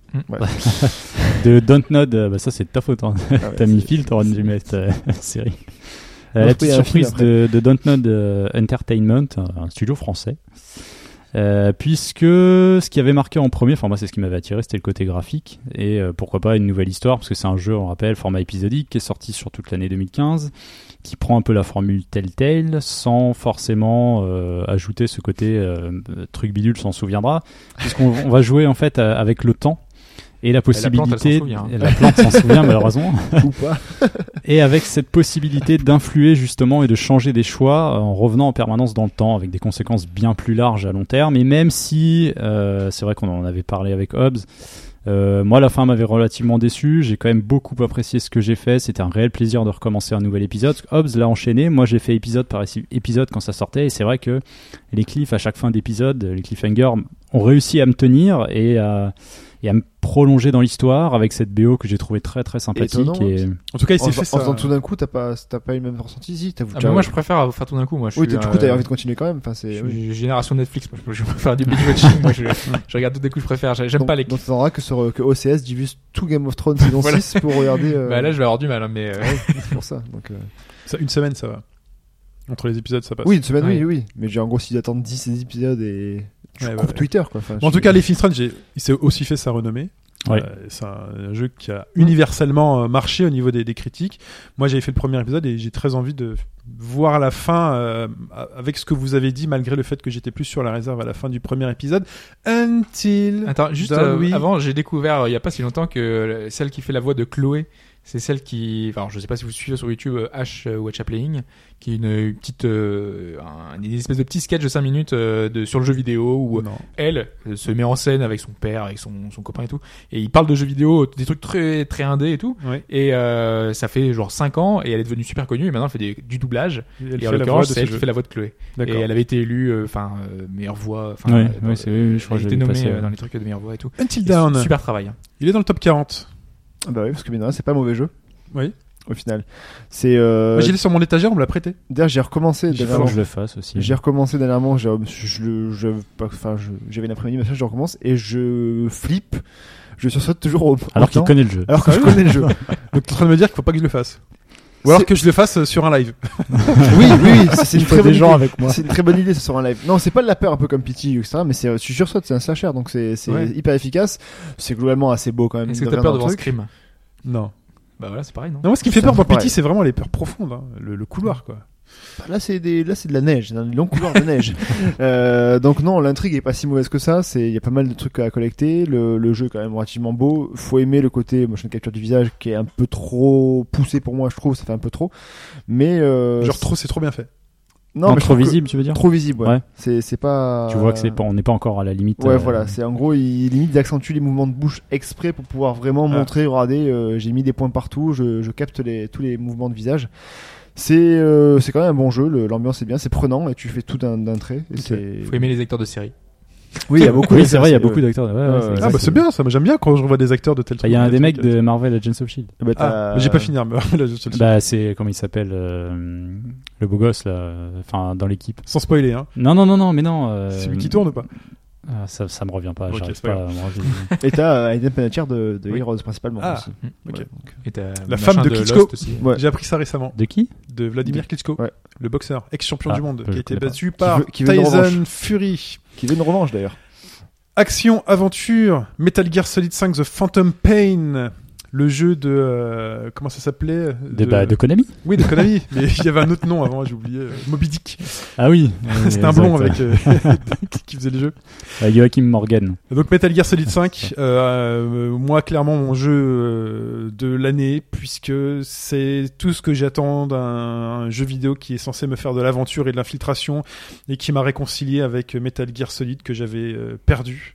de Dontnod. euh, Bah, ça, c'est de ta faute. Hein. Ah ouais, T'as mis c'est- Phil, t'aurais dû mettre euh, la série. Euh, Non, la je peux y petite aller surprise après. de, de Dontnod euh, Entertainment, un studio français. Euh, puisque ce qui avait marqué en premier, enfin moi c'est ce qui m'avait attiré, c'était le côté graphique et euh, pourquoi pas une nouvelle histoire, parce que c'est un jeu, on rappelle, format épisodique qui est sorti sur toute l'année deux mille quinze, qui prend un peu la formule Telltale sans forcément euh, ajouter ce côté euh, truc bidule s'en souviendra, puisqu'on on va jouer en fait euh, avec le temps et la possibilité, plante, elle s'en souvient, hein. et la plante s'en souvient malheureusement, Ou pas. et avec cette possibilité d'influer justement et de changer des choix en revenant en permanence dans le temps avec des conséquences bien plus larges à long terme. Et même si euh, c'est vrai qu'on en avait parlé avec Hobbs, euh, moi la fin m'avait relativement déçu, j'ai quand même beaucoup apprécié ce que j'ai fait, c'était un réel plaisir de recommencer un nouvel épisode. Hobbs l'a enchaîné, moi j'ai fait épisode par épisode quand ça sortait, et c'est vrai que les cliffs à chaque fin d'épisode, les cliffhangers ont réussi à me tenir et à et à me prolonger dans l'histoire avec cette B O que j'ai trouvé très très sympathique. Étonnant, Et En tout cas, il En s'est fait en ça. faisant tout d'un coup, t'as pas, t'as pas eu le même ressenti ici. T'as Ah, tu as- mais moi, je préfère faire tout d'un coup. Moi, je Oui, suis, t'as- du coup, t'as euh, envie de continuer quand même. Enfin, je c'est. oui. suis génération Netflix. Moi, je, je préfère du binge watching. Moi, je, je regarde tout d'un coup, je préfère. J'aime Donc- pas les. Donc, t'entendras que sur que O C S divise tout Game of Thrones saison Voilà. six pour regarder. euh, Bah là, je vais avoir du mal, hein, mais. euh, c'est pour ça. Donc, euh, Ça, une semaine, ça va. Entre les épisodes, ça passe. oui, une semaine, Ouais. oui, oui. Mais j'ai en gros, s'ils attendent dix épisodes et. Tu Ouais, coupes ouais. Twitter, quoi. Enfin, Bon, en je- tout cas, Life is Strange, j'ai- il s'est aussi fait sa renommée. Ouais. Euh, c'est un, un jeu qui a universellement euh, marché au niveau des, des critiques. Moi, j'avais fait le premier épisode et j'ai très envie de voir la fin euh, avec ce que vous avez dit, malgré le fait que j'étais plus sur la réserve à la fin du premier épisode. Until. Attends, juste Dawn, euh, oui. avant, j'ai découvert euh, il y a pas si longtemps que euh, celle qui fait la voix de Chloé, c'est celle qui, enfin, je sais pas si vous suivez sur YouTube, euh, Ash euh, Watcha Playing, qui est une, une petite, euh, un- une espèce de petit sketch de cinq minutes euh, de sur le jeu vidéo où Non. elle euh, se met en scène avec son père, avec son, son copain et tout, et ils parlent de jeux vidéo, des trucs très très indés et tout, Ouais. et euh, ça fait genre cinq ans et elle est devenue super connue et maintenant elle fait des- du doublage. Elle Et en fait la voix l'occurrence, de c'est ce elle qui jeu. fait la voix de Chloé. Et D'accord. elle avait été élue, enfin, euh, meilleure voix. Enfin, Ouais, euh, ouais, dans- c'est, oui, je crois elle que a j'ai été vu nommée passer, euh, ouais. dans les trucs de meilleure voix et tout. Until Et Dawn. Super travail. hein. Il est dans le top quarante. Ah bah oui, parce que mine de rien, c'est pas un mauvais jeu. Oui. Au final. C'est. Euh... Moi, j'ai sur mon étagère, on me l'a prêté. D'ailleurs, j'ai recommencé. Il faut dernièrement. que je le fasse aussi. J'ai recommencé dernièrement, j'ai, je, je, je, pas- enfin, je- j'avais une après-midi, machin, je recommence et je flippe, je sursaute toujours au, Alors qu'il autant, connaît le jeu. alors que je Sérieux connais le jeu. Donc, t'es en train de me dire qu'il faut pas que je le fasse. Ou alors C'est- que je le fasse euh, sur un live. oui, oui, oui, c'est, c'est Il une faut très bonne des gens idée. avec moi. C'est une très bonne idée, ça sera un live. Non, c'est pas de la peur un peu comme Pity, et cetera, mais c'est, tu sursautes, c'est un slasher, donc c'est, c'est Ouais. hyper efficace. C'est globalement assez beau quand même. Est-ce mine que de t'as rien, peur dans le devant truc. Scream? Non. Bah voilà, c'est pareil, non? Non, moi, ce qui me fait C'est peur un pour peu Pity, pareil. c'est vraiment les peurs profondes. hein. Le, le couloir, quoi. Là, c'est des, là, c'est de la neige, dans les longs couloirs de neige. euh, donc non, l'intrigue est pas si mauvaise que ça. C'est, il y a pas mal de trucs à collecter. Le, le jeu est quand même relativement beau. Faut aimer le côté motion capture du visage qui est un peu trop poussé pour moi, je trouve. Ça fait un peu trop. Mais euh, Genre, trop, c'est trop bien fait. non, Non, mais je trop trouve que- visible, tu veux dire Trop visible, ouais. Ouais. C'est, c'est pas. Tu vois que c'est pas, on n'est pas encore à la limite. Ouais, euh, voilà. C'est en gros, il limite d'accentue les mouvements de bouche exprès pour pouvoir vraiment Ah. montrer. Regardez, euh, j'ai mis des points partout. Je, je capte les, tous les mouvements de visage. C'est euh, c'est quand même un bon jeu, le, l'ambiance est bien, c'est prenant et tu fais tout d'un, d'un trait. Et c'est... Faut aimer les acteurs de série. Oui, il y a beaucoup. Oui, de c'est vrai, il y a c'est- beaucoup d'acteurs. Ouais, ouais, Ouais, c'est ouais, exact. Ah bah c'est bien ça, moi j'aime bien quand je revois des acteurs de tel Bah, truc. il y a un tel des truc, mecs tel de Marvel Agents of Shield. Bah, Ah, t'as- mais j'ai pas fini. hein, mais là, je te le dis. Bah, c'est, comment il s'appelle, euh, le beau gosse, là, enfin, dans l'équipe. Sans spoiler, hein. Non, non, non, non, mais non. euh, C'est lui qui tourne ou pas? Ah, ça, ça me revient pas, Ok, j'arrive c'est pas pas à me rappeler. Et t'as euh, Aiden Panettiere de, de Oui. Heroes principalement Ah, aussi. ok. Ouais, donc, Et t'as La le femme machin de Klitschko. Lost aussi. Ouais. J'ai appris ça récemment. De qui? De Vladimir Klitschko. Ouais. Le boxeur, ex-champion Ah, du monde, je qui a été connais pas. battu par veut- qui veut une Tyson revanche. Fury. Qui veut une revanche d'ailleurs. Action, aventure, Metal Gear Solid cinq The Phantom Pain. Le jeu de... euh, comment ça s'appelait De, bah, de Konami. Oui, de Konami. Mais il y avait un autre nom avant, j'ai oublié. euh, Moby Dick. Ah oui. C'était un Exact. blond avec euh, qui faisait les jeux. Euh, Joachim Morgan. Donc Metal Gear Solid cinq, euh, euh, moi clairement mon jeu euh, de l'année, puisque c'est tout ce que j'attends d'un un jeu vidéo qui est censé me faire de l'aventure et de l'infiltration, et qui m'a réconcilié avec Metal Gear Solid que j'avais euh, perdu.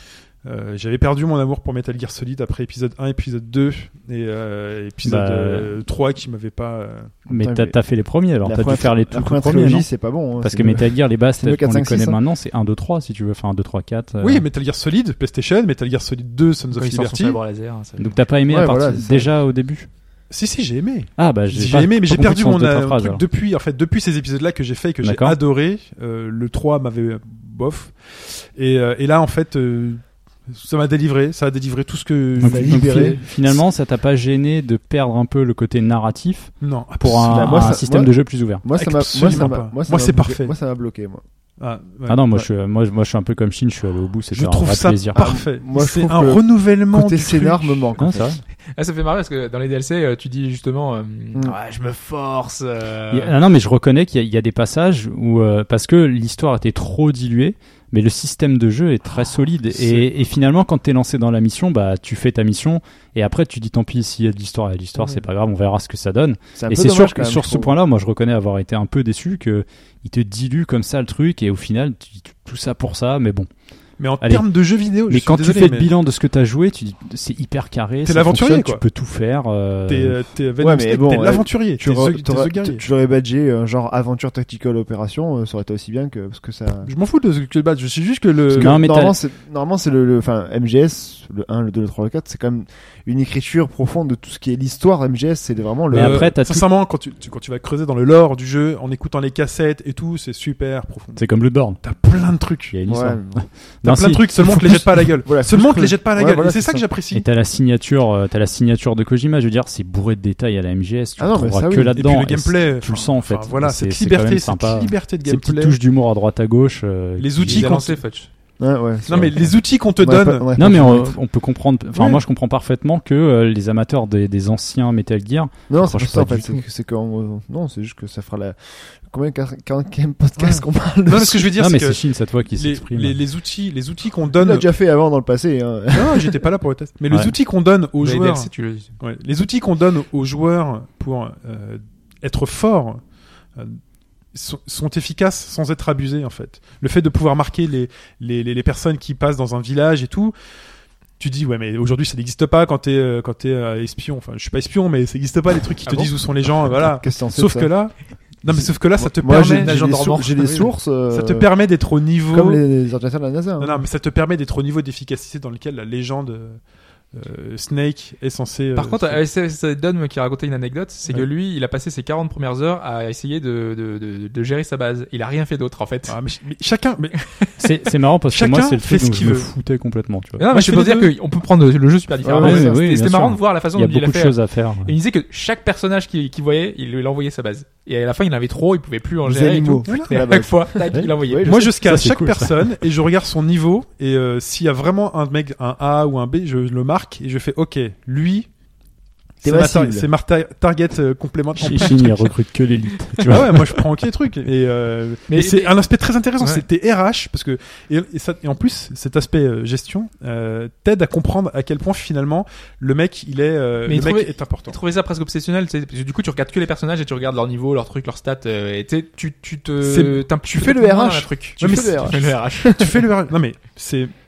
Euh, j'avais perdu mon amour pour Metal Gear Solid après épisode un, épisode deux et euh, épisode Bah, euh, trois qui m'avait pas... euh, Mais Putain, t'as, mais- t'as fait les premiers alors, La t'as dû première- faire les la tout, tout première premiers, trilogie, non? c'est pas bon. hein, Parce c'est que le- Metal Gear, les bases, c'est le telles qu'on quatre, les cinq, connaît six, hein. maintenant, c'est un, deux, trois si tu veux, enfin un, deux, trois, quatre. euh. Oui, Metal Gear Solid, PlayStation, Metal Gear Solid deux, Sons Quand of ils sortent son Liberty. sabre laser. hein, ça- Donc t'as pas aimé Ouais, à partir, voilà, c'est ça. déjà au début? Si, si, j'ai aimé. Ah bah j'ai, J'ai pas- aimé, mais pas j'ai compris perdu le sens mon de ta euh, phrase, truc alors. depuis, en fait, depuis ces épisodes-là que j'ai fait et que j'ai D'accord. adoré. Euh, le trois m'avait euh, bof. Et, euh, et là, en fait, euh, ça m'a délivré, ça a délivré tout ce que... Donc, Ça a donc, libéré. fi- finalement, ça t'a pas gêné de perdre un peu le côté narratif Non, pour un, Bah, moi, un ça- système moi- de jeu plus ouvert? Moi, ça m'a, moi, ça Absolument m'a, pas. moi, ça Moi, m'a c'est bloqué- parfait. Moi, ça m'a bloqué, moi. Ah, ouais. Ah non, moi, Ouais. je suis, moi, je- moi, je suis un peu comme Shin, je suis allé au bout, c'était Je un trouve vrai ça plaisir. parfait. moi, je c'est trouve un que renouvellement Côté du scénar truc. me manque. Non, en c'est fait. vrai. Ah, ça fait marrer parce que dans les D L C, euh, tu dis justement, euh, ouais, je me force. euh, Il y a- ah non, mais je reconnais qu'il y a, il y a des passages où, euh, parce que l'histoire était trop diluée, mais le système de jeu est très solide. c'est- Et, et finalement, quand t'es lancé dans la mission, bah, tu fais ta mission, et après, tu dis tant pis, s'il y a de l'histoire, il y a de l'histoire, Ouais. c'est pas grave, on verra ce que ça donne. C'est un Et peu c'est dommage, sûr quand que même, sur je ce trouve. point-là, moi, je reconnais avoir été un peu déçu que il te dilue comme ça le truc, et au final, tu, tu- tout ça pour ça, mais bon. Mais en Allez. termes de jeux vidéo, je mais suis quand désolé, tu fais mais le bilan de ce que t'as joué, tu dis, c'est hyper carré, T'es ça l'aventurier, fonctionne, quoi. tu peux tout faire. euh, T'es, euh, t'es Venom Ouais, mais Snake, bon, t'es ouais, l'aventurier, Tu, t'es aurais- The- t'es t'aurais- The Guerrier. tu l'aurais badgé euh, genre aventure tactical opération, euh, ça aurait été aussi bien que parce que ça. Je m'en fous de ce que le badge, je sais juste que le... Parce que- Non, mais normalement, t'as- c'est normalement c'est le, le enfin M G S le un, le deux, le trois, le quatre, c'est quand même une écriture profonde de tout ce qui est l'histoire. M G S, c'est vraiment le. Mais après, t'as tout- sincèrement, quand tu, tu- quand tu vas creuser dans le lore du jeu, en écoutant les cassettes et tout, c'est super profond. C'est comme Bloodborne. T'as plein de trucs. Il y a une Ouais, histoire. T'as Non, plein si. de trucs, seulement Faut que les plus- jette pas à la gueule. voilà, Seulement faut que les jette pas à la ouais, gueule. voilà, Et c'est c'est ça que ça. j'apprécie. Et t'as la signature, euh, t'as la signature de Kojima. Je veux dire, c'est bourré de détails à la M G S. Tu Ah le non, mais trouveras ça, que oui. Et là-dedans. puis le gameplay, tu le enfin, sens en fait. enfin, voilà, C'est- cette c'est quand même liberté, sympa. cette liberté de Ces petites gameplay. touches d'humour à droite à gauche. euh, Les qui- outils Ils qu'on ont lancé Fudge. Ouais, ouais. c'est Non mais vrai. les outils qu'on te On aurait donne. pas- on aurait Non pas mais pu on, mettre. on peut comprendre. Enfin Ouais. moi je comprends parfaitement que euh, les amateurs des, des anciens Metal Gear. Non, c'est accroche pas ça en pas fait. du C'est tout. que, c'est qu'en- non, c'est juste que ça fera la. Combien quarantième podcast Ouais. qu'on parle de Non mais ce que je veux dire non mais c'est c'est que Shin cette fois qui les, s'exprime. les, les outils, les outils qu'on On donne. l'a déjà fait avant dans le passé. Hein. Non, j'étais pas là pour le test. Mais les Ouais. outils qu'on donne aux Dans les joueurs, D L C, tu le dis. ouais, les outils qu'on donne aux joueurs pour euh, être forts euh, sont, sont efficaces sans être abusés en fait. Le fait de pouvoir marquer les, les, les, les personnes qui passent dans un village et tout. Tu dis ouais mais aujourd'hui ça n'existe pas quand t'es euh, quand t'es euh, espion. Enfin je suis pas espion mais ça n'existe pas les trucs qui Ah te bon disent où sont les gens. Voilà. Qu'est-ce que t'en sais Sauf de que ça là, non mais sauf que là ça te Moi, j'ai, permet, j'ai, Agent des, dormant. sources, j'ai des Oui. sources. euh, ça te permet d'être au niveau. Comme les ordinateurs de la NASA. hein. Non, non, mais ça te permet d'être au niveau d'efficacité dans lequel la légende euh, euh, Snake est censée. euh, Par contre, se- euh, c'est c'est Don qui a raconté une anecdote, c'est Ouais. que lui, il a passé ses quarante premières heures à essayer de, de, de, de gérer sa base. Il a rien fait d'autre en fait. Ah, mais, ch- mais chacun, mais C'est c'est marrant parce que moi Chacun c'est le fait truc ce dont qu'il je me veut. foutais complètement. Tu vois. Mais non, Moi, mais je je fais peux les dire qu'on peut prendre le jeu super différemment. Ouais, Et ouais, c'était- oui, bien c'était marrant sûr. de voir la façon Il y a dont il l'a beaucoup de fait. choses à faire. Et il disait que chaque personnage qu'il qu'il voyait, il lui envoyait sa base. Et à la fin, il en avait trop, il pouvait plus en Des gérer et animaux. tout. Voilà. Et à chaque fois, tac, Ouais. il envoyait. Ouais, moi je scanne Ça, c'est chaque cool, ça. personne et je regarde son niveau et euh, s'il y a vraiment un mec, un A ou un B, je le marque et je fais OK, lui. T'es C'est ma, ma tar- cible. c'est ma tar- target euh, complémentaire. Chez Shin il recrute que l'élite. Tu Ah vois. ouais, moi je prends OK les trucs et, euh, Mais- et c'est mais- un aspect très intéressant, Ouais. c'était R H parce que et, et, ça, et en plus cet aspect euh, gestion euh, t'aide à comprendre à quel point finalement le mec il est euh, Mais le il mec trouvait- est important. J'ai trouvé ça presque obsessionnel, tu sais, parce que du coup tu regardes que les personnages et tu regardes leur niveau, leurs trucs, leurs stats, euh, et tu sais, tu tu te C'est- t'impliques tu fais le peut-être R H. moins dans un truc. Tu Ouais, fais mais le R H. Tu fais le R H. Tu fais le non mais c'est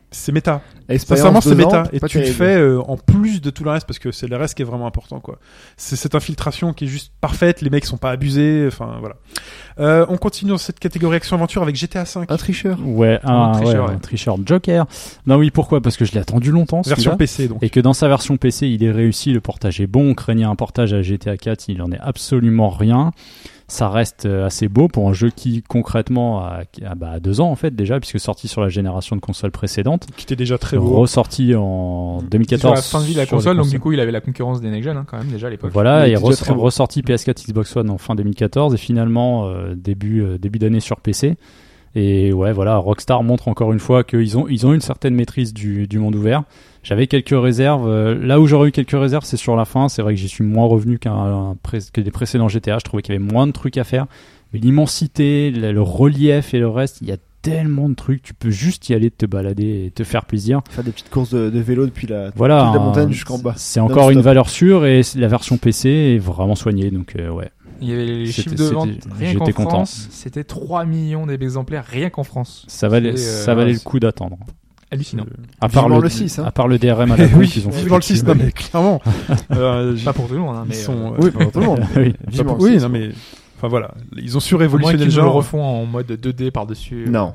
c'est méta. Expérience Sincèrement, c'est deux ans, méta. Et pas tu le terrible. fais euh, en plus de tout le reste parce que c'est le reste qui est vraiment important, quoi. C'est cette infiltration qui est juste parfaite. Les mecs sont pas abusés. Enfin, voilà. Euh, on continue dans cette catégorie action-aventure avec G T A cinq. Un tricheur. Ouais, un, Un tricheur, ouais, ouais. un tricheur Joker. Non, oui, pourquoi? Parce que je l'ai attendu longtemps, Version celui-là. P C, donc. Et que dans sa version P C, il est réussi, le portage est bon. On craignait un portage à G T A quatre, il en est absolument rien. Ça reste euh, assez beau pour un jeu qui, concrètement, a, a bah, deux ans en fait déjà, puisque sorti sur la génération de consoles précédente, Qui était déjà très beau. ressorti en deux mille Sur quatorze. la fin de vie de la sur les console, donc consoles. du coup, il avait la concurrence des next-gen, hein, quand même, déjà à l'époque. Voilà, Il et était déjà res- très beau. ressorti P S quatre, Xbox One en fin deux mille quatorze, et finalement euh, début euh, début d'année sur P C. Et ouais, voilà, Rockstar montre encore une fois qu'ils ont ils ont une certaine maîtrise du du monde ouvert. J'avais quelques réserves. euh, Là où j'aurais eu quelques réserves, c'est sur la fin. C'est vrai que j'y suis moins revenu qu'un un pré- que des précédents G T A. Je trouvais qu'il y avait moins de trucs à faire. Mais l'immensité, le, le relief et le reste, il y a tellement de trucs. Tu peux juste y aller, te balader et te faire plaisir. Faire des petites courses de, de vélo depuis la, Voilà, toute la un- montagne jusqu'en bas. C'est encore Non-stop. une valeur sûre et la version P C est vraiment soignée. Donc euh, ouais. Il y avait les C'était- chiffres de vente, c'était- rien qu'en j'étais content. France, c'était trois millions d'exemplaires, rien qu'en France. Ça valait, C'est, euh, ça valait ouais, le coup d'attendre. Hallucinant. À part Vivement le, le six, hein. à part le D R M à la Eh con oui, qu'ils ont fait. vivement le six, non mais clairement. Euh, Pas pour tout le monde, hein, ils mais sont. euh, euh, Oui, pour tout le monde. Oui. pas Vivement pour- le Oui, six. non mais. Enfin voilà, ils ont au moins surrévolutionné qu'ils le nous le genre. refont en mode deux D par-dessus. Non.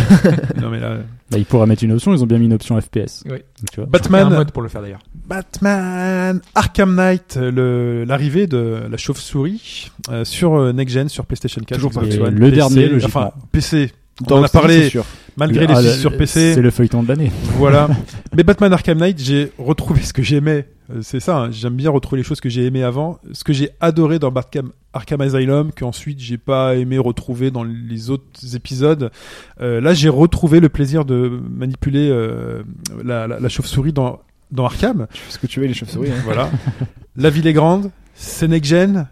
Non mais là. Bah, ils pourraient mettre une option, ils ont bien mis une option F P S. Oui. Donc, tu vois. Il y a un Batman, mode pour le faire d'ailleurs. Batman, Arkham Knight, le l'arrivée de la chauve-souris euh, sur euh, Next Gen, sur PlayStation quatre, Toujours Xbox pas. One, Et le P C, dernier, logiquement. enfin P C. On Dans en a le style, parlé c'est sûr. malgré Ah, les le- six sur P C. C'est le feuilleton de l'année. Voilà. Mais Batman Arkham Knight, j'ai retrouvé ce que j'aimais. Euh, C'est ça, hein, j'aime bien retrouver les choses que j'ai aimées avant. Ce que j'ai adoré dans Batman Arkham Asylum, qu'ensuite j'ai pas aimé retrouver dans les autres épisodes. Euh, là, j'ai retrouvé le plaisir de manipuler euh, la, la, la chauve-souris dans, dans Arkham. Tu fais ce que tu veux, les chauves-souris. Hein. Voilà. La ville est grande, c'est next-gen.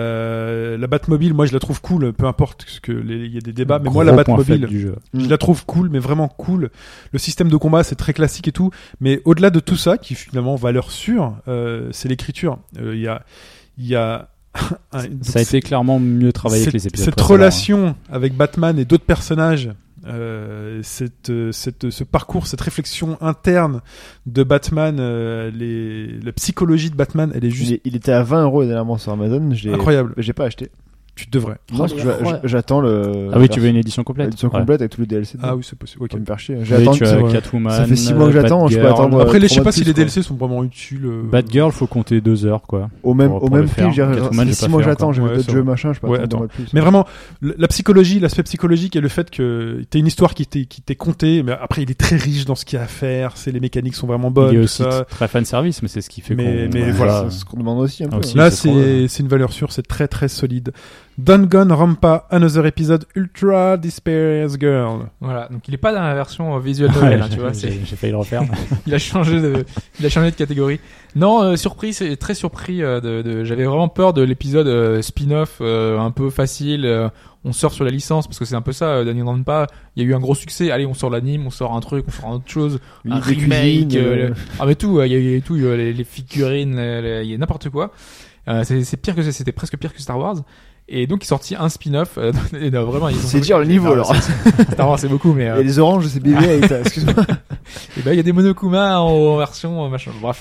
Euh, la Batmobile, moi je la trouve cool, peu importe ce que les- il y a des débats, mais moi la Gros point faible Batmobile, du jeu. je la trouve cool, mais vraiment cool. Le système de combat, c'est très classique et tout. Mais au-delà de tout ça, qui finalement valeur sûre, euh, c'est l'écriture. Euh, Il y a, il y a. un- Ça a été clairement mieux travaillé que cette, les épisodes cette précédents. relation avec Batman et d'autres personnages, euh, cette, euh, cette, ce parcours, cette réflexion interne de Batman, euh, les, la psychologie de Batman, elle est juste Il, est- il était à vingt euros dernièrement sur Amazon. J'ai, incroyable. j'ai pas acheté. Tu devrais. Non, parce que j'a- j'a- j'attends le. Ah oui, tu veux une édition complète. l'édition Ouais. complète avec tout le D L C. Ah oui, c'est possible. Ok. Ça me faire chier. J'ai Oui, attendu. tu ça as va. Catwoman. Ça fait six mois que euh, j'attends, je peux Batgirl. attendre. Après, les, je trois sais mois pas de si plus, les quoi. D L C sont vraiment utiles. euh. Batgirl, faut compter deux heures, quoi. Au même, pour- au pour même le prix, faire. j'ai Catwoman, j'ai six pas mois fait j'attends, encore. j'ai Ouais, d'autres c'est jeux, vrai. machin, je peux Ouais, attendre un attends. mois de plus. Mais vraiment, le- la psychologie, l'aspect psychologique et le fait que t'as une histoire qui t'est, qui t'est contée, mais après il est très riche dans ce qu'il y a à faire, c'est, les mécaniques sont vraiment bonnes, Il est tout aussi ça. très fan service, mais c'est ce qui fait Mais- qu'on. mais Ouais, voilà. C'est ce qu'on demande aussi un Ah, peu. aussi. Là, c'est trop bien. c'est, c'est une valeur sûre, c'est très très solide. Danganronpa, Another Episode, Ultra Despair's Girl. Voilà, donc il est pas dans la version euh, visual novel, Ouais, hein, tu vois. c'est- j'ai j'ai failli le refaire. il a changé de, il a changé de catégorie. Non, euh, surpris, c'est très surpris. euh, de, de- j'avais vraiment peur de l'épisode euh, spin-off euh, un peu facile. euh, on sort sur la licence parce que c'est un peu ça. Euh, Danganronpa, il y a eu un gros succès. Allez, on sort l'anime, on sort un truc, on sort un autre chose, un Livre de remake. cuisine, euh, euh, le- Ah mais tout, euh, il y a eu tout, euh, les, les figurines, les- les- il y a n'importe quoi. Euh, c'est, c'est pire que ça, c'était presque pire que Star Wars. Et donc ils sont sortis un spin-off. Euh, et non, vraiment, ils ont C'est dire le niveau Non, alors. c'est- Star Wars c'est beaucoup, mais euh, Et les oranges, c'est B B huit, excuse-moi. et ben il y a des Monokuma en, en version euh, machin. Bref,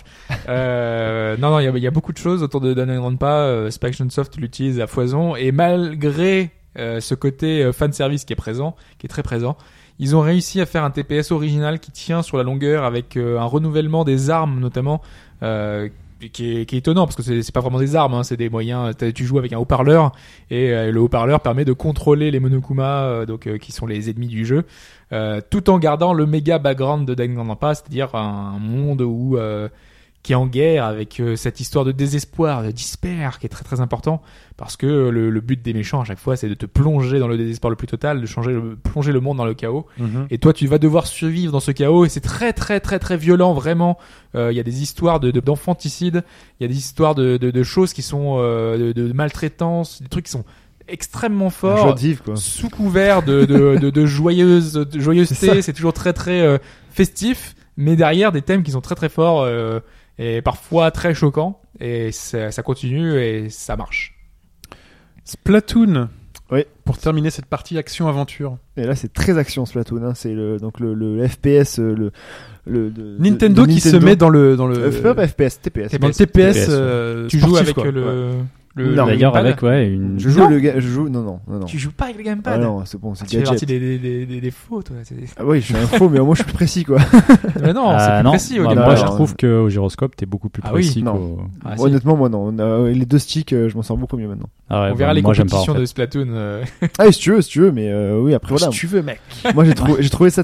euh, non non il y a, il y a beaucoup de choses autour de Danganronpa. Euh, Spike Soft l'utilise à foison et malgré euh, ce côté euh, fan service qui est présent, qui est très présent, ils ont réussi à faire un T P S original qui tient sur la longueur avec euh, un renouvellement des armes notamment. Euh, qui est, qui est étonnant parce que c'est, c'est pas vraiment des armes, hein, c'est des moyens. T'as- Tu joues avec un haut-parleur et euh, le haut-parleur permet de contrôler les Monokuma, euh, donc euh, qui sont les ennemis du jeu, euh, tout en gardant le méga background de Danganronpa, c'est-à-dire un monde où euh, qui est en guerre avec euh, cette histoire de désespoir, de despair qui est très très important parce que euh, le, le but des méchants à chaque fois c'est de te plonger dans le désespoir le plus total, de changer, le, plonger le monde dans le chaos. Et toi, tu vas devoir survivre dans ce chaos et c'est très très très très violent vraiment. Il euh, y a des histoires de, de d'enfanticides, il y a des histoires de, de, de choses qui sont euh, de, de maltraitance, des trucs qui sont extrêmement forts. Joie de vivre, quoi. Sous couvert de de, de, de joyeuse de C'est joyeuseté, ça. c'est toujours très très euh, festif, mais derrière des thèmes qui sont très très forts euh, et parfois très choquants. Et ça, ça continue et ça marche. Splatoon, Oui. Pour terminer cette partie action-aventure. Et là, c'est très action Splatoon. Hein. C'est le, donc le, le F P S, euh, le, le de, Nintendo de, de qui Nintendo. se met dans le dans le Euh, pas pas F P S, T P S. dans le T P S. T P S, euh, Tu joues sportif, avec quoi. le, le, Non, le D'ailleurs, gamepad. avec ouais, une. Je joue Non. le ga- je joue non non non non. Tu joues pas avec le gamepad. Ah non, c'est bon, c'est tu fais partie gadget. des, des, des, des faux, toi. C'est... Ah oui, je suis un faux, mais au moins je suis plus précis quoi. Mais non, Ah, c'est plus non. précis au Bah, gamepad. moi, non, je non. trouve qu'au gyroscope, t'es beaucoup plus Ah oui, précis non. qu'au. Ah, si. Honnêtement, moi non. On a- les deux sticks, euh, je m'en sors beaucoup mieux maintenant. Ah ouais, On verra bah, les moi, j'aime pas, en compétitions fait. de Splatoon. euh, Ah, si tu veux, si tu veux, mais euh, oui, après voilà. Si tu veux, mec. Moi j'ai trouvé j'ai trouvé ça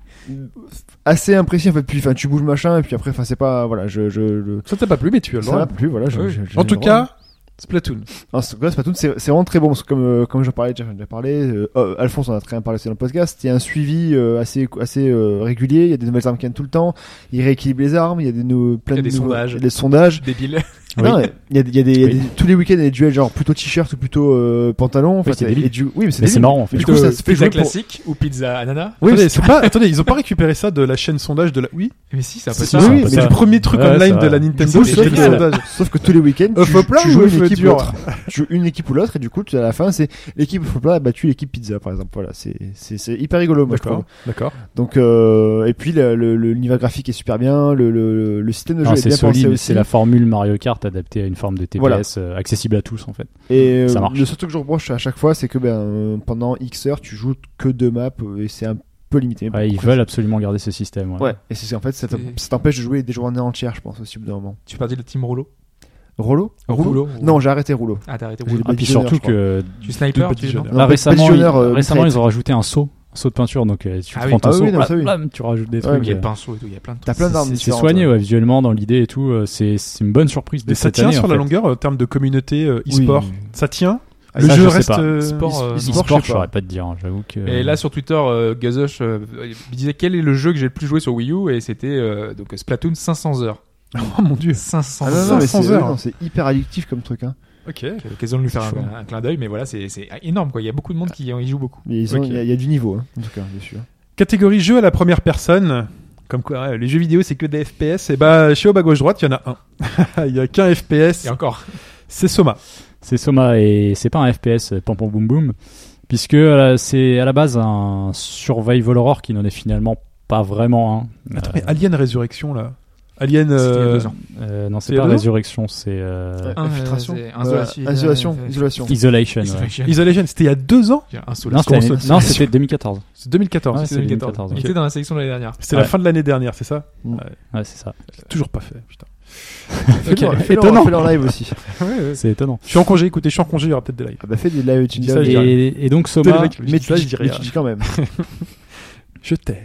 assez imprécis en fait. Puis enfin tu bouges machin et puis après enfin c'est pas voilà je je, je... Ça t'a pas plu, mais tu as le ça droit. m'a plu voilà. Je, Oui. je- j'ai En tout le droit. cas, Splatoon. En tout cas, Splatoon, c'est, c'est vraiment très bon. Parce que comme, euh, comme j'en parlais, déjà, j'en ai déjà parlé, euh, euh, Alphonse en a très bien parlé aussi dans le podcast. Il y a un suivi euh, assez, assez euh, régulier. Il y a des nouvelles armes qui viennent tout le temps. Il rééquilibre les armes. Il y a des, nou- plein Il y a de des nouveaux- sondages. il y a des sondages. Débile. Oui. Non, il y a, des- il y a des, il y a Oui. des- tous les week-ends, il y a des duels genre plutôt t-shirt ou plutôt euh, pantalon. En fait, c'est et, débile. et du, oui, mais c'est, Mais c'est débile. marrant en fait. Du coup, Plutôt ça se fait pizza jouer pour- classique ou pizza ananas. Oui, attendez, c'est- c'est pas, attendez, ils ont pas récupéré ça de la chaîne sondage de la. Oui. Mais si, c'est un peu C'est ça. ça, oui, mais mais le ça- premier truc Ouais, online ça- de la Du Nintendo, coup, c'est sauf, le que, sondage. sauf que tous les week-ends, Œuf tu, au plat tu ou joues œuf une équipe ou dur l'autre. Tu joues une équipe ou l'autre, et du coup, tu- à la fin, c'est l'équipe au plat a battu l'équipe pizza, par exemple. Voilà, c'est, c'est, c'est hyper rigolo, moi, je trouve. D'accord, d'accord. Donc, euh, et puis, le, le, le- l'univers graphique est super bien, le, le, le système de jeu Non, est c'est bien pensé solide, aussi. c'est la formule Mario Kart adaptée à une forme de T P S Voilà. euh, accessible à tous en fait. Et Ça euh, marche. le seul truc que je reproche à chaque fois, c'est que ben, euh, pendant X heures, tu joues que deux maps, euh, et c'est un peu limité. Ouais, ils Après, veulent absolument garder ce système. Ouais. Ouais, et c'est, en fait, ça, te- C'est- ça t'empêche de jouer des journées entières, je pense, aussi, au bout d'un moment. Tu parles de la team Rollo. Rollo Rouleau. Non, j'ai arrêté Rouleau. Ah, t'as arrêté J'ai Rouleau. Ah, puis Badigeonneur, surtout je crois. que Tu sniper, de tu dis Badigeonneur. non là Non, récemment, Badigeonneur, ils, euh, récemment Mitraillette. ils ont rajouté un saut, un saut de peinture. Donc euh, tu Ah prends oui. ton Ah saut, oui, non, blam, ça oui. blam, tu rajoutes des Ouais, trucs. Il y a euh, le pinceau et tout, il y a plein de trucs. T'as plein d'armes c'est, c'est différentes, soigné ouais. ouais, visuellement dans l'idée et tout. euh, C'est, c'est une bonne surprise de Mais ça cette tient année. sur en la fait. longueur en termes de communauté euh, Oui. e-sport. Ça tient. Ah, Le ça, jeu je sais reste. pas. euh, Sport, euh, e- E-sport, je sais je pas. saurais pas te dire. hein, J'avoue que. Et là sur Twitter, euh, Gazosh euh, il disait quel est le jeu que j'ai le plus joué sur Wii U et c'était euh, donc Splatoon cinq cents heures. Oh mon dieu. cinq cents Ah non, heures. non, mais cinq cents c'est, heures. non, c'est hyper addictif comme truc, hein. Ok. J'ai l'occasion de lui faire Chaud. un, un clin d'œil, mais voilà, c'est, c'est énorme quoi. Il y a beaucoup de monde qui y joue beaucoup. Mais ils ont- Ok. il y, a- il y a du niveau, hein, en tout cas, bien sûr. Catégorie jeu à la première personne. Comme quoi, ouais, les jeux vidéo, c'est que des F P S. Et bah, chez Oba Gauche Droite, il y en a un. Il y a qu'un F P S. Et encore. C'est Soma. C'est Soma et c'est pas un F P S pam pam boum boum, puisque euh, c'est à la base un survival horror qui n'en est finalement pas vraiment un. Attends, Euh, mais Alien Résurrection, là. Alien. C'était il y a euh, deux ans. euh, non, c'est C'est il y a pas deux ans Résurrection, c'est euh, Ouais. Un, Infiltration. euh, c'est Euh, Isolation. isolation, euh, isolation. Isolation. ouais. Isolation. Isolation, c'était il y a deux ans. Un solo. Non, c'était, Console- non, c'était deux mille quatorze. C'est deux mille quatorze. Ouais, C'est c'est deux mille quatorze. deux mille quatorze, Il ok. était dans la sélection de l'année dernière. C'était la Ouais. fin de l'année dernière, c'est ça Ouais, c'est ça. J'ai toujours pas fait, putain. Fais-le, Ok, fais-le, étonnant. fais-le en live aussi. C'est étonnant. Je suis en congé, écoutez, je suis en congé, il y aura peut-être des lives. Ah bah fais des lives, tu dis dis ça, je dis rien. Et, et donc Putain, Soma, les mecs, je mais dis tu ça, dis, je dis mais rien. tu dis quand même. Je t'aime.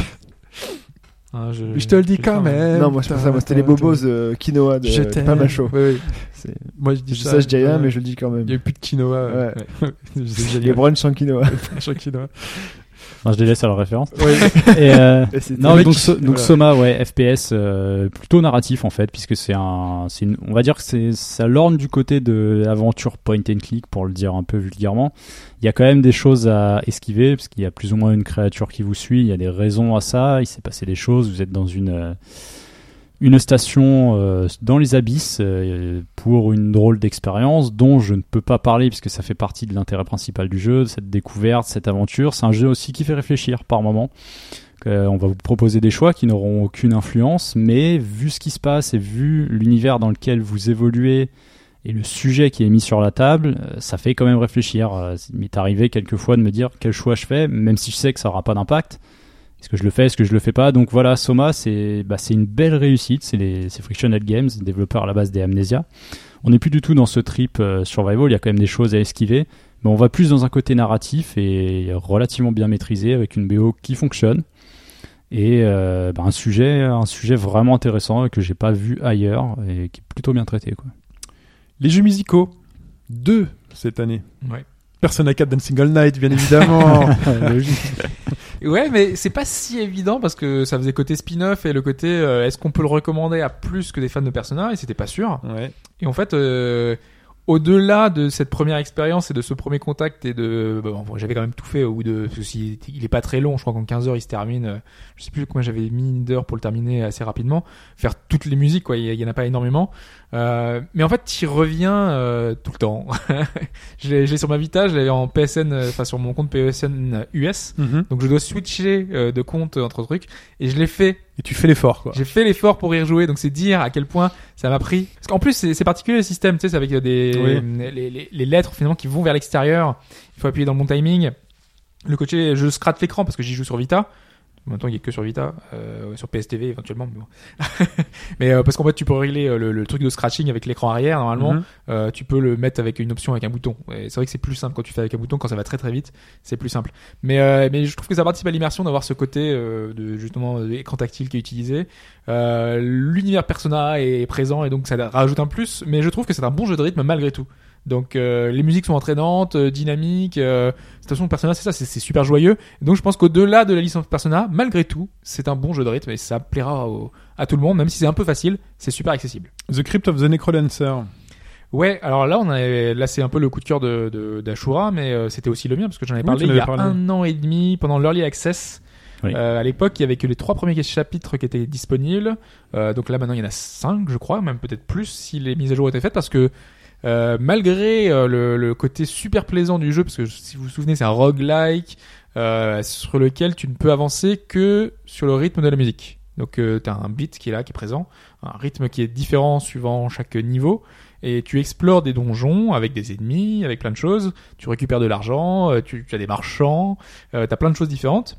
Ah, je, Je te le dis quand même. Non, moi c'est pas ça, moi c'était les bobos euh, quinoa de Je t'aime. pas mal chaud. Oui, oui. C'est- Moi, je dis Je dis ça. ça, je dis rien, ouais. mais je le dis quand même. Il y a eu plus de quinoa. euh, Ouais. ouais. C'est Les génial. brunchs sans quinoa. Sans quinoa. non, je les laisse à leur référence. Ouais. Et, euh, Et c'était- non, mais mec, donc, So- donc voilà. Soma, ouais, F P S euh, plutôt narratif en fait, puisque c'est un, c'est une, on va dire que c'est, ça lorne du côté de l'aventure point and click pour le dire un peu vulgairement. Il y a quand même des choses à esquiver, parce qu'il y a plus ou moins une créature qui vous suit. Il y a des raisons à ça. Il s'est passé des choses. Vous êtes dans une euh, une station euh, dans les abysses euh, pour une drôle d'expérience dont je ne peux pas parler puisque ça fait partie de l'intérêt principal du jeu, de cette découverte, cette aventure. C'est un jeu aussi qui fait réfléchir par moment. Euh, on va vous proposer des choix qui n'auront aucune influence, mais vu ce qui se passe et vu l'univers dans lequel vous évoluez et le sujet qui est mis sur la table, euh, ça fait quand même réfléchir. Euh, il m'est arrivé quelquefois de me dire quel choix je fais, même si je sais que ça n'aura pas d'impact. Est-ce que je le fais, est-ce que je le fais pas? Donc voilà, Soma, c'est, bah, c'est une belle réussite. C'est, les, c'est Frictional Games, développeur à la base des Amnesia. On n'est plus du tout dans ce trip euh, survival, il y a quand même des choses à esquiver. Mais on va plus dans un côté narratif et relativement bien maîtrisé avec une B O qui fonctionne. Et euh, bah, un, sujet, un sujet vraiment intéressant que j'ai pas vu ailleurs et qui est plutôt bien traité, quoi. Les jeux musicaux. Deux cette année. Ouais. Persona quatre Dancing All Night, bien évidemment. Ouais, mais c'est pas si évident parce que ça faisait côté spin-off et le côté euh, est-ce qu'on peut le recommander à plus que des fans de Persona et c'était pas sûr. Ouais. Et en fait, euh, au-delà de cette première expérience et de ce premier contact et de, bon, j'avais quand même tout fait au bout de, parce que si, il est pas très long, je crois qu'en quinze heures il se termine, euh, je sais plus combien j'avais mis d'heures pour le terminer assez rapidement, faire toutes les musiques, quoi, il y, y en a pas énormément, euh, mais en fait, t'y reviens, euh, tout le temps. je l'ai, je l'ai sur ma Vita, je l'ai en P S N, enfin, sur mon compte P S N U S, Mhm. donc je dois switcher, euh, de compte entre trucs, et je l'ai fait. Et tu fais l'effort, quoi. J'ai fait l'effort pour y rejouer, donc c'est dire à quel point ça m'a pris. Parce qu'en plus, c'est, c'est particulier le système, tu sais, c'est avec des Oui. les, les, les lettres finalement qui vont vers l'extérieur. Il faut appuyer dans le bon timing. Le côté, je scratch l'écran parce que j'y joue sur Vita. Maintenant, il y a que sur Vita, euh, sur P S T V éventuellement. Mais, bon. mais euh, parce qu'en fait, tu peux régler euh, le, le truc de scratching avec l'écran arrière. Normalement, Mhm. euh, tu peux le mettre avec une option avec un bouton. Et c'est vrai que c'est plus simple quand tu fais avec un bouton, quand ça va très très vite, c'est plus simple. Mais euh, mais je trouve que ça participe à l'immersion d'avoir ce côté euh, de justement euh, écran tactile qui est utilisé. Euh, l'univers Persona est présent et donc ça rajoute un plus. Mais je trouve que c'est un bon jeu de rythme malgré tout. Donc euh, les musiques sont entraînantes, euh, dynamiques. Euh, de toute façon, Persona, c'est ça, c'est, c'est super joyeux. Donc je pense qu'au-delà de la licence Persona, malgré tout, c'est un bon jeu de rythme et ça plaira au, à tout le monde, même si c'est un peu facile, c'est super accessible. The Crypt of the Necrodancer. Ouais, alors là, on a, là c'est un peu le coup de cœur de, de d'Ashura, mais euh, c'était aussi le mien parce que j'en avais Oui, parlé tu il y m'avais a parlé. un an et demi pendant l'Early Access. Oui. Euh, à l'époque, il y avait que les trois premiers chapitres qui étaient disponibles. Euh, donc là, maintenant, il y en a cinq, je crois, même peut-être plus si les mises à jour étaient faites, parce que euh, malgré euh, le, le côté super plaisant du jeu, parce que si vous vous souvenez, c'est un roguelike euh, sur lequel tu ne peux avancer que sur le rythme de la musique. Donc euh, tu as un beat qui est là, qui est présent, un rythme qui est différent suivant chaque niveau, et tu explores des donjons avec des ennemis, avec plein de choses, tu récupères de l'argent, euh, tu, tu as des marchands, euh, tu as plein de choses différentes.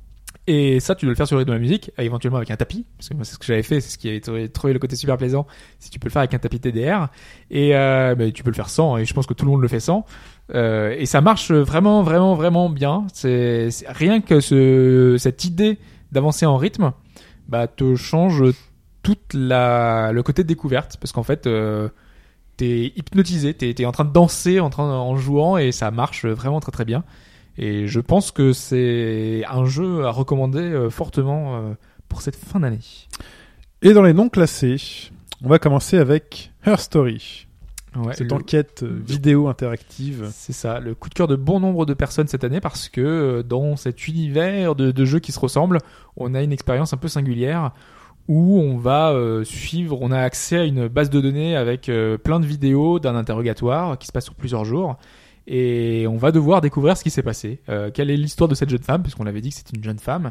Et ça, tu dois le faire sur le rythme de la musique, euh, éventuellement avec un tapis, parce que moi, c'est ce que j'avais fait, c'est ce qui avait trouvé, trouvé le côté super plaisant, si tu peux le faire avec un tapis T D R, et euh, bah, tu peux le faire sans, et je pense que tout le monde le fait sans, euh, et ça marche vraiment, vraiment, vraiment bien. C'est, c'est rien que ce, cette idée d'avancer en rythme, bah, te change toute la, le côté de découverte, parce qu'en fait, euh, t'es hypnotisé, t'es, t'es en train de danser, en train, en jouant, et ça marche vraiment très très bien. Et je pense que c'est un jeu à recommander euh, fortement euh, pour cette fin d'année. Et dans les non classés, on va commencer avec Her Story. Ouais, Cette le- enquête euh, vidéo interactive. C'est ça, le coup de cœur de bon nombre de personnes cette année parce que euh, dans cet univers de, de jeux qui se ressemblent, on a une expérience un peu singulière où on va euh, suivre, on a accès à une base de données avec euh, plein de vidéos d'un interrogatoire qui se passe sur plusieurs jours. Et on va devoir découvrir ce qui s'est passé. Euh, quelle est l'histoire de cette jeune femme, puisqu'on avait dit que c'était une jeune femme.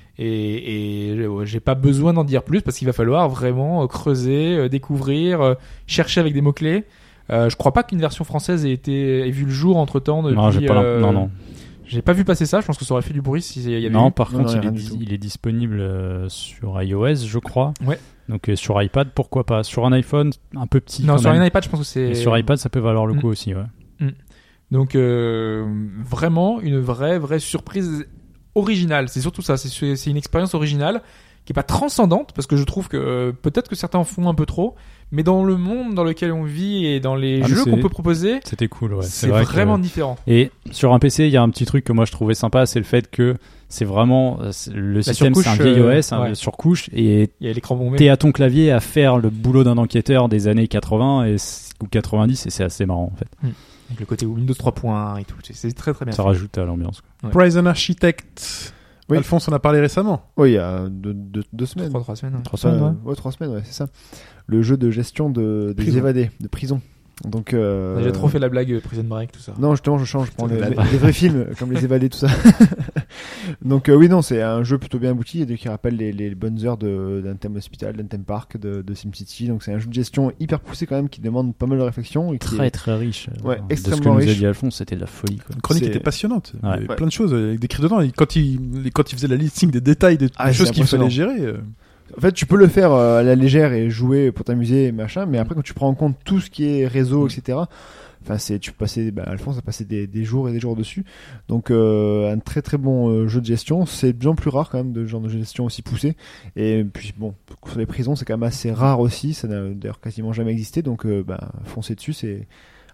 Et, et j'ai pas besoin d'en dire plus parce qu'il va falloir vraiment euh, creuser, euh, découvrir, euh, chercher avec des mots clés. Euh, je crois pas qu'une version française ait été ait vu le jour entre temps. Depuis, Non, j'ai pas l'im- euh, non, non. J'ai pas vu passer ça. Je pense que ça aurait fait du bruit s'il y avait Non, eu. par Non, contre, non, il, est rien du dis- tout. il est disponible euh, sur iOS, je crois. Ouais. Donc euh, sur iPad, pourquoi pas. Sur un iPhone, un peu petit. Non, quand sur même. un iPad, je pense que c'est. Mais sur iPad, ça peut valoir le Mm. coup aussi, ouais. Donc euh, vraiment une vraie vraie surprise originale. C'est surtout ça. C'est c'est une expérience originale qui est pas transcendante parce que je trouve que euh, peut-être que certains en font un peu trop, mais dans le monde dans lequel on vit et dans les Ah, mais jeux c'est- qu'on peut proposer, C'était cool, ouais. c'est vrai que- vraiment différent. Et sur un P C, il y a un petit truc que moi je trouvais sympa, c'est le fait que c'est vraiment euh, c'est- le système, c'est un surcouche, vieil euh, O S, un ouais. surcouche, et Il y a l'écran bombé. t'es à ton clavier à faire le boulot d'un enquêteur des années quatre-vingts et, c- ou quatre-vingt-dix, et c'est assez marrant en fait. Avec le côté Windows trois point un et tout. C'est- C'est très très bien. Ça fait. rajoute à l'ambiance, quoi. Ouais. Prison Architect. Oui. Alphonse en a parlé récemment. Oui, il y a deux, deux, deux semaines. Trois, trois semaines. ouais. Trois Enfin, semaines, ouais. euh, ouais, trois semaines, ouais, c'est ça. Le jeu de gestion de, des Prison. évadés, de prison. Donc, euh, J'ai trop fait la blague euh, Prison Break tout ça. Non, justement, je change. Je prends C'est les, une les- blague. les vrais films, comme les évadés, tout ça. Donc, euh, oui, non, c'est un jeu plutôt bien abouti et qui rappelle les, les bonnes heures de, d'un thème hospital, d'un thème park, de, de SimCity. Donc, c'est un jeu de gestion hyper poussé quand même qui demande pas mal de réflexion. Et qui Très est- très riche. Ouais, De ce extrêmement que nous a riche. dit Alphonse, c'était de la folie, quoi. Une chronique C'est- était passionnante. Ouais. Il y avait Ouais. plein de choses avec décrites dedans. Et quand il, quand il faisait la listing des détails, des, Ah, des c'est choses qu'il fallait impressionnant. gérer. euh, En fait, tu peux le faire euh, à la légère et jouer pour t'amuser et machin, mais après, quand tu prends en compte tout ce qui est réseau, et cetera, enfin, c'est, tu peux passer, bah, Alphonse a passé des, des jours et des jours dessus. Donc, euh, un très très bon euh, jeu de gestion. C'est de plus en plus rare quand même de genre de jeu de gestion aussi poussé. Et puis, bon, sur les prisons, c'est quand même assez rare aussi. Ça n'a d'ailleurs quasiment jamais existé. Donc, euh, bah, foncer dessus, c'est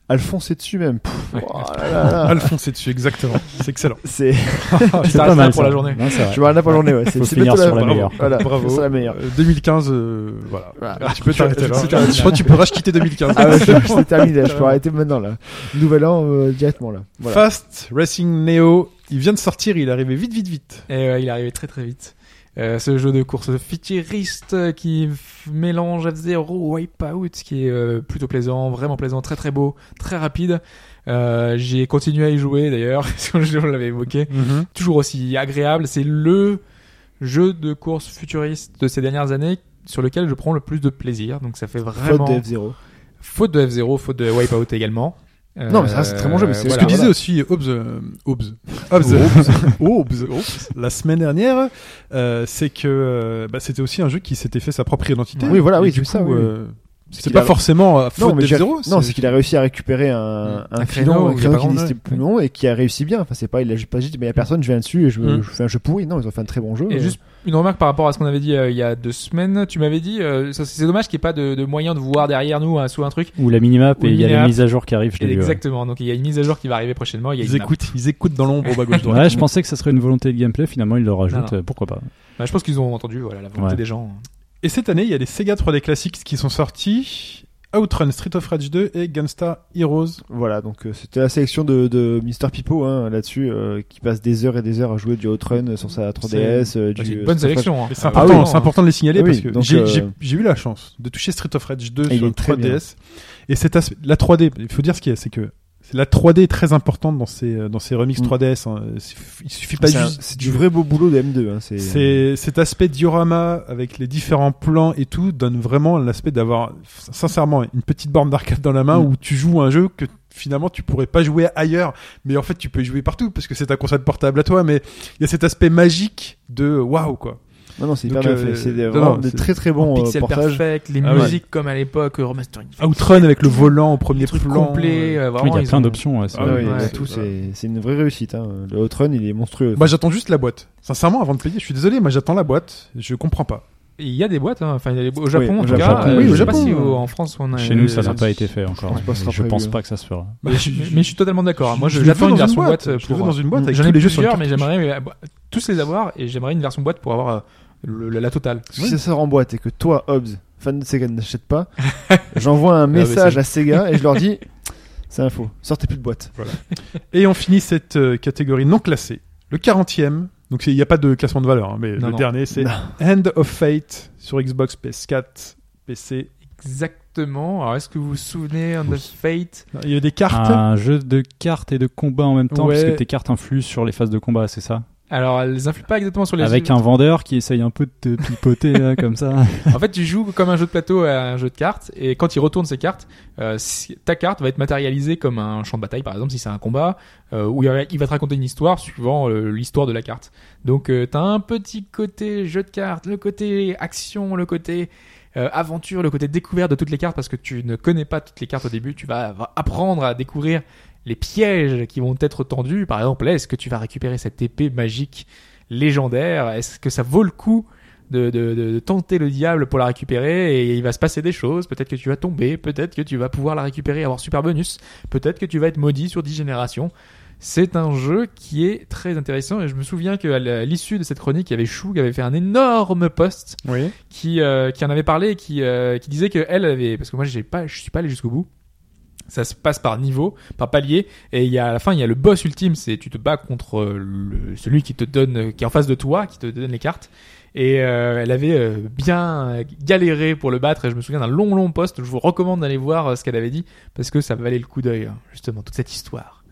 à le foncer dessus même. Pff, oh là là là. À le foncer dessus, exactement. C'est excellent. C'est, Tu C'est t'arrêtes pas mal là pour ça. la journée. Non, c'est vrai. je me regarde pour la journée, ouais. C'est, Faut c'est finir bientôt sur la bravo. meilleure. Voilà, Bravo. c'est la meilleure. Euh, deux mille quinze, euh, voilà. Voilà. Tu peux t'arrêter là. C'est terminé. Je crois que tu peux racheter deux mille quinze. Ah ouais, c'est, c'est terminé. Je peux arrêter maintenant, là. Nouvel an, euh, directement, là. Voilà. Fast Racing Neo, il vient de sortir, il est arrivé vite, vite, vite. Et euh, il est arrivé très très vite. Euh, ce jeu de course futuriste qui f- mélange F-Zero, Wipeout, qui est euh, plutôt plaisant, vraiment plaisant, très très beau, très rapide. Euh, j'ai continué à y jouer d'ailleurs, parce que je l'avais évoqué. Toujours aussi agréable. C'est le jeu de course futuriste de ces dernières années sur lequel je prends le plus de plaisir. Donc ça fait vraiment... Faute de F-Zero. Faute de F-Zero, faute de Wipeout également. Non, mais ça reste très bon jeu, mais c'est Ce voilà. que disait voilà. aussi Hobbes, euh, Hobbes, Hobbes, Hobbes, la semaine dernière, euh, c'est que euh, bah, c'était aussi un jeu qui s'était fait sa propre identité. Oui, voilà, Et oui, du c'est coup, ça, oui. euh, c'est qu'il pas a- forcément à faute Non, mais j'ai- d'F-Zero. non, c'est qu'il a réussi à récupérer un, un, Un créneau, créneau, un il y a créneau pas qui grand- existait ouais. plus long et qui a réussi bien. Enfin, c'est pas, il a juste pas dit, mais il y a personne, je viens dessus et je, Mm. je fais un jeu pourri. Non, ils ont fait un très bon jeu. Et juste une remarque par rapport à ce qu'on avait dit euh, il y a deux semaines. Tu m'avais dit, euh, ça, c'est dommage qu'il n'y ait pas de, de moyen de voir derrière nous euh, sous un truc. Ou la minimap Ou et il y a minimap. la mise à jour qui arrive. Je Et l'ai vu, ouais. exactement. Donc il y a une mise à jour qui va arriver prochainement. Il y a Ils une map. écoutent, ils écoutent dans l'ombre au bas gauche droite. Ouais, je pensais que ça serait une volonté de gameplay. Finalement, ils le rajoutent. Non, non. euh, Pourquoi pas. Bah, je pense qu'ils ont entendu voilà la volonté Ouais. des gens. Et cette année, il y a les Sega trois D Classics qui sont sortis. Outrun, Street of Rage deux et Gunstar Heroes. Voilà, donc euh, c'était la sélection de, de Mister Pipo hein, là-dessus, euh, qui passe des heures et des heures à jouer du Outrun sur sa trois D S. Euh, C'est du, une bonne Street of Rage. sélection. hein. Et c'est Ah, important, oui, c'est non. important de les signaler Ah oui, parce que donc, j'ai, euh, j'ai, j'ai eu la chance de toucher Street of Rage deux Et il sur est très trois D S. Et cet aspect, la trois D, il faut dire ce qu'il y a, c'est que c'est la trois D est très importante dans ces, dans ces remixes Mm. trois D S. Hein. C'est- Il suffit pas C'est, un- juste. c'est du vrai beau boulot de M deux. Hein, c'est... C'est cet aspect diorama avec les différents plans et tout donne vraiment l'aspect d'avoir sincèrement une petite borne d'arcade dans la main Mm. où tu joues un jeu que finalement tu pourrais pas jouer ailleurs, mais en fait tu peux y jouer partout parce que c'est ta console portable à toi. Mais il y a cet aspect magique de waouh quoi. Non, non, c'est hyper Donc, bien euh, fait. C'est des, non, vraiment non, des c'est- très très bons euh, Pixel portages. perfect, les Ah ouais. musiques comme à l'époque, euh, remastering. Outrun avec le volant au premier truc plan. complet. euh, Oui, vraiment, il y a ils plein ont- d'options. ouais, c'est Ah Ah vrai. oui, il y a Ouais, tout, voilà. c'est, c'est une vraie réussite. Hein. Le Outrun, il est monstrueux. Moi j'attends juste la boîte. Sincèrement avant de payer, je suis désolé, moi j'attends la boîte. Je comprends pas. Il y a des boîtes, hein. Enfin, il y a des... au Japon Oui, en au tout Japon. cas. Oui, euh, au je sais pas Japon. si au- en France on a. Chez nous, ça n'a euh, pas été fait encore. pense pas que ce sera Je prévu, pense hein. pas que ça se fera. Mais je, mais je suis totalement d'accord. Moi, je, je j'attends le veux une dans version boîte Je le pour. veux dans une boîte avec J'en tous ai les jeux sur le plusieurs, mais cartouche. j'aimerais euh, tous les avoir et j'aimerais une version boîte pour avoir euh, le- la totale. Si ça sort en boîte et que toi, Hobbs, fan de Sega, n'achète pas, j'envoie un message c'est- à Sega et je leur dis c'est un faux, sortez plus de boîte. Et on finit cette euh, catégorie non classée. Le quarantième. Donc c'est- il n'y a pas de classement de valeur, hein, mais Non, le non. dernier c'est Non. Hand of Fate sur Xbox, P S quatre, P C. Exactement. Alors, est-ce que vous vous souvenez de Fate? Il y avait des cartes. Un jeu de cartes et de combat en même temps, Ouais. parce que tes cartes influent sur les phases de combat, c'est ça? Alors, elles influent pas exactement sur les. Avec un vendeur qui essaye un peu de te pipoter là, comme ça. En fait, tu joues comme un jeu de plateau à un jeu de cartes, et quand il retourne ses cartes, euh, si- ta carte va être matérialisée comme un champ de bataille, par exemple, si c'est un combat, euh, où il va il va te raconter une histoire suivant euh, l'histoire de la carte. Donc, euh, t'as un petit côté jeu de cartes, le côté action, le côté euh, aventure, le côté découverte de toutes les cartes, parce que tu ne connais pas toutes les cartes au début, tu vas, vas apprendre à découvrir les pièges qui vont être tendus. Par exemple, est-ce que tu vas récupérer cette épée magique légendaire? Est-ce que ça vaut le coup de, de, de, de tenter le diable pour la récupérer? Et il va se passer des choses. Peut-être que tu vas tomber, peut-être que tu vas pouvoir la récupérer et avoir super bonus, peut-être que tu vas être maudit sur dix générations. C'est un jeu qui est très intéressant, et je me souviens qu'à l'issue de cette chronique, il y avait Chou qui avait fait un énorme post Oui. qui, euh, qui en avait parlé et qui, euh, qui disait que elle avait, parce que moi j'ai pas, je suis pas allé jusqu'au bout. Ça se passe par niveau, par palier, et il y a à la fin il y a le boss ultime, c'est tu te bats contre euh, le, celui qui te donne, qui est en face de toi, qui te donne les cartes. Et euh, elle avait euh, bien galéré pour le battre, et je me souviens d'un long long post. Je vous recommande d'aller voir euh, ce qu'elle avait dit, parce que ça valait le coup d'œil, hein, justement toute cette histoire.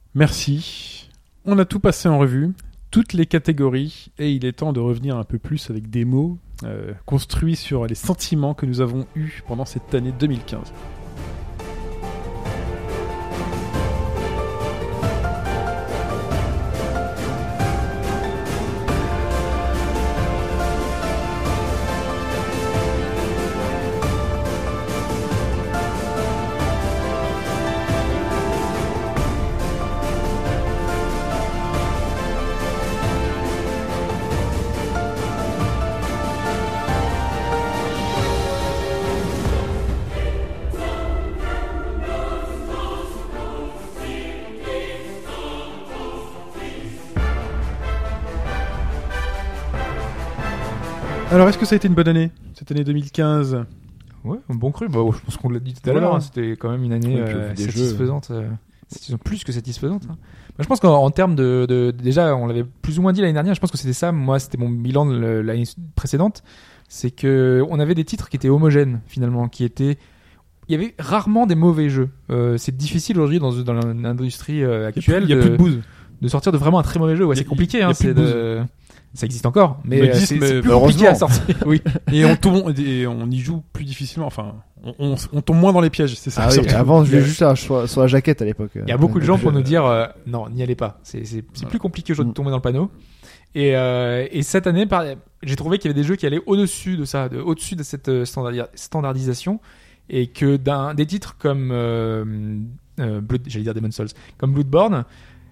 Merci. On a tout passé en revue, toutes les catégories, et il est temps de revenir un peu plus avec des mots euh, construits sur les sentiments que nous avons eus pendant cette année deux mille quinze. Alors, est-ce que ça a été une bonne année, cette année deux mille quinze? Ouais, un bon cru. Bah, je pense qu'on l'a dit tout à Voilà. l'heure. Hein, c'était quand même une année Oui, puis au euh, vu des satisfaisante. Euh, satis- plus que satisfaisante. Hein. Bah, je pense qu'en en termes de, de, déjà, on l'avait plus ou moins dit l'année dernière. Je pense que c'était ça. Moi, c'était mon bilan de le- l'année précédente. C'est que on avait des titres qui étaient homogènes finalement, qui étaient. Il y avait rarement des mauvais jeux. Euh, c'est difficile aujourd'hui dans, dans l'industrie euh, actuelle. Il y a de, plus de bouse. de sortir de vraiment un très mauvais jeu. Ouais, Il y a- c'est compliqué. il y a Hein, plus c'est de de... Ça existe encore, mais Ça euh, existe, c'est, mais c'est plus heureusement. compliqué à sortir. Oui. Et on tombe, et on y joue plus difficilement. Enfin, on, on, on tombe moins dans les pièges. C'est ça. Ah oui, surtout. avant, je Il y a- l'ai juste sur, sur, sur la jaquette à l'époque. Il y a beaucoup de gens pour nous Euh, dire euh, non, n'y allez pas. C'est, c'est, c'est plus compliqué aujourd'hui de Mm. tomber dans le panneau. Et, euh, et cette année, par- j'ai trouvé qu'il y avait des jeux qui allaient au-dessus de ça, de, au-dessus de cette euh, standardi- standardisation, et que d'un, des titres comme euh, euh, Blood, j'allais dire Demon's Souls, comme Bloodborne,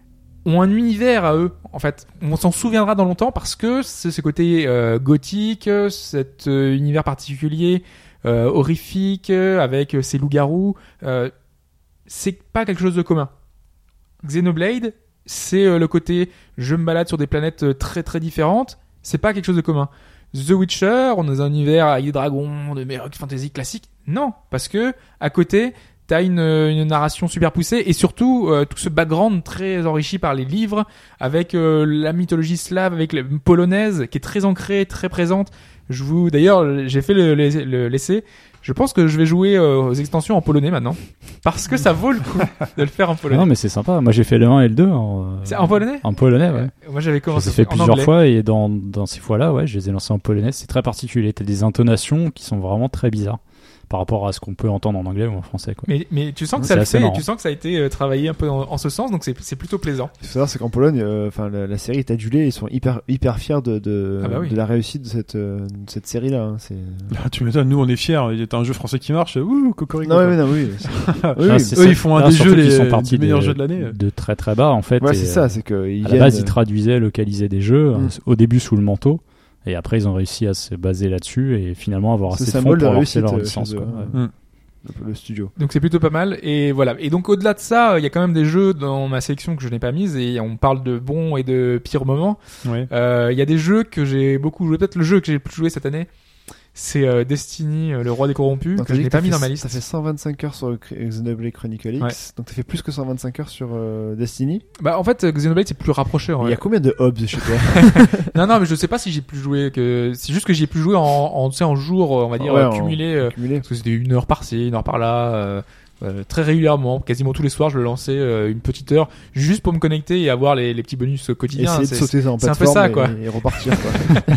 ont un univers à eux. En fait, on s'en souviendra dans longtemps parce que c'est ce côté euh, gothique, cet euh, univers particulier, euh, horrifique, euh, avec euh, ces loups-garous. Euh, c'est pas quelque chose de commun. Xenoblade, c'est euh, le côté je me balade sur des planètes euh, très très différentes. C'est pas quelque chose de commun. The Witcher, on est dans un univers avec des dragons, de Heroic Fantasy classique. Non, parce que à côté, t'as une, une narration super poussée et surtout euh, tout ce background très enrichi par les livres, avec euh, la mythologie slave, avec la polonaise qui est très ancrée, très présente. Je vous, d'ailleurs, j'ai fait le, le, le- l'essai. Je pense que je vais jouer euh, aux extensions en polonais maintenant, parce que ça vaut le coup de le faire en Ah polonais. non, mais c'est sympa. Moi, j'ai fait le un et le deux en, euh, C'est en polonais en polonais, ouais. Euh, Moi, j'avais Je commencé les ai fait en plusieurs anglais. fois et dans, dans ces fois-là, ouais, je les ai lancés en polonais. C'est très particulier. T'as des intonations qui sont vraiment très bizarres par rapport à ce qu'on peut entendre en anglais ou en français, quoi. Mais, mais tu sens que C'est ça le assez fait, et marrant. tu sens que ça a été euh, travaillé un peu en, en ce sens, donc c'est, c'est plutôt plaisant. Ce qu'il faut savoir, c'est qu'en Pologne, euh, enfin, la, la série est adulée. Ils sont hyper, hyper fiers de, de, Ah bah oui. de la réussite de cette, euh, de cette série-là. Hein. C'est... Ah, tu m'étonnes, nous on est fiers. Il y a un jeu français qui marche. Ouh, cocorico. Non, mais non, oui. c'est- Ah, oui, Ah, oui. c'est eux, ça. ils font un Là, des surtout jeux qu'ils les, sont partis des meilleurs de- jeux de l'année. de très très bas, en fait. Ouais, et, c'est ça. euh, C'est que ils À la viennent. base, ils traduisaient, localisaient des jeux, Mm. euh, au début sous le manteau, et après ils ont réussi à se baser là-dessus et finalement avoir C'est assez de fonds symbole de pour lancer réussite, leur euh, licence, chez eux, quoi. hein. Ouais. le, le studio. Donc c'est plutôt pas mal, et voilà. Et donc au-delà de ça, euh, il y a quand même des jeux dans ma sélection que je n'ai pas mise, et on parle de bons et de pires moments. Ouais. Euh, Il y a des jeux que j'ai beaucoup joué, peut-être le jeu que j'ai le plus joué cette année, c'est euh, Destiny, euh, le roi des corrompus, Donc, que t'as je dit n'ai que t'as pas mis fait- dans ma liste. T'as fait cent vingt-cinq heures sur le Cr- Xenoblade Chronicle X. Ouais. Donc t'as fait plus que cent vingt-cinq heures sur euh, Destiny. Bah en fait, euh, Xenoblade c'est plus rapproché. en Il y vrai. a combien de hubs chez toi? Non non, mais je sais pas si j'ai plus joué que. C'est juste que j'y ai plus joué en, en tu sais en jours, on va dire Ouais, euh, en- cumulé. euh, Cumulé. Parce que c'était une heure par-ci, une heure par-là, euh, euh, très régulièrement, quasiment tous les soirs, je le lançais euh, une petite heure juste pour me connecter et avoir les, les petits bonus quotidiens. Essayer de C'est- sauter en c'est un peu plateforme ça, et, quoi. et repartir. Quoi.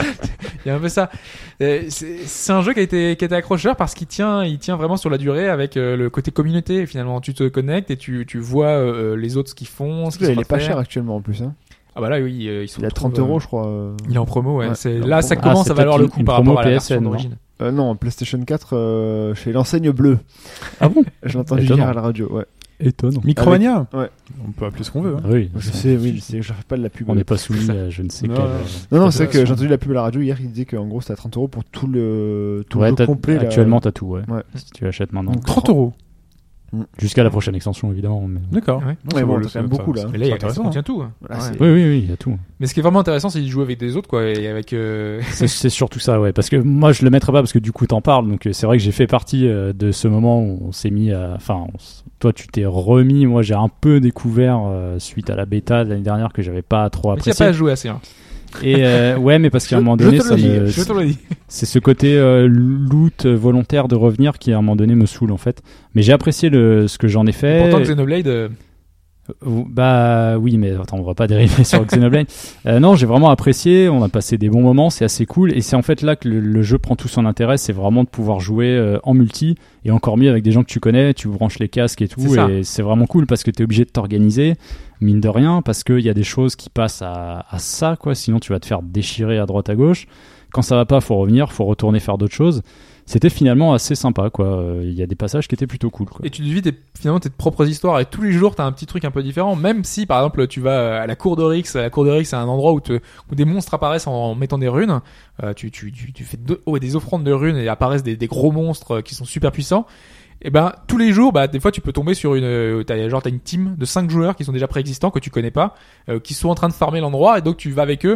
Il y a un peu ça. Euh, C'est c'est un jeu qui a été qui a été accrocheur parce qu'il tient il tient vraiment sur la durée avec euh, le côté communauté. Finalement, tu te connectes et tu tu vois euh, les autres ce qu'ils font, ce qu'ils il sont est pas faire. cher actuellement en plus. Hein. Ah bah là oui, euh, ils sont Il a trente euros, je crois. euh. Il est en promo, ouais. Ouais, c'est il est en là ça promo. commence Ah, à c'est valoir peut-être le coup une- par une promo rapport à la P S N, version non d'origine. Euh, non, PlayStation quatre euh, chez l'enseigne bleue. Ah bon? J'ai entendu Étonnant. hier à la radio. Ouais. Étonnant. Micromania. Ouais. On peut appeler ce qu'on veut. Hein. Oui, Je sais, oui, c'est, je fais pas de la pub. on n'est pas soumis à je ne sais Non, quel. non. euh, Non, non, c'est vrai que Fédération. j'ai entendu la pub à la radio hier. Il disait qu'en gros c'était à trente euros pour tout le tout Ouais, le jeu t'as- complet. là. actuellement, t'as tout, ouais. Ouais. Si tu l'achètes maintenant. Donc, trente euros. Jusqu'à la prochaine extension, évidemment. Mais... D'accord. Ouais. Non, Ouais, ça bon, vaut le- t'as quand même ça- beaucoup, ça- là. Mais là, il y a c'est ça intéressant. contient tout. hein. Voilà, Ouais. c'est- Oui, oui, oui, il y a tout. Mais ce qui est vraiment intéressant, c'est d'y jouer avec des autres, quoi, et avec. euh, C'est c'est surtout ça, ouais. Parce que moi, je le mettrais pas parce que du coup, t'en parles. Donc, euh, c'est vrai que j'ai fait partie euh, de ce moment où on s'est mis à. Enfin, on s- toi, tu t'es remis. Moi, j'ai un peu découvert euh, suite à la bêta de l'année dernière que j'avais pas trop Mais tu n'as apprécié. pas à jouer assez. Hein. Et euh, ouais, mais parce qu'à un moment Je donné, te le ça dis, me. Je te le dis. C'est ce côté euh, loot volontaire de revenir qui à un moment donné me saoule en fait. Mais j'ai apprécié le ce que j'en ai fait. Pourtant, Xenoblade. euh, Euh, Bah oui, mais attends, on va pas dériver sur Xenoblade. Euh, non, j'ai vraiment apprécié. On a passé des bons moments, c'est assez cool. Et c'est en fait là que le, le jeu prend tout son intérêt, c'est vraiment de pouvoir jouer euh, en multi et encore mieux avec des gens que tu connais. Tu branches les casques et tout, C'est ça. et c'est vraiment cool parce que t'es obligé de t'organiser, mine de rien, parce qu'il y a des choses qui passent à, à ça, quoi. Sinon, tu vas te faire déchirer à droite à gauche. Quand ça va pas, faut revenir, faut retourner faire d'autres choses. C'était finalement assez sympa, quoi. Il y a des passages qui étaient plutôt cool, quoi. Et tu vis tes, finalement tes propres histoires, et tous les jours t'as un petit truc un peu différent, même si par exemple tu vas à la cour d'Oryx, la cour d'Oryx c'est un endroit où, te, où des monstres apparaissent en mettant des runes, euh, tu, tu, tu, tu fais de, oh, des offrandes de runes et apparaissent des, des gros monstres qui sont super puissants. Et ben tous les jours, bah des fois tu peux tomber sur une, euh, t'as genre t'as une team de cinq joueurs qui sont déjà préexistants que tu connais pas, euh, qui sont en train de farmer l'endroit, et donc tu vas avec eux.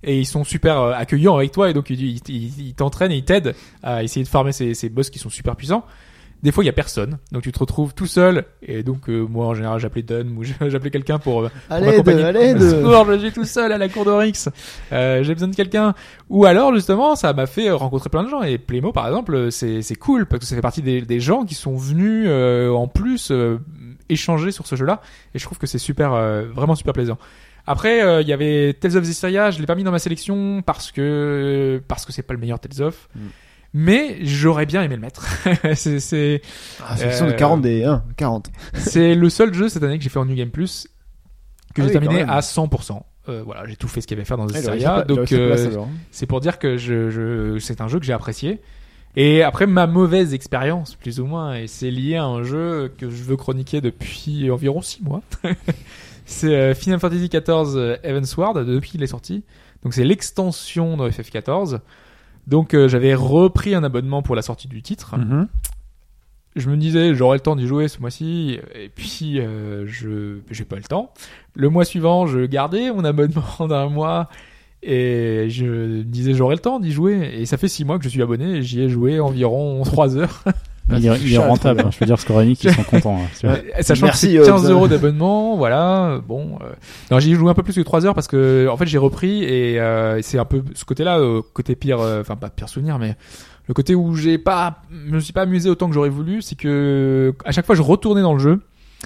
et ils sont super euh, accueillants avec toi et donc ils, ils, ils, ils t'entraînent et ils t'aident à essayer de farmer ces, ces boss qui sont super puissants. Des fois, il y a personne, donc tu te retrouves tout seul. Et donc, euh, moi, en général, j'appelais Dunn ou j'appelais quelqu'un pour, À pour l'aide, m'accompagner. à l'aide. Secours, je suis tout seul à la cour d'Oryx. Euh, j'ai besoin de quelqu'un. Ou alors, justement, ça m'a fait rencontrer plein de gens. Et Playmo, par exemple, c'est c'est cool parce que ça fait partie des, des gens qui sont venus euh, en plus euh, échanger sur ce jeu-là. Et je trouve que c'est super, euh, vraiment super plaisant. Après, il euh, y avait Tales of Zestiria. Je l'ai pas mis dans ma sélection parce que parce que c'est pas le meilleur Tales of. Mm. Mais j'aurais bien aimé le mettre. c'est c'est ah, sélection euh, de quarante des un, quarante. C'est le seul jeu cette année que j'ai fait en New Game Plus que ah j'ai oui, terminé à cent pour cent. Euh, voilà, j'ai tout fait ce qu'il y avait à faire dans ah, Zestiria. Donc euh, place, c'est pour dire que je, je c'est un jeu que j'ai apprécié. Et après ma mauvaise expérience plus ou moins, et c'est lié à un jeu que je veux chroniquer depuis environ six mois. C'est euh, Final Fantasy quatorze euh, Heavensward depuis qu'il est sorti. Donc c'est l'extension de F F quatorze. Donc euh, j'avais repris un abonnement pour la sortie du titre. Mm-hmm. Je me disais j'aurai le temps d'y jouer ce mois-ci et puis euh, je j'ai pas le temps. Le mois suivant, je gardais mon abonnement d'un mois et je me disais j'aurai le temps d'y jouer et ça fait six mois que je suis abonné et j'y ai joué environ trois heures. Il est, il est rentable, hein. Je veux dire, Square Enix, ils sont contents. Hein. Ouais, sachant Merci, que c'est quinze euros d'abonnement, voilà. Bon, euh... non, j'y ai joué un peu plus que trois heures parce que, en fait, j'ai repris et euh, c'est un peu ce côté-là, euh, côté pire, enfin euh, pas pire souvenir, mais le côté où j'ai pas, je me suis pas amusé autant que j'aurais voulu, c'est que à chaque fois je retournais dans le jeu.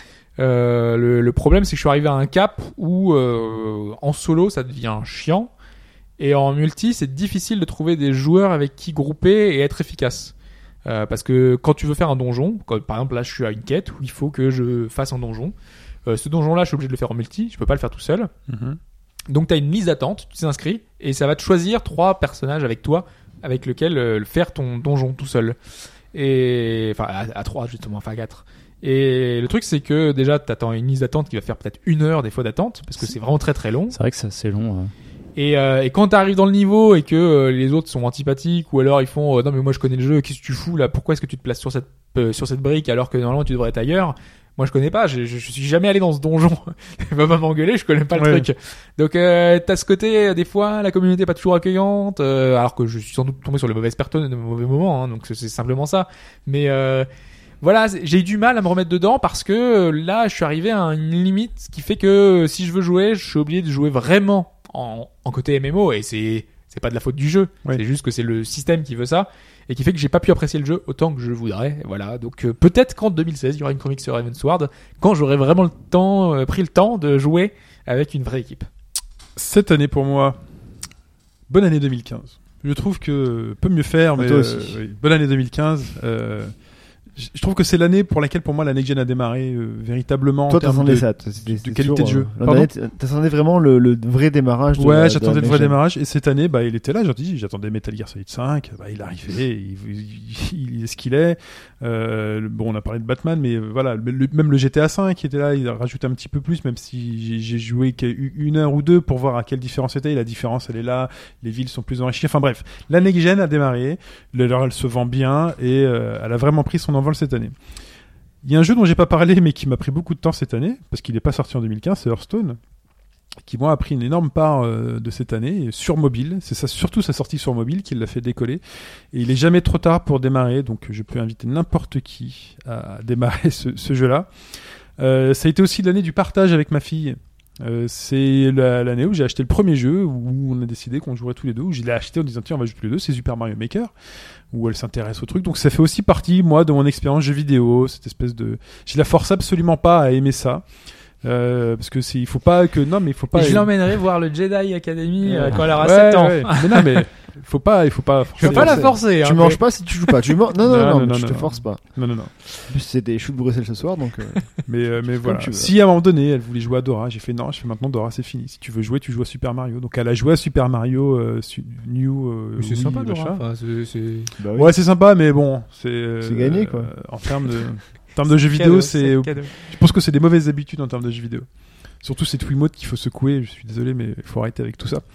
Euh, le, le problème, c'est que je suis arrivé à un cap où euh, en solo, ça devient chiant et en multi, c'est difficile de trouver des joueurs avec qui grouper et être efficace. Euh, parce que quand tu veux faire un donjon, quand, par exemple là je suis à une quête où il faut que je fasse un donjon, euh, ce donjon là je suis obligé de le faire en multi, je peux pas le faire tout seul. Mm-hmm. Donc tu as une liste d'attente, tu t'inscris et ça va te choisir trois personnages avec toi avec lesquels euh, faire ton donjon tout seul. Et enfin à, à trois justement, enfin à quatre. Et le truc c'est que déjà t'attends une liste d'attente qui va faire peut-être une heure des fois d'attente parce que c'est vraiment très très long. C'est vrai que c'est assez long. Ouais. Et, euh, et quand t'arrives dans le niveau et que euh, les autres sont antipathiques ou alors ils font euh, non mais moi je connais le jeu, qu'est-ce que tu fous là, pourquoi est-ce que tu te places sur cette euh, sur cette brique alors que normalement tu devrais être ailleurs. Moi je connais pas, je, je, je suis jamais allé dans ce donjon. Va pas m'engueuler, je connais pas le ouais. truc. Donc euh, t'as ce côté des fois la communauté est pas toujours accueillante, euh, alors que je suis sans doute tombé sur les mauvaises personnes au mauvais moment, hein, donc c'est, c'est simplement ça. Mais euh, voilà, j'ai eu du mal à me remettre dedans parce que là je suis arrivé à une limite qui fait que si je veux jouer, je suis obligé de jouer vraiment en, en côté M M O et c'est c'est pas de la faute du jeu, oui. C'est juste que c'est le système qui veut ça et qui fait que j'ai pas pu apprécier le jeu autant que je voudrais. Voilà, donc euh, peut-être qu'en deux mille seize il y aura une chronique sur Heavensward quand j'aurai vraiment le temps, euh, pris le temps de jouer avec une vraie équipe. Cette année pour moi, bonne année deux mille quinze. Je trouve que peut mieux faire, mais toi aussi. Euh, oui, bonne année deux mille quinze. Euh, Je trouve que c'est l'année pour laquelle pour moi la next gen a démarré euh, véritablement. Toi en termes t'attendais de, ça, de, de qualité de jeu. Euh, t'attendais vraiment le, le vrai démarrage. De ouais, la, j'attendais de le vrai démarrage et cette année, bah il était là. J'ai dit, j'attendais Metal Gear Solid cinq. Bah il arrivait, il, il, il est ce qu'il est. Euh, bon, on a parlé de Batman, mais euh, voilà, le, même le G T A cinq qui était là, il a rajouté un petit peu plus, même si j'ai, j'ai joué une heure ou deux pour voir à quelle différence c'était. Et la différence, elle est là. Les villes sont plus enrichies. Enfin bref, la next gen a démarré. Alors elle se vend bien et euh, elle a vraiment pris son envol cette année. Il y a un jeu dont j'ai pas parlé mais qui m'a pris beaucoup de temps cette année parce qu'il n'est pas sorti en deux mille quinze, c'est Hearthstone, qui moi a pris une énorme part euh, de cette année sur mobile. C'est ça, surtout sa sortie sur mobile qui l'a fait décoller. Et il est jamais trop tard pour démarrer, donc je peux inviter n'importe qui à démarrer ce, ce jeu-là. Euh, ça a été aussi l'année du partage avec ma fille. Euh, c'est la, l'année où j'ai acheté le premier jeu où on a décidé qu'on jouerait tous les deux, où je l'ai acheté en disant tiens on va jouer tous les deux, c'est Super Mario Maker, où elle s'intéresse au truc, donc ça fait aussi partie moi de mon expérience jeu vidéo, cette espèce de, je la force absolument pas à aimer ça. Euh, parce que c'est, il faut pas que, non mais il faut pas. Et je l'emmènerai voir le Jedi Academy euh, quand elle aura ouais, sept ans. Ouais. Mais non mais il faut pas, il faut pas. Je peux pas la forcer. Tu hein, manges mais... pas si tu joues pas. Tu man... non, non, non, non, non, non, non tu non, te non. forces pas. Non non non. En plus c'est des choux de Bruxelles ce soir donc. Euh... mais euh, mais voilà. Si à un moment donné elle voulait jouer à Dora, j'ai fait non, je fais maintenant Dora c'est fini. Si tu veux jouer, tu joues à Super Mario. Donc elle a joué à Super Mario euh, su... New. Euh, c'est oui, sympa Dora. Enfin, c'est, c'est... Bah, oui. Ouais c'est sympa mais bon c'est. Euh, c'est gagné quoi. Euh, en termes de, en termes de jeux vidéo c'est. Je pense que c'est des mauvaises habitudes en termes de jeux vidéo. Surtout cette Wiimote qu'il faut secouer, je suis désolé, mais il faut arrêter avec tout ça.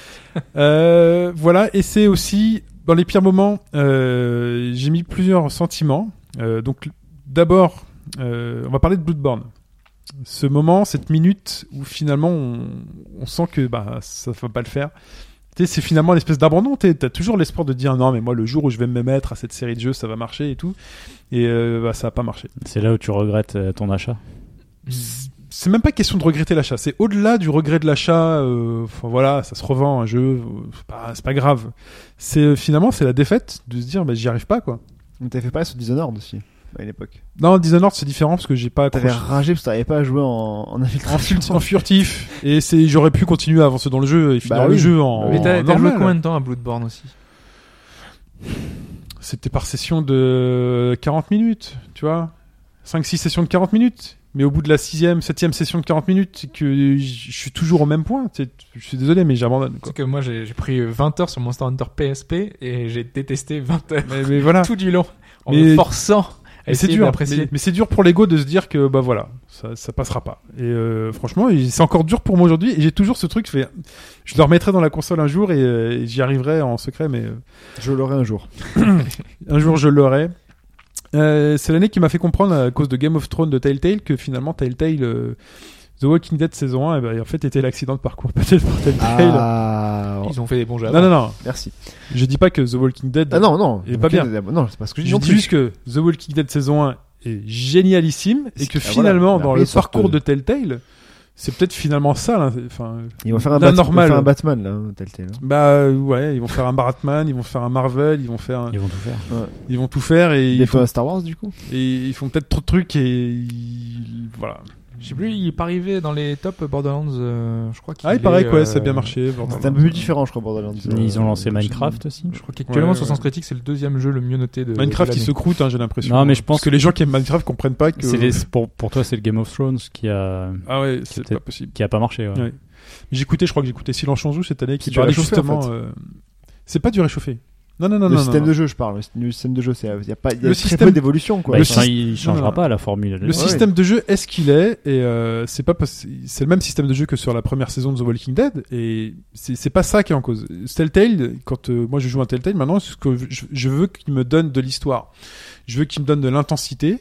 euh, voilà, et c'est aussi, dans les pires moments, euh, j'ai mis plusieurs sentiments. Euh, donc, d'abord, euh, on va parler de Bloodborne. Ce moment, cette minute où finalement on, on sent que bah, ça ne va pas le faire. Tu sais, c'est finalement une espèce d'abandon. Tu as toujours l'espoir de dire non, mais moi, le jour où je vais me mettre à cette série de jeux, ça va marcher et tout. Et euh, bah, ça a pas marché. C'est là où tu regrettes euh, ton achat. C'est même pas question de regretter l'achat. C'est au-delà du regret de l'achat. Euh, enfin, voilà, ça se revend un jeu. euh, C'est pas, c'est pas grave. C'est finalement c'est la défaite de se dire bah, j'y arrive pas quoi. Mais t'avais fait pareil sur Dishonored aussi, à l'époque. Non, Dishonored c'est différent parce que j'ai pas T'avais accroché. ragé parce que t'arrivais pas à jouer en, en En, infiltration. furtif, en furtif. Et c'est j'aurais pu continuer à avancer dans le jeu et finir Bah le oui. jeu en, Mais t'as, en t'as joué normal. combien de temps à Bloodborne aussi? C'était par session de quarante minutes, tu vois. cinq six sessions de quarante minutes. Mais au bout de la sixième, septième session de quarante minutes, c'est que je suis toujours au même point. Tu sais, je suis désolé, mais j'abandonne. Quoi. C'est que moi j'ai, j'ai pris vingt heures sur Monster Hunter P S P et j'ai détesté vingt heures Mais, mais voilà. tout du long en Mais- me forçant à Mais c'est essayer dur. d'apprécier. Mais, mais c'est dur pour l'ego de se dire que bah voilà, ça, ça passera pas. Et euh, franchement, et c'est encore dur pour moi aujourd'hui. Et j'ai toujours ce truc, je fais, je le remettrai dans la console un jour et, euh, et j'y arriverai en secret, mais euh, Je l'aurai un jour. un jour je l'aurai. Euh, c'est l'année qui m'a fait comprendre à cause de Game of Thrones de Telltale que finalement Telltale euh, The Walking Dead saison un eh ben, en fait était l'accident de parcours peut-être pour Telltale. Ah, Ils ont fait des bons jeux. non non non, merci. je dis pas que The Walking Dead Ah non, non. Il est pas bien. Non, c'est pas ce que je dis. je non dis plus. juste que The Walking Dead saison un est génialissime et que Ah, voilà. finalement Mais dans après, le ils sortent parcours de- de Telltale c'est peut-être finalement ça là, enfin Ils vont faire un, la Bat- ils vont normale. faire un Batman, là, hein, Telltale. hein. bah ouais ils vont faire un Batman, ils vont faire un Marvel, ils vont faire un- Ils vont tout faire. ils vont tout faire et Ils ils font font, un Star Wars, du coup. et ils font peut-être trop de trucs et ils- voilà. Je sais plus, il est pas arrivé dans les top Borderlands. euh, je crois qu'il Ah il paraît est, que ouais, euh, ça a bien marché. Borderlands. C'était un peu plus différent, je crois, Borderlands. Ils ont Euh, lancé je- Minecraft aussi. Je crois qu'actuellement Ouais, sur ouais. Sens Critique c'est le deuxième jeu le mieux noté de Minecraft de il se l'année. croûte hein, j'ai l'impression. Non, mais je pense parce que les gens qui aiment Minecraft comprennent pas que C'est les- pour, pour toi, c'est le Game of Thrones qui a, ah ouais c'est C'était- pas possible. qui a pas marché. Ouais. Ouais. J'écoutais, je crois que j'écoutais Silence Chanzou cette année qui C'est du parlait réchauffé, justement. en fait. euh, C'est pas du réchauffé. Non non non Le non. système non. de jeu, je parle. Le système de jeu, c'est, il y a pas, il y a Le très système- peu d'évolution, quoi. Bah, Le il, cha- syst- il changera non, pas la formule. Le Ouais, système de jeu est ce qu'il est et euh, c'est pas parce... c'est le même système de jeu que sur la première saison de The Walking Dead et c'est c'est pas ça qui est en cause. Telltale, quand euh, moi je joue à Telltale maintenant, c'est ce que je, je veux qu'il me donne de l'histoire. Je veux qu'il me donne de l'intensité.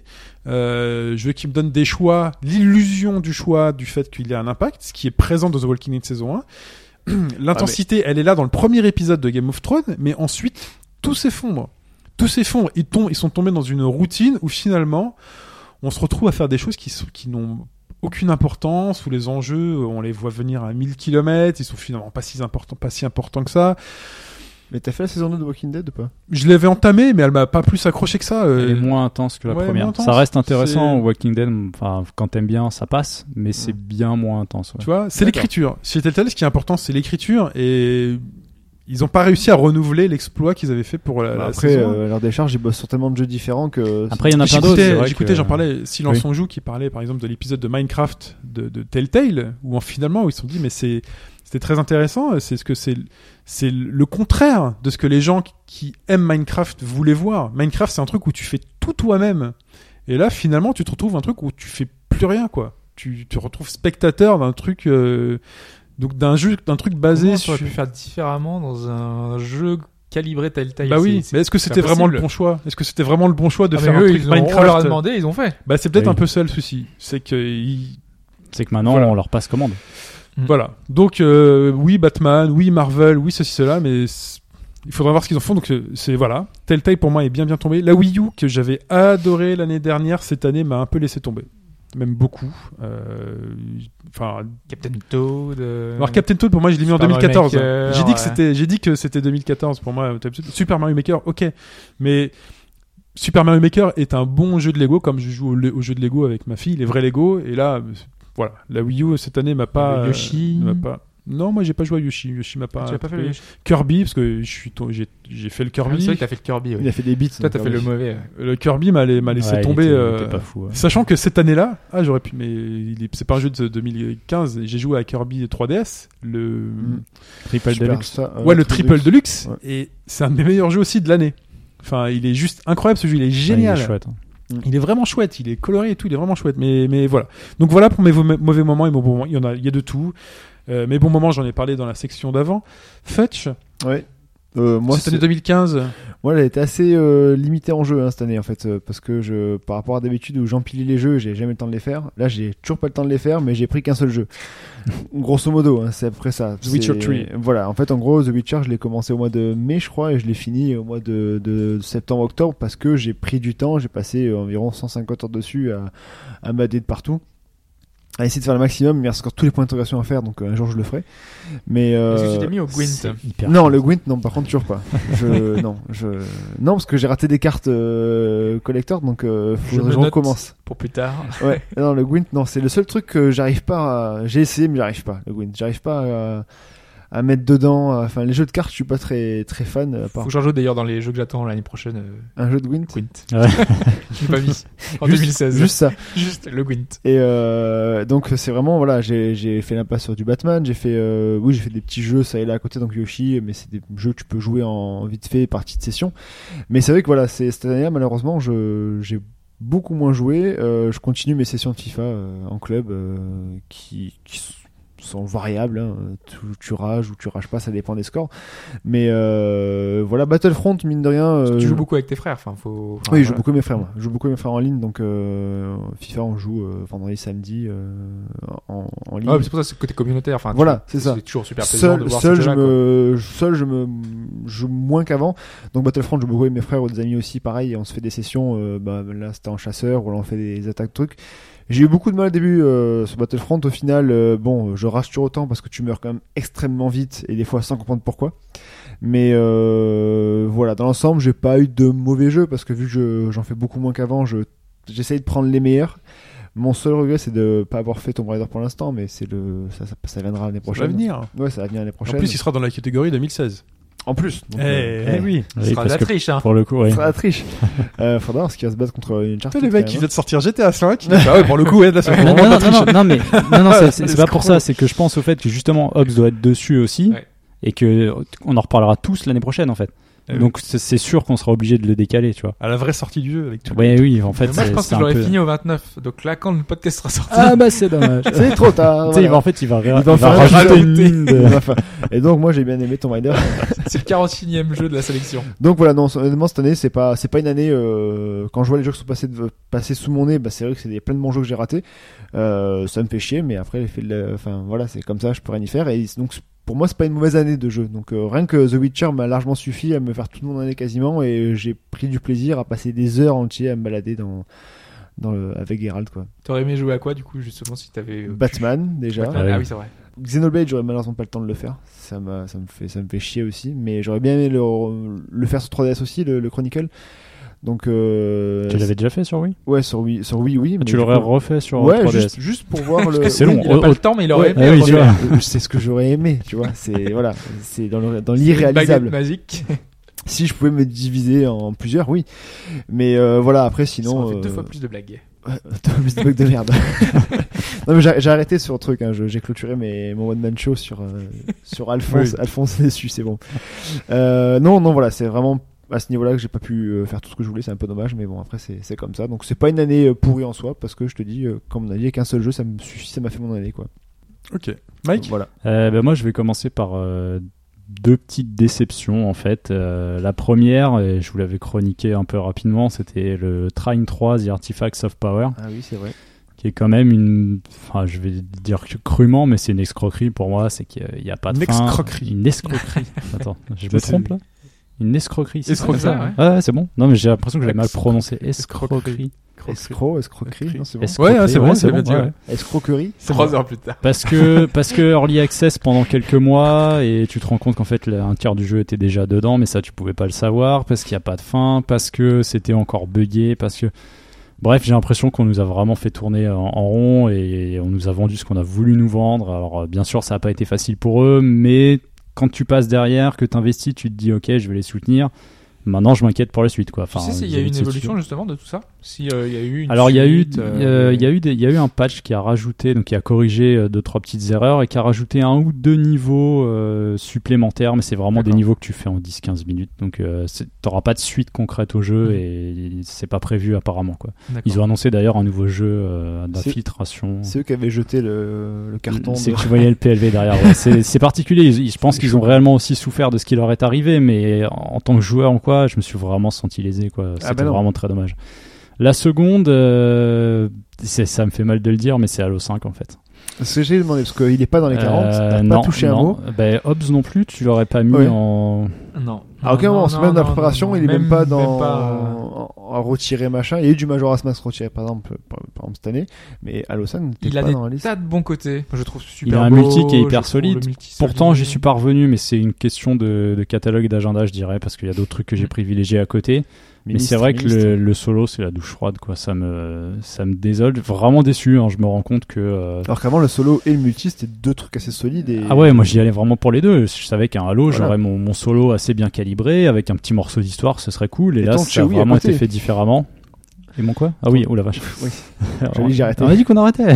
Euh, je veux qu'il me donne des choix, l'illusion du choix, du fait qu'il y a un impact, ce qui est présent dans The Walking Dead saison un. L'intensité, elle est là dans le premier épisode de Game of Thrones, mais ensuite tout s'effondre. Tout s'effondre. Ils tombent, ils sont tombés dans une routine où finalement on se retrouve à faire des choses qui sont, qui n'ont aucune importance, où les enjeux, on les voit venir à mille kilomètres, ils sont finalement pas si importants, pas si importants que ça. Mais t'as fait la saison deux de Walking Dead ou pas? Je l'avais entamé, mais elle m'a pas plus accroché que ça. euh, Elle est moins intense que la ouais, première. moins intense. Ça reste intéressant. C'est- Walking Dead, enfin, quand t'aimes bien, ça passe, mais c'est bien moins intense. Ouais. Tu vois, c'est D'accord. l'écriture. Chez Telltale, ce qui est important, c'est l'écriture et ils ont pas réussi à renouveler l'exploit qu'ils avaient fait pour la, Bah, la Après, saison un. euh, leur décharge, ils bossent sur tellement de jeux différents que. Après, il y en a plein d'autres. J'écoutais, c'est vrai j'écoutais, que- j'en parlais, Silence Oui. on joue qui parlait par exemple de l'épisode de Minecraft de, de Telltale où en, finalement où ils se sont dit mais c'est c'était très intéressant, c'est ce que c'est c'est le contraire de ce que les gens qui aiment Minecraft voulaient voir. Minecraft c'est un truc où tu fais tout toi-même et là finalement tu te retrouves un truc où tu fais plus rien quoi. Tu te retrouves spectateur d'un truc euh, donc d'un jeu d'un truc basé Comment sur tu aurais pu faire différemment dans un jeu calibré Telltale? bah oui, C'est- mais est-ce que c'est c'était pas vraiment le possible. bon choix? Est-ce que c'était vraiment le bon choix de Ah, faire mais un eux, truc ils ont- On leur a Minecraft? demandé, ils ont fait. Bah c'est peut-être Oui. un peu ça le souci, c'est que ils- C'est que maintenant, Voilà. on leur passe commande. Mm. voilà. Donc euh, oui Batman, oui Marvel, oui ceci cela, mais c- il faudra voir ce qu'ils en font. Donc euh, c'est voilà, Telltale pour moi est bien bien tombé. La Wii U que j'avais adoré l'année dernière, cette année m'a un peu laissé tomber, même beaucoup. Euh, Enfin, Captain Toad. euh, alors Captain Toad pour moi je l'ai mis en Super deux mille quatorze. Mario Maker, j'ai dit que ouais. c'était, j'ai dit que c'était deux mille quatorze pour moi. Super Mario Maker, ok, mais Super Mario Maker est un bon jeu de Lego comme je joue au, le- au jeu de Lego avec ma fille, les vrais Lego. Et là, euh, voilà, la Wii U cette année m'a pas. Le Yoshi. euh, m'a pas. Non, moi j'ai pas joué à Yoshi. Yoshi m'a pas. Tu as pas fait le pris. Yoshi? Kirby parce que je suis, to- j'ai, j'ai fait le Ah, Kirby. C'est vrai que t'as fait le Kirby. Il Ouais. a fait des beats. Toi, t'as donc, fait le euh, mauvais. ouais. Le Kirby m'a, m'a laissé Ouais, il tomber. était- il euh, était pas fou, ouais. Sachant que cette année-là, ah j'aurais pu, mais il est- c'est pas un jeu de deux mille quinze. J'ai joué à Kirby trois D S, le. Mm. Triple Super Deluxe. Star- euh, Ouais, le triple deluxe. Ouais. Et c'est un de mes meilleurs jeux aussi de l'année. Enfin, il est juste incroyable ce jeu, il est Ouais, génial. il est chouette. hein. Il est vraiment chouette, il est coloré et tout, il est vraiment chouette. Mais, mais voilà. Donc voilà pour mes vo- mauvais moments et mes bons moments. Il y en a, il y a de tout. Euh, mes bons moments, j'en ai parlé dans la section d'avant. Fetch, Ouais. Euh, moi, Cette année c'est- deux mille quinze. Moi, elle a été assez euh, limitée en jeu hein, cette année en fait, euh, parce que je, par rapport à d'habitude où j'empilais les jeux, j'ai jamais le temps de les faire. Là, j'ai toujours pas le temps de les faire, mais j'ai pris qu'un seul jeu. Grosso modo, hein, c'est à peu près ça. The Witcher C'est- trois. Voilà, en fait, en gros, The Witcher, je l'ai commencé au mois de mai, je crois, et je l'ai fini au mois de, de septembre-octobre parce que j'ai pris du temps. J'ai passé euh, environ cent cinquante heures dessus à, à m'aider de partout, à essayer de faire le maximum. Mais il reste encore tous les points d'interrogation à faire, donc euh, un jour je le ferai. Mais euh, Est-ce que tu t'es mis au Gwent? C'est hyper non, chouette. le Gwent, non, par contre, toujours pas. Je, non, je, non, parce que j'ai raté des cartes euh, collector, donc euh, faut Je que me je note. recommence. Pour plus tard. Ouais, non, le Gwent, non, c'est le seul truc que j'arrive pas à... J'ai essayé, mais j'arrive pas, le Gwent. J'arrive pas à, à mettre dedans. Enfin, les jeux de cartes, je suis pas très, très fan, à Faut part que j'en joue d'ailleurs dans les jeux que j'attends l'année prochaine. euh, un jeu de Gwent. Gwent. Ouais. Je l'ai pas mis. En Juste- deux mille seize. Juste ça. Juste le Gwent. Et euh, donc c'est vraiment voilà, j'ai j'ai fait l'impasse sur du Batman, j'ai fait euh, oui j'ai fait des petits jeux ça et là à côté donc Yoshi, mais c'est des jeux que tu peux jouer en vite fait partie de session. Mais c'est vrai que voilà, c'est cette année malheureusement je j'ai beaucoup moins joué. Euh, je continue mes sessions de FIFA euh, en club euh, qui, qui sont variables. Hein. Tu, tu rages ou tu rages pas, ça dépend des scores. Mais euh, voilà, Battlefront mine de rien. Euh, Tu joues beaucoup avec tes frères. Enfin, faut. enfin, oui, je joue voilà. beaucoup avec mes frères, moi. Je joue beaucoup avec mes frères en ligne, donc euh, FIFA, on joue euh, vendredi, samedi euh, en, en ligne. Ouais, mais c'est pour ça c'est le côté communautaire. Enfin, tu- Voilà, c'est ça. C'est toujours super plaisant de Seul, voir seul, ces je jeux-là, quoi. me, seul, je me joue moins qu'avant. Donc Battlefront, je joue beaucoup avec mes frères ou des amis aussi, pareil. Et on se fait des sessions. Euh, bah, là, c'était en chasseur, où là, on fait des attaques trucs. J'ai eu beaucoup de mal au début euh, sur Battlefront. Au final, euh, bon, je rassure autant parce que tu meurs quand même extrêmement vite et des fois sans comprendre pourquoi. Mais euh, voilà, dans l'ensemble, j'ai pas eu de mauvais jeux parce que vu que je, j'en fais beaucoup moins qu'avant, je, j'essaye de prendre les meilleurs. Mon seul regret, c'est de pas avoir fait Tomb Raider pour l'instant, mais c'est le, ça, ça, ça viendra l'année Pour prochaine. l'avenir. Ouais, ça va venir l'année En prochaine. plus, il sera dans la catégorie deux mille seize. En plus. Donc, Eh euh, oui. Ce Oui, sera de parce la que triche, hein. pour le coup, ouais. ça va triche. euh, faudra voir ce qui va se battre contre une Tu Uncharted. sais, les mecs quand qui même, viennent de sortir G T A cinq. Ah ouais, pour le coup, ouais, là, ça fait Non, vraiment non, de non, la non, triche. non, mais non, non, c'est- c'est c'est pas pour Escroc. ça. C'est que je pense au fait que justement Hobbs doit être dessus aussi, Ouais. et que on en reparlera tous l'année prochaine en fait. Eh oui. Donc c'est c'est sûr qu'on sera obligé de le décaler, tu vois. À la vraie sortie du jeu avec tout. Ouais, oui, en fait, Moi, je c'est pense c'est que un j'aurais peu. fini au vingt-neuf. Donc là, quand le podcast sera sorti. Ah bah c'est dommage. même. C'est trop tard. Tu sais, il voilà. va en fait, il va, ré- Il va il en va faire un rajouter jeu. une ligne de- Enfin, et donc moi j'ai bien aimé Tomb Raider. C'est le quarante-et-unième jeu de la sélection. Donc voilà, non, honnêtement cette année c'est pas c'est pas une année euh, quand je vois les jeux qui sont passés de, passés sous mon nez, bah c'est vrai que c'est des plein de bons jeux que j'ai ratés. Euh, ça me fait chier, mais après l'effet de la- enfin voilà, c'est comme ça, je peux rien y faire. Et donc pour moi c'est pas une mauvaise année de jeu. Donc euh, rien que The Witcher m'a largement suffi à me faire toute mon année quasiment, et j'ai pris du plaisir à passer des heures entières à me balader dans dans le, avec Geralt quoi. T'aurais aimé jouer à quoi, du coup, justement, si t'avais. euh, Batman déjà. Batman. Ah Ah oui. oui, c'est vrai. Xenoblade, j'aurais malheureusement pas le temps de le faire. Ça m'a, ça me fait, ça me fait chier aussi. Mais j'aurais bien aimé le, le faire sur trois D S aussi, le, le Chronicle. Donc, euh, Tu l'avais déjà fait sur Wii ouais, sur Wii, sur Wii, oui. mais Tu du l'aurais coup- refait sur Ouais, trois D S. juste, juste pour voir le. c'est oui, long. Il a Oh, pas oh. le temps, mais il aurait Ouais, aimé. ah oui, refaire. tu vois. euh, c'est ce que j'aurais aimé, tu vois. C'est voilà, c'est dans le, dans Baguette l'irréalisable. magique. Si je pouvais me diviser en plusieurs, oui. Mais euh, voilà, après, Sinon, sinon. on fait deux euh, fois plus de blagues. plus de bugs de merde. Non mais j'ai j'ai arrêté sur le truc, hein. Je- j'ai clôturé mes, mon one man show sur euh, sur Alphonse, Oui. Alphonse dessus, c'est bon. Euh, non non voilà, c'est vraiment à ce niveau-là que j'ai pas pu euh, faire tout ce que je voulais, c'est un peu dommage, mais bon après c'est c'est comme ça. Donc c'est pas une année euh, pourrie en soi parce que je te dis, euh, comme on a dit, avec un seul jeu, ça me suffit, ça m'a fait mon année quoi. Ok. Mike. Voilà. Euh, ben moi, je vais commencer par euh, deux petites déceptions en fait. Euh, la première, et je vous l'avais chroniqué un peu rapidement, c'était le Trine trois The Artifacts of Power, Ah oui c'est vrai. qui est quand même une, enfin je vais dire que crûment, mais c'est une escroquerie pour moi. C'est qu'il n'y a pas de Une fin. escroquerie. Une escroquerie. Attends, je Ça, me c'est- trompe là. Une escroquerie. C'est Escroquerie, ça, ouais. Ah ouais, c'est bon. Non mais j'ai l'impression que j'ai mal Escro- prononcé. escroquerie. Escroquerie. Escro, escroquerie, non c'est bon. Escroquerie, Ouais, hein, c'est bon, c'est bon, bien dit, ouais. Escroquerie. Trois heures plus tard. Parce que, parce que Early Access pendant quelques mois, et tu te rends compte qu'en fait là, un tiers du jeu était déjà dedans, mais ça tu pouvais pas le savoir, parce qu'il n'y a pas de fin, parce que c'était encore buggé, parce que... Bref, j'ai l'impression qu'on nous a vraiment fait tourner en, en rond, et on nous a vendu ce qu'on a voulu nous vendre. Alors euh, bien sûr ça n'a pas été facile pour eux, mais quand tu passes derrière, que tu investis, tu te dis ok je vais les soutenir. Maintenant, je m'inquiète pour la suite, quoi. Enfin, tu sais s'il y a eu une évolution justement de tout ça? Si euh, il y a eu une Alors il y a eu, suite, euh, il y a eu, des, il y a eu un patch qui a rajouté, donc qui a corrigé euh, deux trois petites erreurs et qui a rajouté un ou deux niveaux euh, supplémentaires, mais c'est vraiment D'accord. des niveaux que tu fais en dix quinze minutes, donc euh, c'est- t'auras pas de suite concrète au jeu Mhm. et c'est pas prévu apparemment, quoi. D'accord. Ils ont annoncé d'ailleurs un nouveau jeu euh, C'est- d'infiltration. C'est eux qui avaient jeté le, le carton. C'est de- que tu voyais le P L V derrière. Ouais. C'est, c'est particulier. Ils- je pense qu'ils ont réellement aussi souffert de ce qui leur est arrivé, mais en, en tant que joueur en quoi, je me suis vraiment senti lésé, quoi. C'était bah non. vraiment très dommage. La seconde, euh, c'est, ça me fait mal de le dire, mais c'est Halo cinq en fait. Ce que j'ai demandé, parce qu'il est pas dans les quarante, Euh, t'as non, pas touché un non. mot. Ben, Hobbs non plus, tu l'aurais pas mis Ouais. en. Non. À aucun Non, moment, non, c'est même dans la non, préparation, non, il est même, pas dans même pas, en- en retirer machin. Il y a eu du Majora's Mask retiré par exemple, par, par exemple cette année, mais Halo cinq n'était Il a pas des dans la liste. tas de bons côtés. Je trouve super Il a un beau, multi qui est je hyper trouve solide. le multi Pourtant, solide. j'y suis pas revenu, mais c'est une question de, de catalogue et d'agenda, je dirais, parce qu'il y a d'autres trucs que j'ai Mm. privilégiés à côté. Mais Ministre, c'est vrai que ministre. le, le solo, c'est la douche froide, quoi. Ça me, ça me désole. Vraiment déçu, hein. Je me rends compte que. euh, Alors qu'avant le solo et le multi c'était deux trucs assez solides et Ah ouais, moi j'y allais vraiment pour les deux. Je savais qu'un Halo, Voilà. j'aurais mon, mon solo assez bien calibré, avec un petit morceau d'histoire, ce serait cool. Et, Et là, ton ça a Chewie à vraiment côté. été fait différemment. Et mon quoi? Ah oui, oh la vache. Oui. Alors, J'avais dit, j'ai arrêté. On a dit qu'on arrêtait.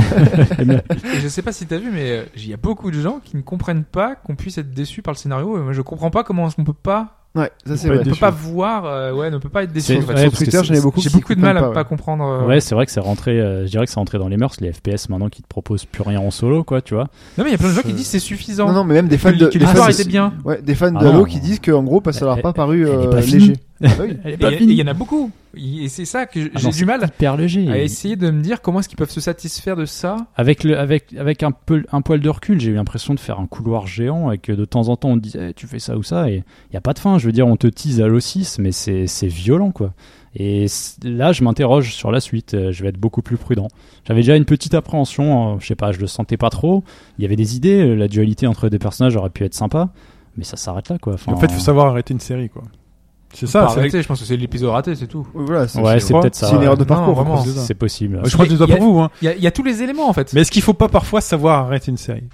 Et je sais pas si t'as vu, mais euh, il y a beaucoup de gens qui ne comprennent pas qu'on puisse être déçu par le scénario. Et moi, je comprends pas comment est-ce qu'on peut pas, Ouais, ça c'est peut vrai. être on peut déçu. pas voir, euh, ouais, ne peut pas être déçu. C'est- en fait. ouais, Sur parce que Twitter, c'est- j'en ai beaucoup J'ai qui beaucoup de mal à comprennent pas, ouais. comprendre. euh, Ouais, c'est vrai que c'est rentré, euh, je dirais que c'est rentré dans les mœurs, les F P S maintenant qui te proposent plus rien en solo, quoi, tu vois. Non, mais il y a plein de gens qui disent c'est suffisant. Non non, mais même des fans que, de que des l'histoire fans- était bien. Ouais, des fans Ah de Halo non. qui disent que en gros, parce que ça leur a pas Elle- paru elle est euh, pas finie. léger. Ah oui. Elle est Et pas et il finie. y en a beaucoup. Et c'est ça que Ah j'ai non, du c'est mal hyper léger. à essayer de me dire comment est-ce qu'ils peuvent se satisfaire de ça. Avec le, avec, avec un peu, un poil de recul, j'ai eu l'impression de faire un couloir géant et que de temps en temps on te disait, eh, tu fais ça ou ça et il y a pas de fin. Je veux dire, on te tease Halo six, mais c'est, c'est violent, quoi. Et c- là, je m'interroge sur la suite. Euh, Je vais être beaucoup plus prudent. J'avais déjà une petite appréhension. euh, je sais pas, je le sentais pas trop. Il y avait des idées. euh, La dualité entre des personnages aurait pu être sympa, mais ça s'arrête là, quoi. Enfin, En fait, il faut savoir arrêter une série, quoi. C'est ça. Pas c'est- arrêter, je pense que c'est l'épisode raté, c'est tout. Oui, voilà, c'est Ouais, c'est- c'est peut-être ça. c'est une ouais. erreur de Non, parcours. vraiment. quoi, c'est ça. C'est possible. Je crois que c'est pas Il y a- pour vous, hein. Il y, a- il y a tous les éléments en fait. Mais est-ce qu'il faut pas parfois savoir arrêter une série?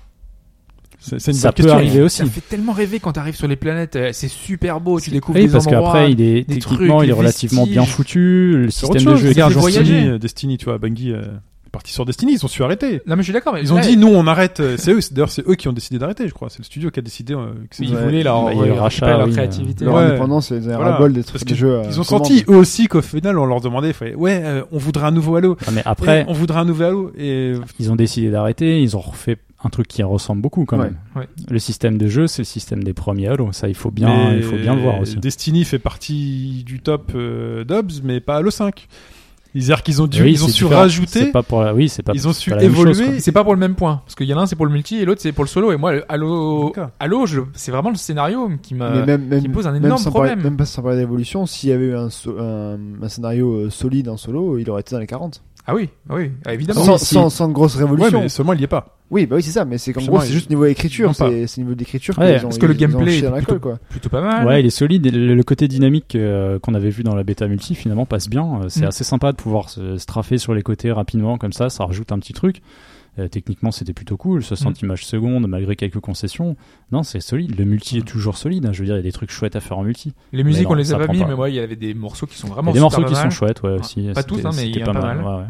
C'est c'est une Ça bonne peut question. arriver aussi. Ça fait tellement rêver quand t'arrives sur les planètes. euh, C'est super beau, tu découvres Oui, des parce endroits. qu'après, il est des techniquement, trucs, il est des relativement bien vestiges. foutu. Le C'est autre système de chose. jeu est Regarde, fait Destiny, voyager. euh, Destiny, tu vois, Bungie euh, est parti sur Destiny, ils ont su arrêter. Non mais je suis d'accord. Mais Ils ont là, dit, nous, on arrête. euh, C'est eux, c'est- d'ailleurs, c'est eux qui ont décidé d'arrêter, je crois. C'est le studio qui a décidé. euh, que c'est- ils Ouais. voulaient leur, Bah, il y a eu leur- rachat, récupérer leur oui, créativité. Leur Ouais. indépendance, c'est un Voilà. ras-le-bol des trucs Parce des qu'ils- jeux. à Ils ont commande. senti eux aussi qu'au final on leur demandait, il fallait, ouais, euh, on voudrait un nouveau Halo. Ah, mais Ouais, après, on voudrait un nouvel Halo. Et ils ont décidé d'arrêter. Ils ont refait un truc qui ressemble beaucoup quand Ouais. même. Ouais. Le système de jeu, c'est le système des premiers Halo. Ça, il faut bien, mais il faut bien le voir aussi. Destiny fait partie du top euh, d'Hobbs, mais pas Halo cinq. C'est-à-dire qu'ils ont dû, Oui, ils ont c'est su différent. rajouter. C'est pas pour la... Oui, c'est pas. Ils ont c'est su pas la même évoluer. chose, quoi. Et c'est pas pour le même point, parce qu'il y en a un c'est pour le multi et l'autre c'est pour le solo. Et moi, le Halo, D'accord. Halo, je- c'est vraiment le scénario qui m'a. Mais même, même, qui pose un même énorme sans parler- problème. même pas sans parler d'évolution, s'il y avait eu un, so- un, un scénario euh, solide en solo, il aurait été dans les quarante. Ah oui, ah oui, ah, évidemment. Sans, si. sans, sans de grosses Ouais, révolutions. mais seulement il y est pas. Oui, bah oui, c'est ça, mais c'est qu'en Justement, gros, c'est il- juste niveau écriture, non, pas. c'est c'est niveau d'écriture Ouais, qu'ils ont- parce que le ils- ils ont gameplay chié est dans la plutôt- colle, quoi. Plutôt pas mal. Ouais, il est solide. Et le, le côté dynamique euh, qu'on avait vu dans la bêta multi, finalement, passe bien. Euh, C'est Mm. assez sympa de pouvoir se straffer sur les côtés rapidement, comme ça. Ça rajoute un petit truc. Euh, techniquement, c'était plutôt cool. soixante Mm. images secondes, malgré quelques concessions. Non, c'est solide. Le multi est toujours solide. hein. Je veux dire, il y a des trucs chouettes à faire en multi. Les musiques, Mais non, on les ça a pas prend mis, pas. mais moi, il y avait des morceaux qui sont Il y a vraiment des super morceaux pas qui mal. sont chouettes, ouais, aussi. Pas tous, C'était- hein, mais il y c'était a pas mal. ouais, ouais.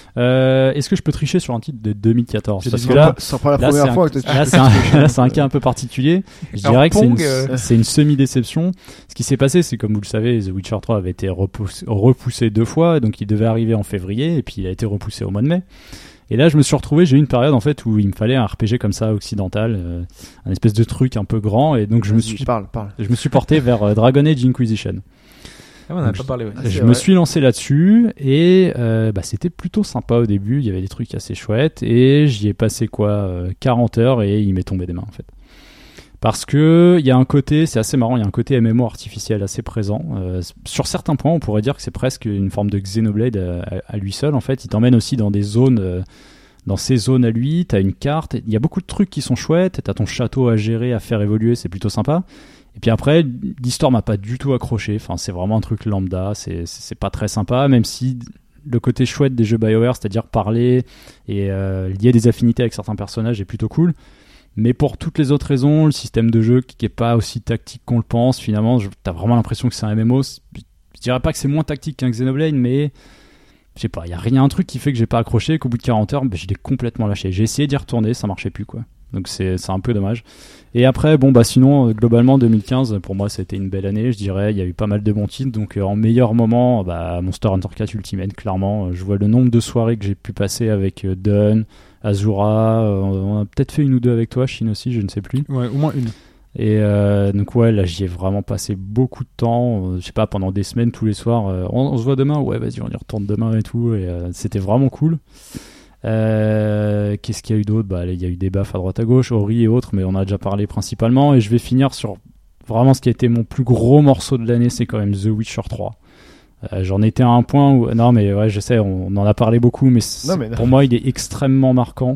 Euh, Est-ce que je peux tricher sur un titre de deux mille quatorze? J'ai Parce des que idées. là, Ça prend la là, première c'est fois un- que tu- là, c'est un, là, c'est un cas un peu particulier. Je Alors, dirais que c'est une, Pong, euh, c'est une semi-déception. Ce qui s'est passé, c'est comme vous le savez, The Witcher trois avait été repoussé, repoussé deux fois, donc il devait arriver en février, et puis il a été repoussé au mois de mai. Et là, je me suis retrouvé, j'ai eu une période en fait où il me fallait un R P G comme ça, occidental, euh, un espèce de truc un peu grand, et donc je me Vas-y, suis, Parle, parle. je me suis porté vers euh, Dragon Age Inquisition. Ah, on en a Donc, pas parlé, ouais. Ah, c'est Je vrai. me suis lancé là-dessus et euh, bah, c'était plutôt sympa au début, il y avait des trucs assez chouettes et j'y ai passé quoi euh, quarante heures et il m'est tombé des mains en fait. Parce que il y a un côté, c'est assez marrant, il y a un côté M M O artificiel assez présent. Euh, sur certains points, on pourrait dire que c'est presque une forme de Xenoblade à, à- à lui seul en fait. Il t'emmène aussi dans des zones, euh, dans ces zones à lui, t'as une carte, il y a beaucoup de trucs qui sont chouettes, t'as ton château à gérer, à faire évoluer, c'est plutôt sympa. Et puis après, l'histoire m'a pas du tout accroché. Enfin, c'est vraiment un truc lambda. C'est, c'est, c'est pas très sympa, même si le côté chouette des jeux BioWare, c'est-à-dire parler et euh, lier des affinités avec certains personnages, est plutôt cool. Mais pour toutes les autres raisons, le système de jeu qui est pas aussi tactique qu'on le pense, finalement, je, t'as vraiment l'impression que c'est un M M O. C'est, je dirais pas que c'est moins tactique qu'un Xenoblade, mais je sais pas, il y a rien un truc qui fait que j'ai pas accroché, qu'au bout de quarante heures, ben, je l'ai complètement lâché. J'ai essayé d'y retourner, ça marchait plus, quoi. Donc c'est, c'est un peu dommage. Et après, bon, bah sinon, euh, globalement, deux mille quinze, pour moi, c'était une belle année, je dirais. Il y a eu pas mal de bons titres. Donc euh, en meilleur moment, bah, Monster Hunter quatre Ultimate, clairement. Euh, je vois le nombre de soirées que j'ai pu passer avec euh, Dun, Azura. Euh, on a peut-être fait une ou deux avec toi, Shin aussi, je ne sais plus. Ouais, au moins une. Et euh, donc ouais, là j'y ai vraiment passé beaucoup de temps, euh, je sais pas, pendant des semaines, tous les soirs. Euh, on, on se voit demain, ouais vas-y on y retourne demain et tout, et euh, c'était vraiment cool. Euh, qu'est-ce qu'il y a eu d'autre? Bah il y a eu des baffes à droite à gauche, Ori et autres, mais on a déjà parlé principalement. Et je vais finir sur vraiment ce qui a été mon plus gros morceau de l'année, c'est quand même The Witcher trois. Euh, j'en étais à un point où non mais ouais je sais, on, on en a parlé beaucoup, mais, Non, mais non. pour moi il est extrêmement marquant.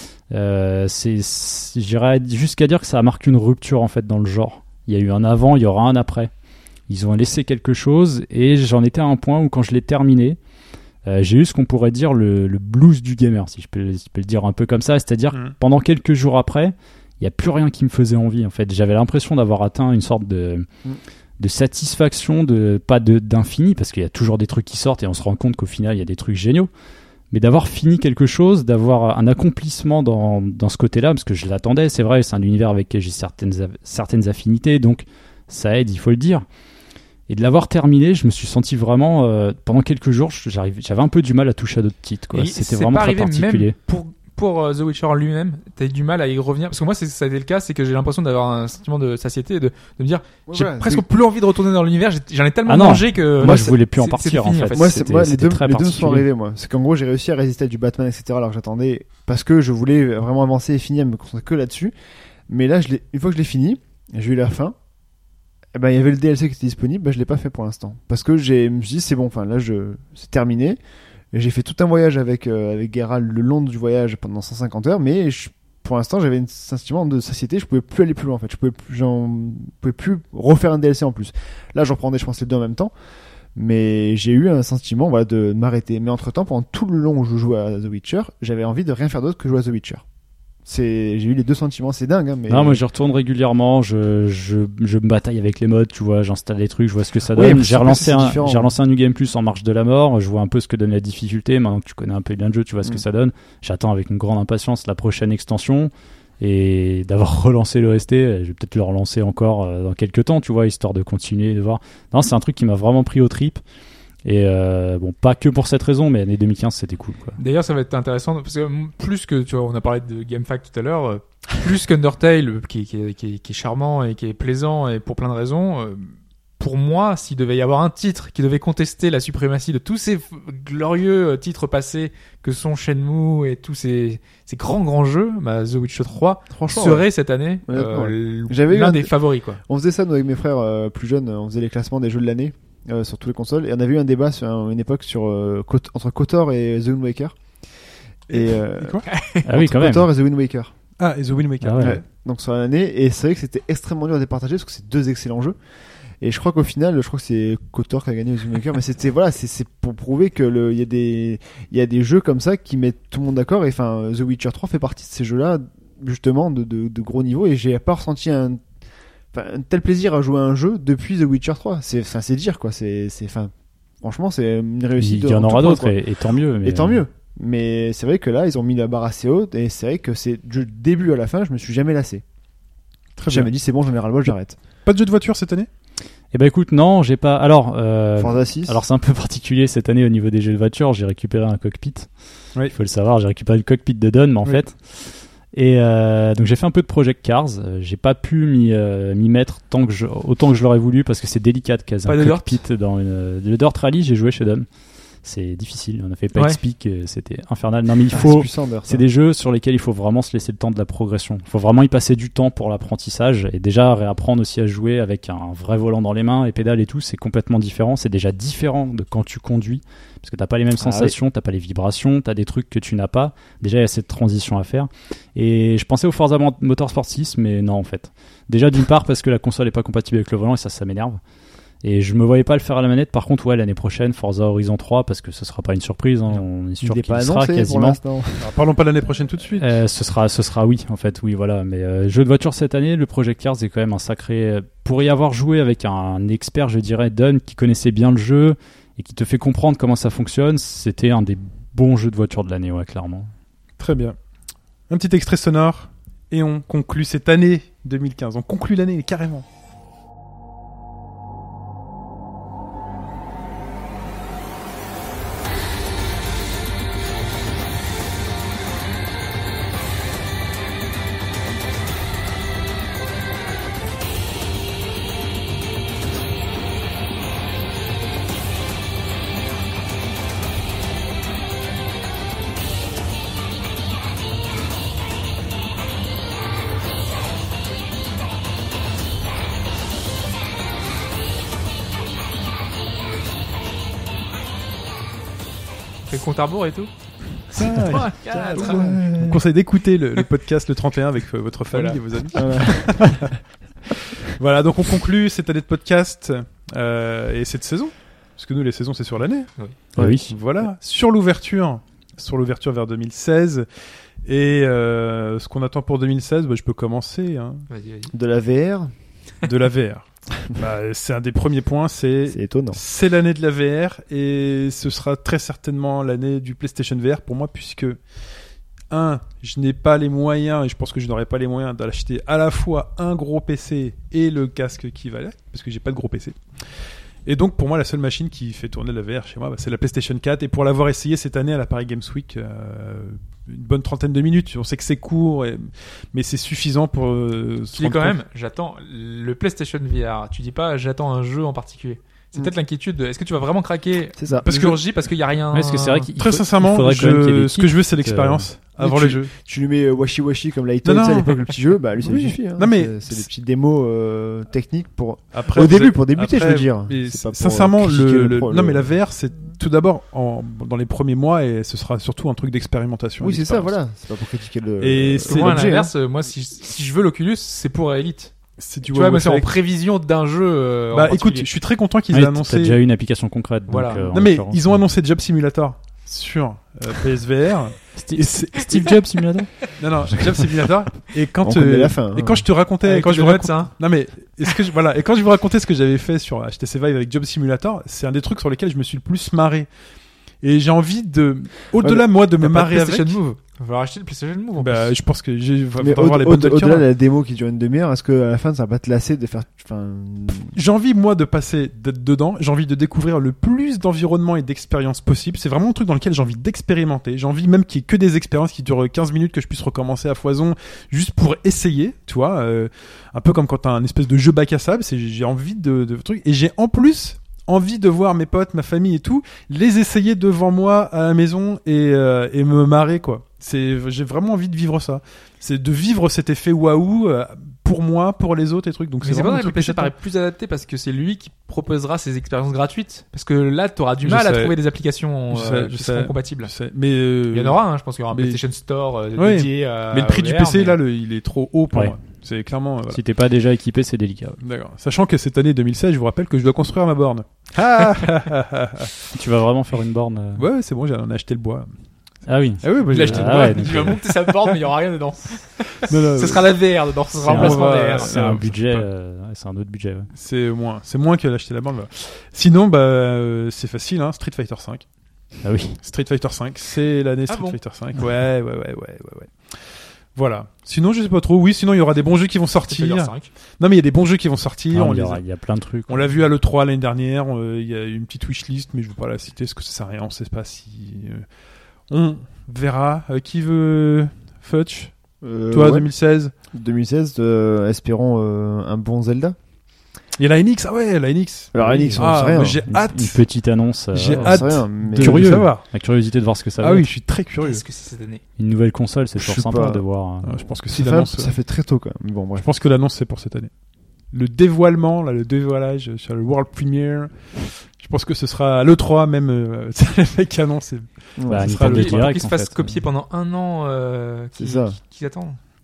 Euh, c'est, c'est, j'irais jusqu'à dire que ça a marqué une rupture en fait dans le genre. Il y a eu un avant, il y aura un après. Ils ont laissé quelque chose et j'en étais à un point où quand je l'ai terminé, euh, j'ai eu ce qu'on pourrait dire le, le blues du gamer, si je peux, si je peux le dire un peu comme ça. C'est-à-dire Mmh. pendant quelques jours après, il n'y a plus rien qui me faisait envie. En fait, j'avais l'impression d'avoir atteint une sorte de Mmh. de satisfaction, de pas de d'infini, parce qu'il y a toujours des trucs qui sortent et on se rend compte qu'au final il y a des trucs géniaux. Mais d'avoir fini quelque chose, d'avoir un accomplissement dans, dans ce côté-là, parce que je l'attendais, c'est vrai, c'est un univers avec lequel j'ai certaines, certaines affinités, donc ça aide, il faut le dire. Et de l'avoir terminé, je me suis senti vraiment, euh, pendant quelques jours, j'arrive, j'avais un peu du mal à toucher à d'autres titres, quoi. Et C'était c'est vraiment pas très arrivé particulier. Même pour pour euh, The Witcher lui-même, t'as eu du mal à y revenir parce que moi c'est ça a été le cas, c'est que j'ai l'impression d'avoir un sentiment de satiété, de, de me dire Ouais, j'ai voilà, presque c'est- plus envie de retourner dans l'univers. J'ai- J'en ai tellement Ah non. mangé que Moi, Moi, je c'est- voulais plus en c'est- partir, c'était en fini, fait. en fait. Moi, c'est, C'était- moi les c'était deux, très les deux me sont particulier. arrivés, moi. C'est qu'en gros, j'ai réussi à résister à du Batman, et cetera, alors que j'attendais, parce que je voulais vraiment avancer et finir, me concentrer que là-dessus. Mais là, je l'ai, une fois que je l'ai fini, j'ai eu la fin, et ben, il y avait le D L C qui était disponible, ben, je l'ai pas fait pour l'instant. Parce que j'ai, je me suis dit, c'est bon, enfin, là, je, c'est terminé. Et j'ai fait tout un voyage avec, euh, avec Geralt le long du voyage pendant cent cinquante heures, mais je, pour l'instant, j'avais un sentiment de satiété, je pouvais plus aller plus loin, en fait. Je pouvais plus, j'en, pouvais plus refaire un D L C en plus. Là, j'en prenais, je pense, les deux en même temps. Mais j'ai eu un sentiment, voilà, de m'arrêter. Mais entre temps, pendant tout le long où je jouais à The Witcher, j'avais envie de rien faire d'autre que jouer à The Witcher. C'est, j'ai eu les deux sentiments, c'est dingue, hein, mais. Non, moi j'y retourne régulièrement, je, je, je me bataille avec les mods, tu vois, j'installe des trucs, je vois ce que ça Oui, donne. mais j'ai c'est relancé, c'est un, différent. j'ai relancé un New Game Plus en marche de la mort, je vois un peu ce que donne la difficulté, maintenant que tu connais un peu bien le jeu, tu vois ce Mm. que ça donne. J'attends avec une grande impatience la prochaine extension, et d'avoir relancé l'O S T, je vais peut-être le relancer encore euh, dans quelques temps, tu vois, histoire de continuer, de voir. Non, c'est un truc qui m'a vraiment pris au trip. Et euh, bon, pas que pour cette raison, mais l'année deux mille quinze c'était cool, quoi. D'ailleurs, ça va être intéressant parce que mm, plus que tu vois, on a parlé de GameFAQ tout à l'heure, euh, plus qu'Undertale, euh, qui, qui, est- qui, est- qui est charmant et qui est plaisant et pour plein de raisons. euh, Pour moi, s'il devait y avoir un titre qui devait contester la suprématie de tous ces f- glorieux euh, titres passés que sont Shenmue et tous ces, ces grands grands jeux, bah, The Witcher trois Franchement, serait cette année Honnêtement, euh, l- J'avais eu l'un un- des favoris, quoi. On faisait ça, nous, avec mes frères euh, plus jeunes, on faisait les classements des jeux de l'année euh, sur toutes les consoles, et on avait eu un débat sur un- une époque sur euh, Kot- entre KOTOR et The Wind Waker. Et, euh, Et quoi Ah oui, quand même. KOTOR et The Wind Waker. Ah, et The Wind Waker. Ah ouais. Ouais. Donc sur l'année, et c'est vrai que c'était extrêmement dur à départager parce que c'est deux excellents jeux. Et je crois qu'au final, je crois que c'est KOTOR qui a gagné The Wind Waker, mais c'était voilà, c'est c'est pour prouver que le il y a des il y a des jeux comme ça qui mettent tout le monde d'accord. Et enfin, The Witcher trois fait partie de ces jeux-là justement de, de, de gros niveau, et j'ai pas ressenti un Enfin, un tel plaisir à jouer à un jeu depuis The Witcher trois. C'est, enfin, c'est dire, quoi. C'est, c'est, enfin, franchement, c'est une réussite. Il y en tout aura point, d'autres, quoi. et, et tant mieux. Mais Et tant mieux. Mais c'est vrai que là, ils ont mis la barre assez haute, et c'est vrai que c'est du début à la fin, je me suis jamais lassé. Très J'ai bien. jamais dit c'est bon, j'en ai ras-le-bol, j'arrête. Pas de jeu de voiture cette année? Eh ben écoute, non, j'ai pas. Alors, euh, Forza six. alors c'est un peu particulier cette année au niveau des jeux de voiture. J'ai récupéré un cockpit. Oui. Il faut le savoir, j'ai récupéré le cockpit de Don, en Oui. fait. Et euh, donc j'ai fait un peu de Project Cars. Euh, J'ai pas pu m'y, euh, m'y mettre tant que je, autant que je l'aurais voulu parce que c'est délicat de caser Pas un de cockpit dans une. Le Dirt Rally, j'ai joué chez Don. C'est difficile. On a fait Pikes Ouais. Peak, euh, c'était infernal. Non mais il Ah, faut. c'est puissant, Dirt, C'est hein. des jeux sur lesquels il faut vraiment se laisser le temps de la progression. Il faut vraiment y passer du temps pour l'apprentissage et déjà réapprendre aussi à jouer avec un vrai volant dans les mains et pédales et tout. C'est complètement différent. C'est déjà différent de quand tu conduis parce que t'as pas les mêmes Ah sensations, t'as pas les vibrations, t'as des trucs que tu n'as pas. Déjà il y a cette transition à faire. Et je pensais au Forza Motorsport six, mais non en fait. Déjà d'une part parce que la console est pas compatible avec le volant et ça, ça m'énerve. Et je me voyais pas le faire à la manette. Par contre, ouais, l'année prochaine, Forza Horizon trois, parce que ce sera pas une surprise. Hein, on est sûr Il n'est qu'il pas y sera annoncé pour quasiment. l'instant. Alors, parlons pas de l'année prochaine tout de suite. Euh, ce sera, ce sera oui, en fait, oui, voilà. Mais euh, jeu de voiture cette année, le Project Cars est quand même un sacré. Pour y avoir joué avec un expert, je dirais, Dunn, qui connaissait bien le jeu et qui te fait comprendre comment ça fonctionne, c'était un des bons jeux de voiture de l'année, ouais, clairement. Très bien. Un petit extrait sonore et on conclut cette année deux mille quinze. On conclut l'année carrément. Fait compte à rebours et tout. cinq, quatre. Je vous conseille d'écouter le, le podcast le trente et un avec euh, votre famille Voilà. et vos amis. Voilà. Voilà, donc on conclut cette année de podcast euh, et cette saison. Parce que nous, les saisons, c'est sur l'année. Ah oui. Voilà, sur l'ouverture, sur l'ouverture vers deux mille seize. Et euh, ce qu'on attend pour deux mille seize, bah, je peux commencer. Hein, Vas-y, vas-y. De la V R, de la V R. Bah, c'est un des premiers points, c'est c'est étonnant. c'est l'année de la V R et ce sera très certainement l'année du PlayStation V R pour moi puisque un, je n'ai pas les moyens et je pense que je n'aurai pas les moyens d'acheter à la fois un gros P C et le casque qui va avec parce que j'ai pas de gros P C. Et donc pour moi la seule machine qui fait tourner la V R chez moi bah, c'est la PlayStation quatre et pour l'avoir essayé cette année à la Paris Games Week euh, une bonne trentaine de minutes, on sait que c'est court et... mais c'est suffisant pour euh, se Tu dis rendre quand compte. même, j'attends le PlayStation V R. Tu dis pas, j'attends un jeu en particulier. C'est Mm. peut-être l'inquiétude. De, est-ce que tu vas vraiment craquer C'est ça. Parce le que- jour J parce qu'il y a rien. Ouais, parce que c'est vrai qu'il Très faut- sincèrement, il faudrait quand même qu'il y ait je... des ce que je veux c'est kits, l'expérience euh, avant tu- les jeux. Tu lui mets euh, Washi Washi comme Lighton, Non, tu sais, à non. l'époque, le petit jeu, bah lui ça Oui. lui suffit. Hein. Non, mais c'est, c'est des c'est- petits démos euh, techniques pour. Après, Au vous début, êtes- pour débuter, je veux après, dire. mais C'est pas pour, sincèrement, euh, critiquer le, le le- pro- non le- mais la V R, c'est tout d'abord en, dans les premiers mois et ce sera surtout un truc d'expérimentation. Oui, et c'est ça, d'expérience. voilà. C'est pas pour critiquer le. Et le- c'est Moi, à l'objet, l'inverse, moi, si, si je veux l'Oculus, c'est pour Elite. C'est du Tu vois, wow mais c'est en effect. prévision d'un jeu. euh, en Bah écoute, particulier. je suis très content qu'ils Ouais, aient t'as annoncé. déjà une application concrète. donc, Voilà. euh, en Non mais l'occurrence, ils ont euh, annoncé Job Simulator sur euh, P S V R. Steve, Et c'est- Steve Jobs Simulator. Non non, Job Simulator. Et quand On connaît euh, la fin. et hein. quand je te racontais, Avec quand je les vous notes, raconte... hein. Non mais est-ce que je... voilà, et quand je vous racontais ce que j'avais fait sur H T C Vive avec Job Simulator, c'est un des trucs sur lesquels je me suis le plus marré. Et j'ai envie de, au-delà moi de me T'as pas de marrer avec. PlayStation Move. Il va falloir acheter le PlayStation Move. en Bah, plus. je pense que j'ai va Mais faudra voir au- les au- bundles qu'il y au-delà en de a. la démo qui dure une demi-heure, est-ce que à la fin ça va pas te lasser de faire, enfin, J'ai envie moi de passer d'être dedans. J'ai envie de découvrir le plus d'environnements et d'expériences possibles. C'est vraiment un truc dans lequel j'ai envie d'expérimenter. J'ai envie même qu'il y ait que des expériences qui durent quinze minutes que je puisse recommencer à foison juste pour essayer. Tu vois, euh, un peu comme quand t'as un espèce de jeu bac à sable. C'est j'ai envie de, de trucs et j'ai en plus envie de voir mes potes, ma famille et tout, les essayer devant moi à la maison et, euh, et me marrer quoi. C'est, j'ai vraiment envie de vivre ça. C'est de vivre cet effet waouh euh, pour moi, pour les autres et trucs. Donc Mais c'est c'est pas vraiment vrai un que le truc P C que paraît j'attends. plus adapté parce que c'est lui qui proposera ses expériences gratuites. Parce que là, t'auras du Je mal à sais. trouver des applications Je euh, sais, je qui sais. seront compatibles. Je sais, mais euh, Il y en aura, hein, je pense qu'il y aura un mais- PlayStation Store euh, Ouais. dédié à. Mais le prix du au V R, P C mais- là, le- il est trop haut pour Ouais. moi. C'est clairement. euh, voilà. Si t'es pas déjà équipé, c'est délicat. D'accord. Sachant que cette année deux mille seize, je vous rappelle que je dois construire ma borne. Ah Tu vas vraiment faire une borne. euh, ouais, c'est bon, j'ai on a acheté le bois. Ah oui. Ah oui, bah, Il j'ai- a acheté le Ah bois, ouais, il donc, va euh, monter sa borne, mais il y aura rien dedans. non, non, Ce sera la V R dedans, ce sera un un- remplacement ouais, V R. C'est Euh, un c'est budget. pas- euh, ouais, c'est un autre budget. Ouais. c'est moins, c'est moins que d'acheter la borne. Voilà. Sinon, bah, euh, c'est facile, hein, Street Fighter cinq. Ah oui. Street Fighter cinq, c'est l'année Ah Street bon Fighter cinq. Ouais, ouais, ouais, ouais, ouais, ouais. Voilà. Sinon, je sais pas trop. Oui, sinon il y aura des bons jeux qui vont sortir. Fighter cinq. Non, mais il y a des bons jeux qui vont sortir. Non, on il, y les aura- a- il y a plein de trucs. On l'a vu à l'E trois l'année dernière, euh, il y a une petite wishlist, mais je ne vais pas la citer parce que ça sert à rien, on ne sait pas si... euh, on verra. Euh, qui veut Futch euh, Toi, ouais. deux mille seize deux mille seize, euh, espérons euh, un bon Zelda. Il y a la N X, ah ouais, la N X. Alors, N X, on ah, sait rien. mais j'ai Une, hâte, une petite annonce. euh, J'ai ouais. On hâte sait rien, mais- de, Curieux. de savoir. La curiosité de voir ce que ça va Ah oui, être. je suis très curieux. Qu'est-ce que c'est cette année? Une nouvelle console, c'est Je toujours sais sympa pas. de voir. euh, Ah, je pense que si ça, l'annonce... fait, ça fait très tôt quand même. Bon, bref. Je pense que l'annonce c'est pour cette année. Le dévoilement, là, le dévoilage sur le World Premiere, je pense que ce sera à l'E trois même. Euh, c'est le mec qui annonce. c'est- Bah, ce Nintendo sera le- Pour Direct, qu'ils se en fassent fait. copier pendant un an, euh, qui, C'est ça. qui, qui attendent.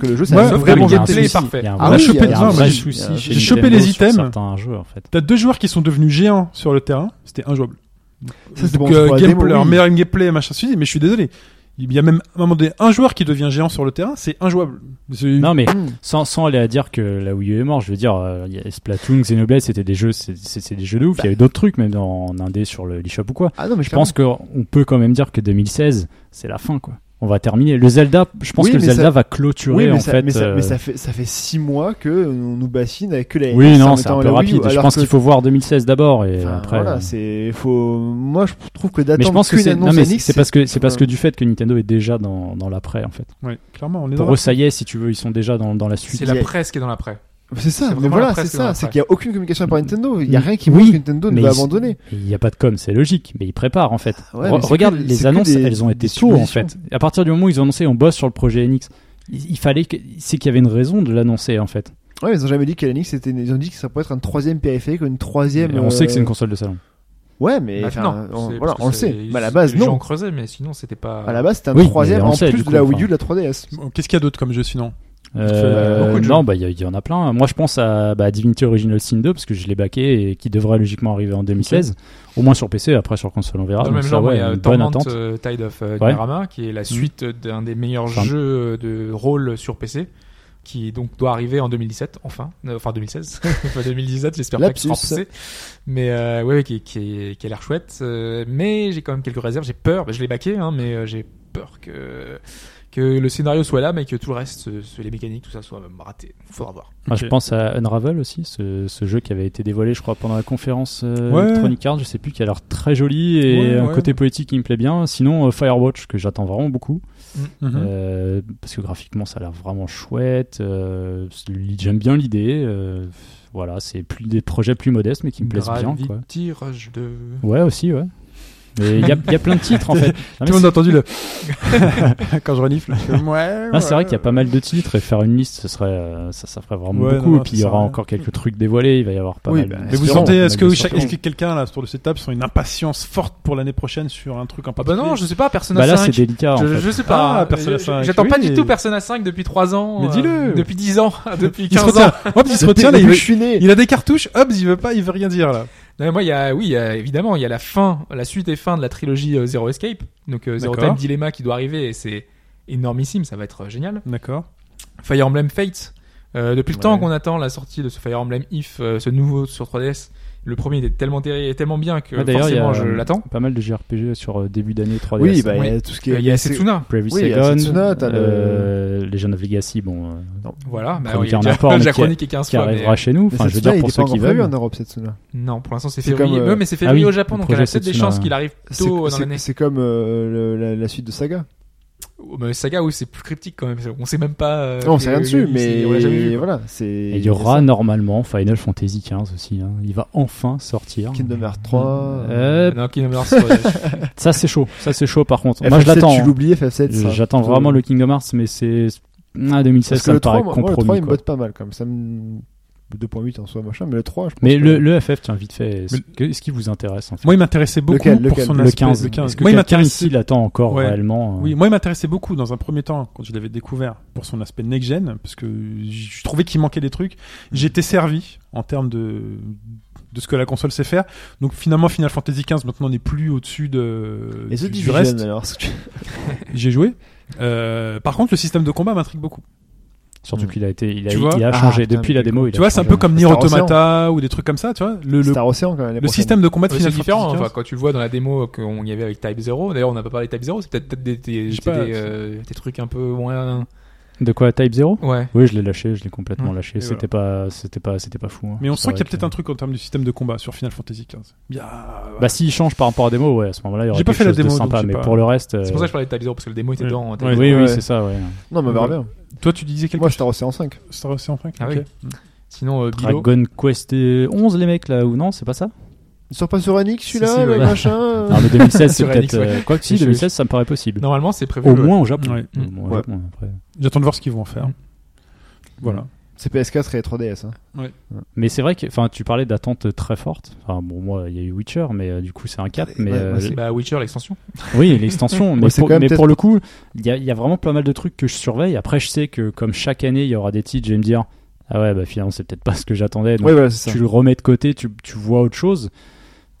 que le jeu, c'est Ouais, un sauf vraiment que le jeu gameplay de est parfait. Il y a un Ah vrai, oui, chopé- il y a il y a un un vrai vrai- souci j'ai chez j'ai chopé Nintendo les sur items. certains jeux en fait. T'as deux joueurs qui sont devenus géants sur le terrain, c'était injouable. Ça, c'était Donc, bon, euh, pour la gameplay, démo, leur oui. meilleur gameplay, machin, suivi, mais je suis désolé. Il y a même à un moment donné un joueur qui devient géant sur le terrain, c'est injouable. C'est... Non mais Mm. sans, sans aller à dire que la Wii U est morte, je veux dire, euh, il y a Splatoon, Xenoblade, c'était des jeux, c'est, c'est, c'est des jeux de ouf. Il y a eu d'autres trucs, même en, en indé sur le l'eShop ou quoi. Ah non, mais Je pense qu'on peut quand même dire que deux mille seize, c'est la fin, quoi. On va terminer. Le Zelda, je pense Oui, que le mais Zelda ça- va clôturer Oui, mais, en ça, fait. mais, ça, euh, mais ça fait ça fait six mois que on nous bassine avec que la Oui, N X en non, c'est mettant un peu la Wii U, rapide. Je alors pense que- qu'il faut voir deux mille seize d'abord et Enfin, après. voilà, euh, c'est faut. Moi, je trouve que Mais d'attendre je pense que qu'une c'est non annonce mais N X, c'est parce que c'est parce euh, que du fait que Nintendo est déjà dans dans l'après en fait. Ouais, clairement, on est Pour dans eux, la- ça y est, si tu veux, ils sont déjà dans dans la suite. C'est il y la a- presse qui est dans l'après. c'est ça. c'est Mais vraiment voilà, la c'est presse ça. dans C'est l'après. qu'il y a aucune communication par Nintendo. Il y a rien qui Oui, montre que Nintendo mais ne va ils- abandonner. Il n'y a pas de com, c'est logique, mais ils préparent en fait. Ouais, Re- mais c'est regarde, que- les c'est que annonces, des- elles ont été des tôt en suppositions. fait. À partir du moment où ils ont annoncé on bosse sur le projet N X, il, il fallait que c'est qu'il y avait une raison de l'annoncer en fait. Ouais, mais ils ont jamais dit que la N X c'était. Ils ont dit que ça pourrait être un troisième périphérique ou une troisième. Et on sait que c'est une euh, console de salon. Ouais, mais Bah, enfin, non, on, c'est- voilà, parce que on le c'est- sait. Mais à la base, les gens non. creusaient, mais sinon c'était pas. À la base, c'était un Oui, troisième mais on en sait, plus du de coup, la Wii enfin. U, de la trois D S. Bon, qu'est-ce qu'il y a d'autre comme jeu sinon Euh, beaucoup de non, jeux. bah il y, y en a plein. Moi, je pense à bah, Divinity Original Sin deux parce que je l'ai backé et qui devrait logiquement arriver en deux mille seize, au moins sur P C. Après sur console, on verra. Dans le Donc même ça, genre, ouais, il y a une bonne Torment attente. euh, Tide of euh, Ouais. Diorama, qui est la suite d'un des meilleurs Enfin. jeux de rôle sur P C, qui donc doit arriver en deux mille dix-sept, enfin, Euh, enfin deux mille seize, enfin deux mille dix-sept, j'espère pas qu'il sera Lapsus. repoussé. Mais euh, ouais, ouais, qui, qui, est- qui a l'air chouette. Euh, mais j'ai quand même quelques réserves. J'ai peur, bah, je l'ai backé, hein, mais euh, j'ai peur que que le scénario soit là, mais que tout le reste, ce- ce- les mécaniques, tout ça soit même raté. Faudra voir. Moi, Ok. je pense à Unravel aussi, ce, ce jeu qui avait été dévoilé, je crois, pendant la conférence euh, Ouais. Electronic Arts, je sais plus, qui a l'air très joli et Ouais, un ouais. côté poétique qui me plaît bien. Sinon, euh, Firewatch, que j'attends vraiment beaucoup, Mhm. euh, parce que graphiquement, ça a l'air vraiment chouette. euh, c'est- j'aime bien l'idée. euh, voilà, c'est plus des projets plus modestes, mais qui me plaisent bien, quoi. Gravity Rush deux. Ouais, aussi, ouais. Mais il y a, il y a plein de titres, en fait. Non, mais Tout le monde c'est- a entendu le. Quand je renifle. je fais, ouais, Ah, c'est vrai ouais. qu'il y a pas mal de titres et faire une liste, ce serait, euh, ça, ça ferait vraiment Ouais, beaucoup. non, non, et puis ça il y sert aura à rien. encore quelques trucs dévoilés. Il va y avoir pas Oui, mal. bah, de- Mais vous Espérons, sentez, est-ce pas mal que, de chaque- sorties. est-ce que quelqu'un là sur cette table sent une impatience forte pour l'année prochaine sur un truc en Ah bah particulier non, je sais pas, Persona Bah là, cinq. c'est délicat. En Je, fait. je sais pas. Ah, hein. Persona Je- cinq, J'attends pas oui. du tout Persona cinq depuis trois ans. Mais euh, dis-le. Depuis dix ans. Depuis Il se quinze ans. retient. Hop, il se retient là, il, Depuis veut- que je suis né. il a des cartouches, hop, il veut pas, il veut rien dire là. Non, mais moi, il y a, oui, il y a- évidemment, il y a la fin, la suite et fin de la trilogie euh, Zero Escape. Donc, euh, Zero D'accord. Time Dilemma qui doit arriver et c'est énormissime, ça va être euh, génial. D'accord. Fire Emblem Fates. Euh, depuis le Ouais. temps qu'on attend la sortie de ce Fire Emblem If, euh, ce nouveau sur trois D S. Le premier était tellement terrible et tellement bien que Ouais, d'ailleurs, il y forcément a je l'attends. pas mal de J R P G sur euh, début d'année trois D S. Oui, bah, il y a Oui. tout ce qui est. Il y a c'est- Setsuna. Previous Oui, il y a Second, Setsuna, t'as le- euh, Legend of Legacy, bon, euh, Voilà. Bah, Chronique oui, en déjà, import, mais déjà qui- chroniqué quinze qui fois. mais- arrivera chez nous. Mais Enfin, je veux Setsuna, dire, il pour est ceux pas qui encore prévu veulent. en Europe, Setsuna. Non, pour l'instant c'est C'est février. comme, euh, Ouais, mais c'est ah février oui, au Japon, le donc il y a projet peut-être des Setsuna, chances ouais. qu'il arrive C'est tôt dans c'est- l'année. c'est comme euh, le- la, la suite de Saga. Oh, mais Saga, oui, c'est plus cryptique quand même. On sait même pas. euh, Non, on sait que- rien dessus, que- mais on l'a jamais vu, quoi. voilà, c'est. Et il y aura normalement Final Fantasy quinze aussi. hein. Il va enfin sortir. Kingdom Hearts trois. Euh, Non, Kingdom Hearts, euh, ça c'est chaud. Ça c'est chaud par contre. F F sept, Moi je l'attends. Tu hein. l'oublies, F F sept. ça, J'attends plutôt- vraiment le Kingdom Hearts, mais c'est ah, deux mille seize, Parce que ça le me paraît trois, moi, le trois, compromis. il me quoi. botte pas mal, comme ça me. deux point huit en soi, machin, mais le trois, je pense. Mais que- le, le F F, tiens, vite fait, est-ce Mais- que- est-ce qui vous intéresse en fait Moi, il m'intéressait beaucoup Lequel, pour lequel son Le aspect. quinze. Le quinze. Est-ce que Moi, il quelqu'un m'intéressait. ici l'attend encore Ouais. réellement euh Oui, moi il m'intéressait beaucoup dans un premier temps quand je l'avais découvert pour son aspect next-gen parce que je trouvais qu'il manquait des trucs. J'étais servi en termes de de ce que la console sait faire. Donc finalement Final Fantasy quinze maintenant n'est plus au-dessus de Et The du, du Division, reste. alors. ce que tu- J'ai joué. Euh, par contre le système de combat m'intrigue beaucoup. Surtout Hmm. qu'il a été, il a, Tu vois il a Ah, changé putain, depuis la démo. Il Tu a vois, c'est un changé. peu comme Nier Star Automata ou des trucs comme ça, tu vois. Le, le, Star Ocean, quand même. le système de combat de Ouais, Final c'est différent. Fantasy Enfin, quinze. quand tu le vois dans la démo qu'on y avait avec Type Zero. D'ailleurs, on n'a pas parlé de Type Zero. C'est peut-être peut-être des, des, Je sais des, pas, des, euh, des trucs un peu moins. De quoi, Type zéro? Ouais. Oui, je l'ai lâché, je l'ai complètement Hmm. lâché. Et C'était pas, c'était pas, c'était pas fou. hein. Mais on C'est sent vrai qu'il y a que- peut-être un truc en termes du système de combat sur Final Fantasy quinze. Il y a- Bah, s'il change par rapport à la démo, ouais, à ce moment-là, il y aura J'ai pas quelque fait la chose de démo, donc sympa. je sais Mais pas. pour le reste, C'est euh, pour ça que je parlais de Type Zero parce que le démo était Ouais. dedans. Type Ouais. Zero. oui, oui, Ouais. c'est ça, ouais. Non, mais on verra bien. Toi, tu disais quelque Moi, chose Star Ocean cinq. Star Ocean cinq. Ah ok. oui. Sinon, euh, Bilo. Dragon Quest onze, les mecs, là, ou non, c'est pas ça? Il sort pas sur Enix, celui-là, Si, si, avec ouais. machin. euh. Non, mais deux mille seize, c'est Sur peut-être, Enix, ouais. euh, quoi que si, Je- deux mille seize, ça me paraît possible. Normalement, c'est prévu. Au ouais. moins au Japon. Ouais. Au moins au Ouais. Japon, après. J'attends de voir ce qu'ils vont en faire. Mm. Voilà. C'est P S quatre et trois D S. Hein. Mais c'est vrai que, enfin, tu parlais d'attente très forte. Enfin, bon, moi, il y a eu Witcher, mais euh, du coup, c'est un cap. Mais Ouais, euh, ouais, c'est- Bah, Witcher, l'extension. oui, l'extension. mais Ouais, c'est pour, quand même mais peut-être- pour le coup, il y a, il y a vraiment pas mal de trucs que je surveille. Après, je sais que comme chaque année, il y aura des titres, je vais me dire, ah ouais, bah finalement, c'est peut-être pas ce que j'attendais. Donc, Ouais, voilà, c'est ça. tu le remets de côté, tu, tu vois autre chose.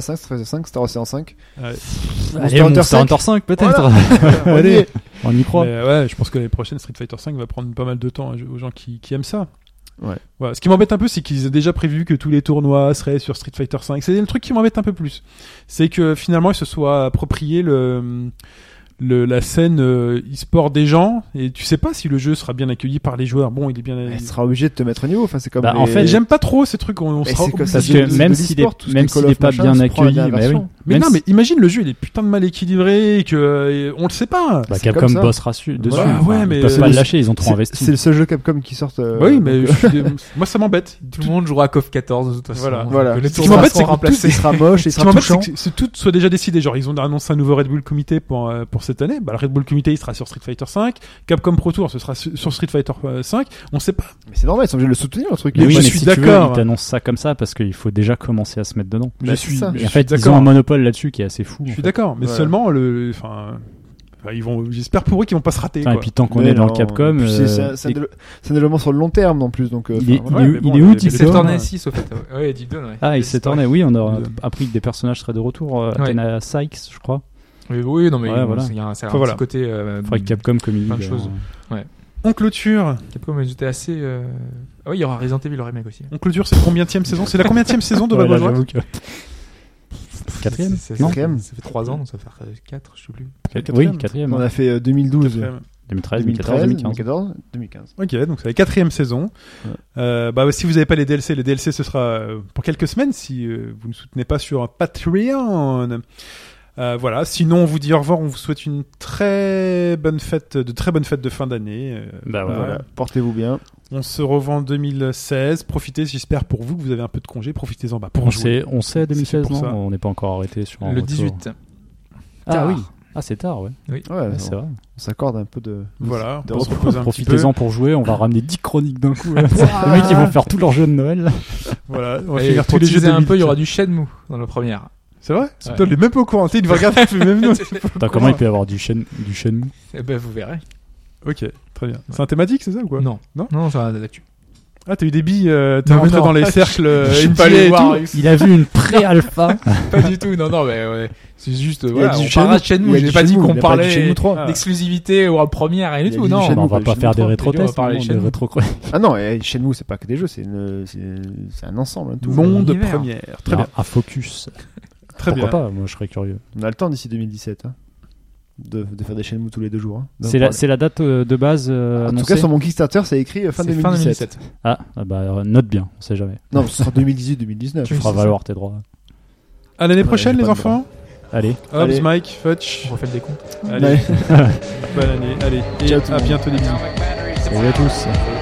Persona cinq, Street Fighter cinq, Star Ocean cinq. Ouais. Allez, Hunter Monster cinq. Hunter cinq peut-être. Voilà. Allez. On y croit. Mais ouais, je pense que l'année prochaine Street Fighter cinq va prendre pas mal de temps aux gens qui, qui aiment ça. Ouais. Voilà. Ce qui m'embête un peu, c'est qu'ils aient déjà prévu que tous les tournois seraient sur Street Fighter cinq. C'est le truc qui m'embête un peu plus. C'est que finalement, ils se soient approprié le, le la scène euh, e-sport des gens, et tu sais pas si le jeu sera bien accueilli par les joueurs. Bon, il est bien. Elle sera obligée de te mettre au niveau. Enfin, c'est comme. Bah, les- en fait, J'aime pas trop ces trucs. On, on Mais sera c'est comme obligé ça, Parce de- que de- même de s'il l'e-sport, est, tout ce même qui est Call s'il est of pas machin, bien se prend la accueilli, dernière bah oui. version. Mais Même non, si- mais imagine le jeu, il est putain de mal équilibré et que et on le sait pas. Bah, c'est Capcom comme ça. bossera su- dessus. Ouais, Enfin, ouais, mais, ils peuvent euh, pas le c'est- lâcher, ils ont trop C'est- investi. C'est le seul jeu Capcom qui sort. euh, oui, mais donc, je suis dé- moi ça m'embête. Tout le monde jouera à K O F quatorze de toute façon. Voilà. Voilà. Les Ce qui tournois m'embête, seront c'est que remplacés. il sera moche, il Ce qui sera m'embête, c'est touchant. que c'est- tout soit déjà décidé. Genre, ils ont annoncé un nouveau Red Bull Comité pour, euh, pour cette année. Bah, le Red Bull Comité, il sera sur Street Fighter cinq. Capcom Pro Tour, ce sera su- sur Street Fighter cinq. On sait pas. Mais c'est normal, ils sont obligés de le soutenir, le truc. Mais oui, je mais suis si tu veux, d'accord. ils t'annoncent ça comme ça parce qu'il faut déjà commencer à se mettre dedans. Je Bah, suis, c'est ça. je Et en suis fait, ils d'accord. ont un monopole là-dessus qui est assez fou. Je en suis fait. d'accord. Mais Voilà. seulement le, enfin, enfin, ils vont, j'espère pour eux qu'ils vont pas se rater, Enfin, et quoi. puis tant qu'on Mais est dans non, le Capcom, puis c'est- euh, c'est un- c'est un et- déve- c'est un développement sur le long terme en plus, donc. euh, il est, enfin, il ouais, est mais où, bon, il est où, les- Il Deep s'est Dawn tourné six au fait. Ouais, Ouais, Deep Dawn, ouais. Ah, il s'est tourné. Oui, on a Deep Dawn. appris que des personnages seraient de retour. euh, Ouais. Athena Sykes, je crois. Oui, oui, non, mais Ouais, bon, voilà. c'est- il y a un, c'est un Enfin, voilà. petit côté. euh, Faudrait que Capcom communique. plein de choses. d'ailleurs. On clôture. Capcom, ils étaient assez. euh, Ah oui, il y aura Resident Evil le remake aussi. On clôture. C'est combienième saison? C'est la combienième saison de Ouais, Bad là, Boy j'avoue que- Quatrième C'est- c'est- Non. Quatrième. Ça fait trois ans, donc ça va faire quatre, je sais plus. Oui, quatrième. On a fait euh, deux mille douze, Quatrième. deux mille treize, deux mille quatorze, deux mille quinze. deux mille quinze. Ok, donc c'est la quatrième saison. Ouais. Euh, bah, si vous n'avez pas les D L C, les D L C ce sera euh, pour quelques semaines si euh, vous ne soutenez pas sur Patreon. Euh, voilà. Sinon, on vous dit au revoir. On vous souhaite une très bonne fête, de très bonnes fêtes de fin d'année. Euh, Bah ouais. Voilà, portez-vous bien. On se revoit en deux mille seize. Profitez, j'espère pour vous que vous avez un peu de congé. Profitez-en bah, pour On jouer. sait, on sait deux mille seize, C'est pour non ça. On n'est pas encore arrêté sur un Le retour. dix-huit. Ah Tard. oui. Ah, c'est tard, ouais. Oui. Ouais, Ouais, on, c'est vrai. on s'accorde un peu de. Voilà. de On se repos. repose un petit peu. Profitez-en pour jouer. On va ramener dix chroniques d'un coup. là. Les mecs, ils vont faire tous leurs jeux de Noël. Voilà. On va Et finir pour tous les jeux teaser de un peu, il y aura deux mille du Shenmue dans la première. C'est vrai? C'est Ouais. peut-être même pas au courant. Tu sais, il va regarder, il fait même nous. Attends, comment il peut y avoir du, Shen... du Shenmue? Eh ben, vous verrez. Ok, très bien. C'est un thématique, c'est ça ou quoi? Non. Non Non, ça va d'actu. Ah, t'as eu des billes, euh, t'es Non, rentré non. dans les cercles euh, Je suis N B A pas allé et voir. tout. Il a vu une pré-alpha. Pas du tout. Non, non, mais ouais. C'est juste, Il y a voilà, du on parlera de Shenmue, Shenmue. il y a J'ai du pas dit Shenmue, qu'on il y a pas du parlait Shenmue trois. Ah. d'exclusivité ou en première et Il y du a tout. du Non. Shenmue, Bah, on va pas pas du faire des Shenmue trois. rétro-tests, On va parler non, des Shenmue. rétro Ah non, et Shenmue, c'est pas que des jeux, c'est une, c'est, c'est un ensemble. hein, tout. Monde Univers. première. Très bien. Un focus. Très Pourquoi bien. pas? Moi, je serais curieux. On a le temps d'ici deux mille dix-sept. Hein, de, de faire des Shenmue tous les deux jours. Hein. C'est la, c'est la date euh, de base euh, En tout annoncée. cas, sur mon Kickstarter, c'est écrit euh, fin C'est deux mille fin dix-sept. deux mille dix-sept. Ah, ah bah euh, note bien, on sait jamais. Non, ce sera deux mille dix-huit deux mille dix-neuf. Tu Oui, feras c'est valoir tes droits. À l'année Ouais, prochaine, j'ai les pas de enfants. Allez, Hobbs, Allez. Mike, Futch. On refait le décompte. Allez, Ouais. bonne année. Allez, et Ciao tout le à monde. bientôt les bisous. salut à tous.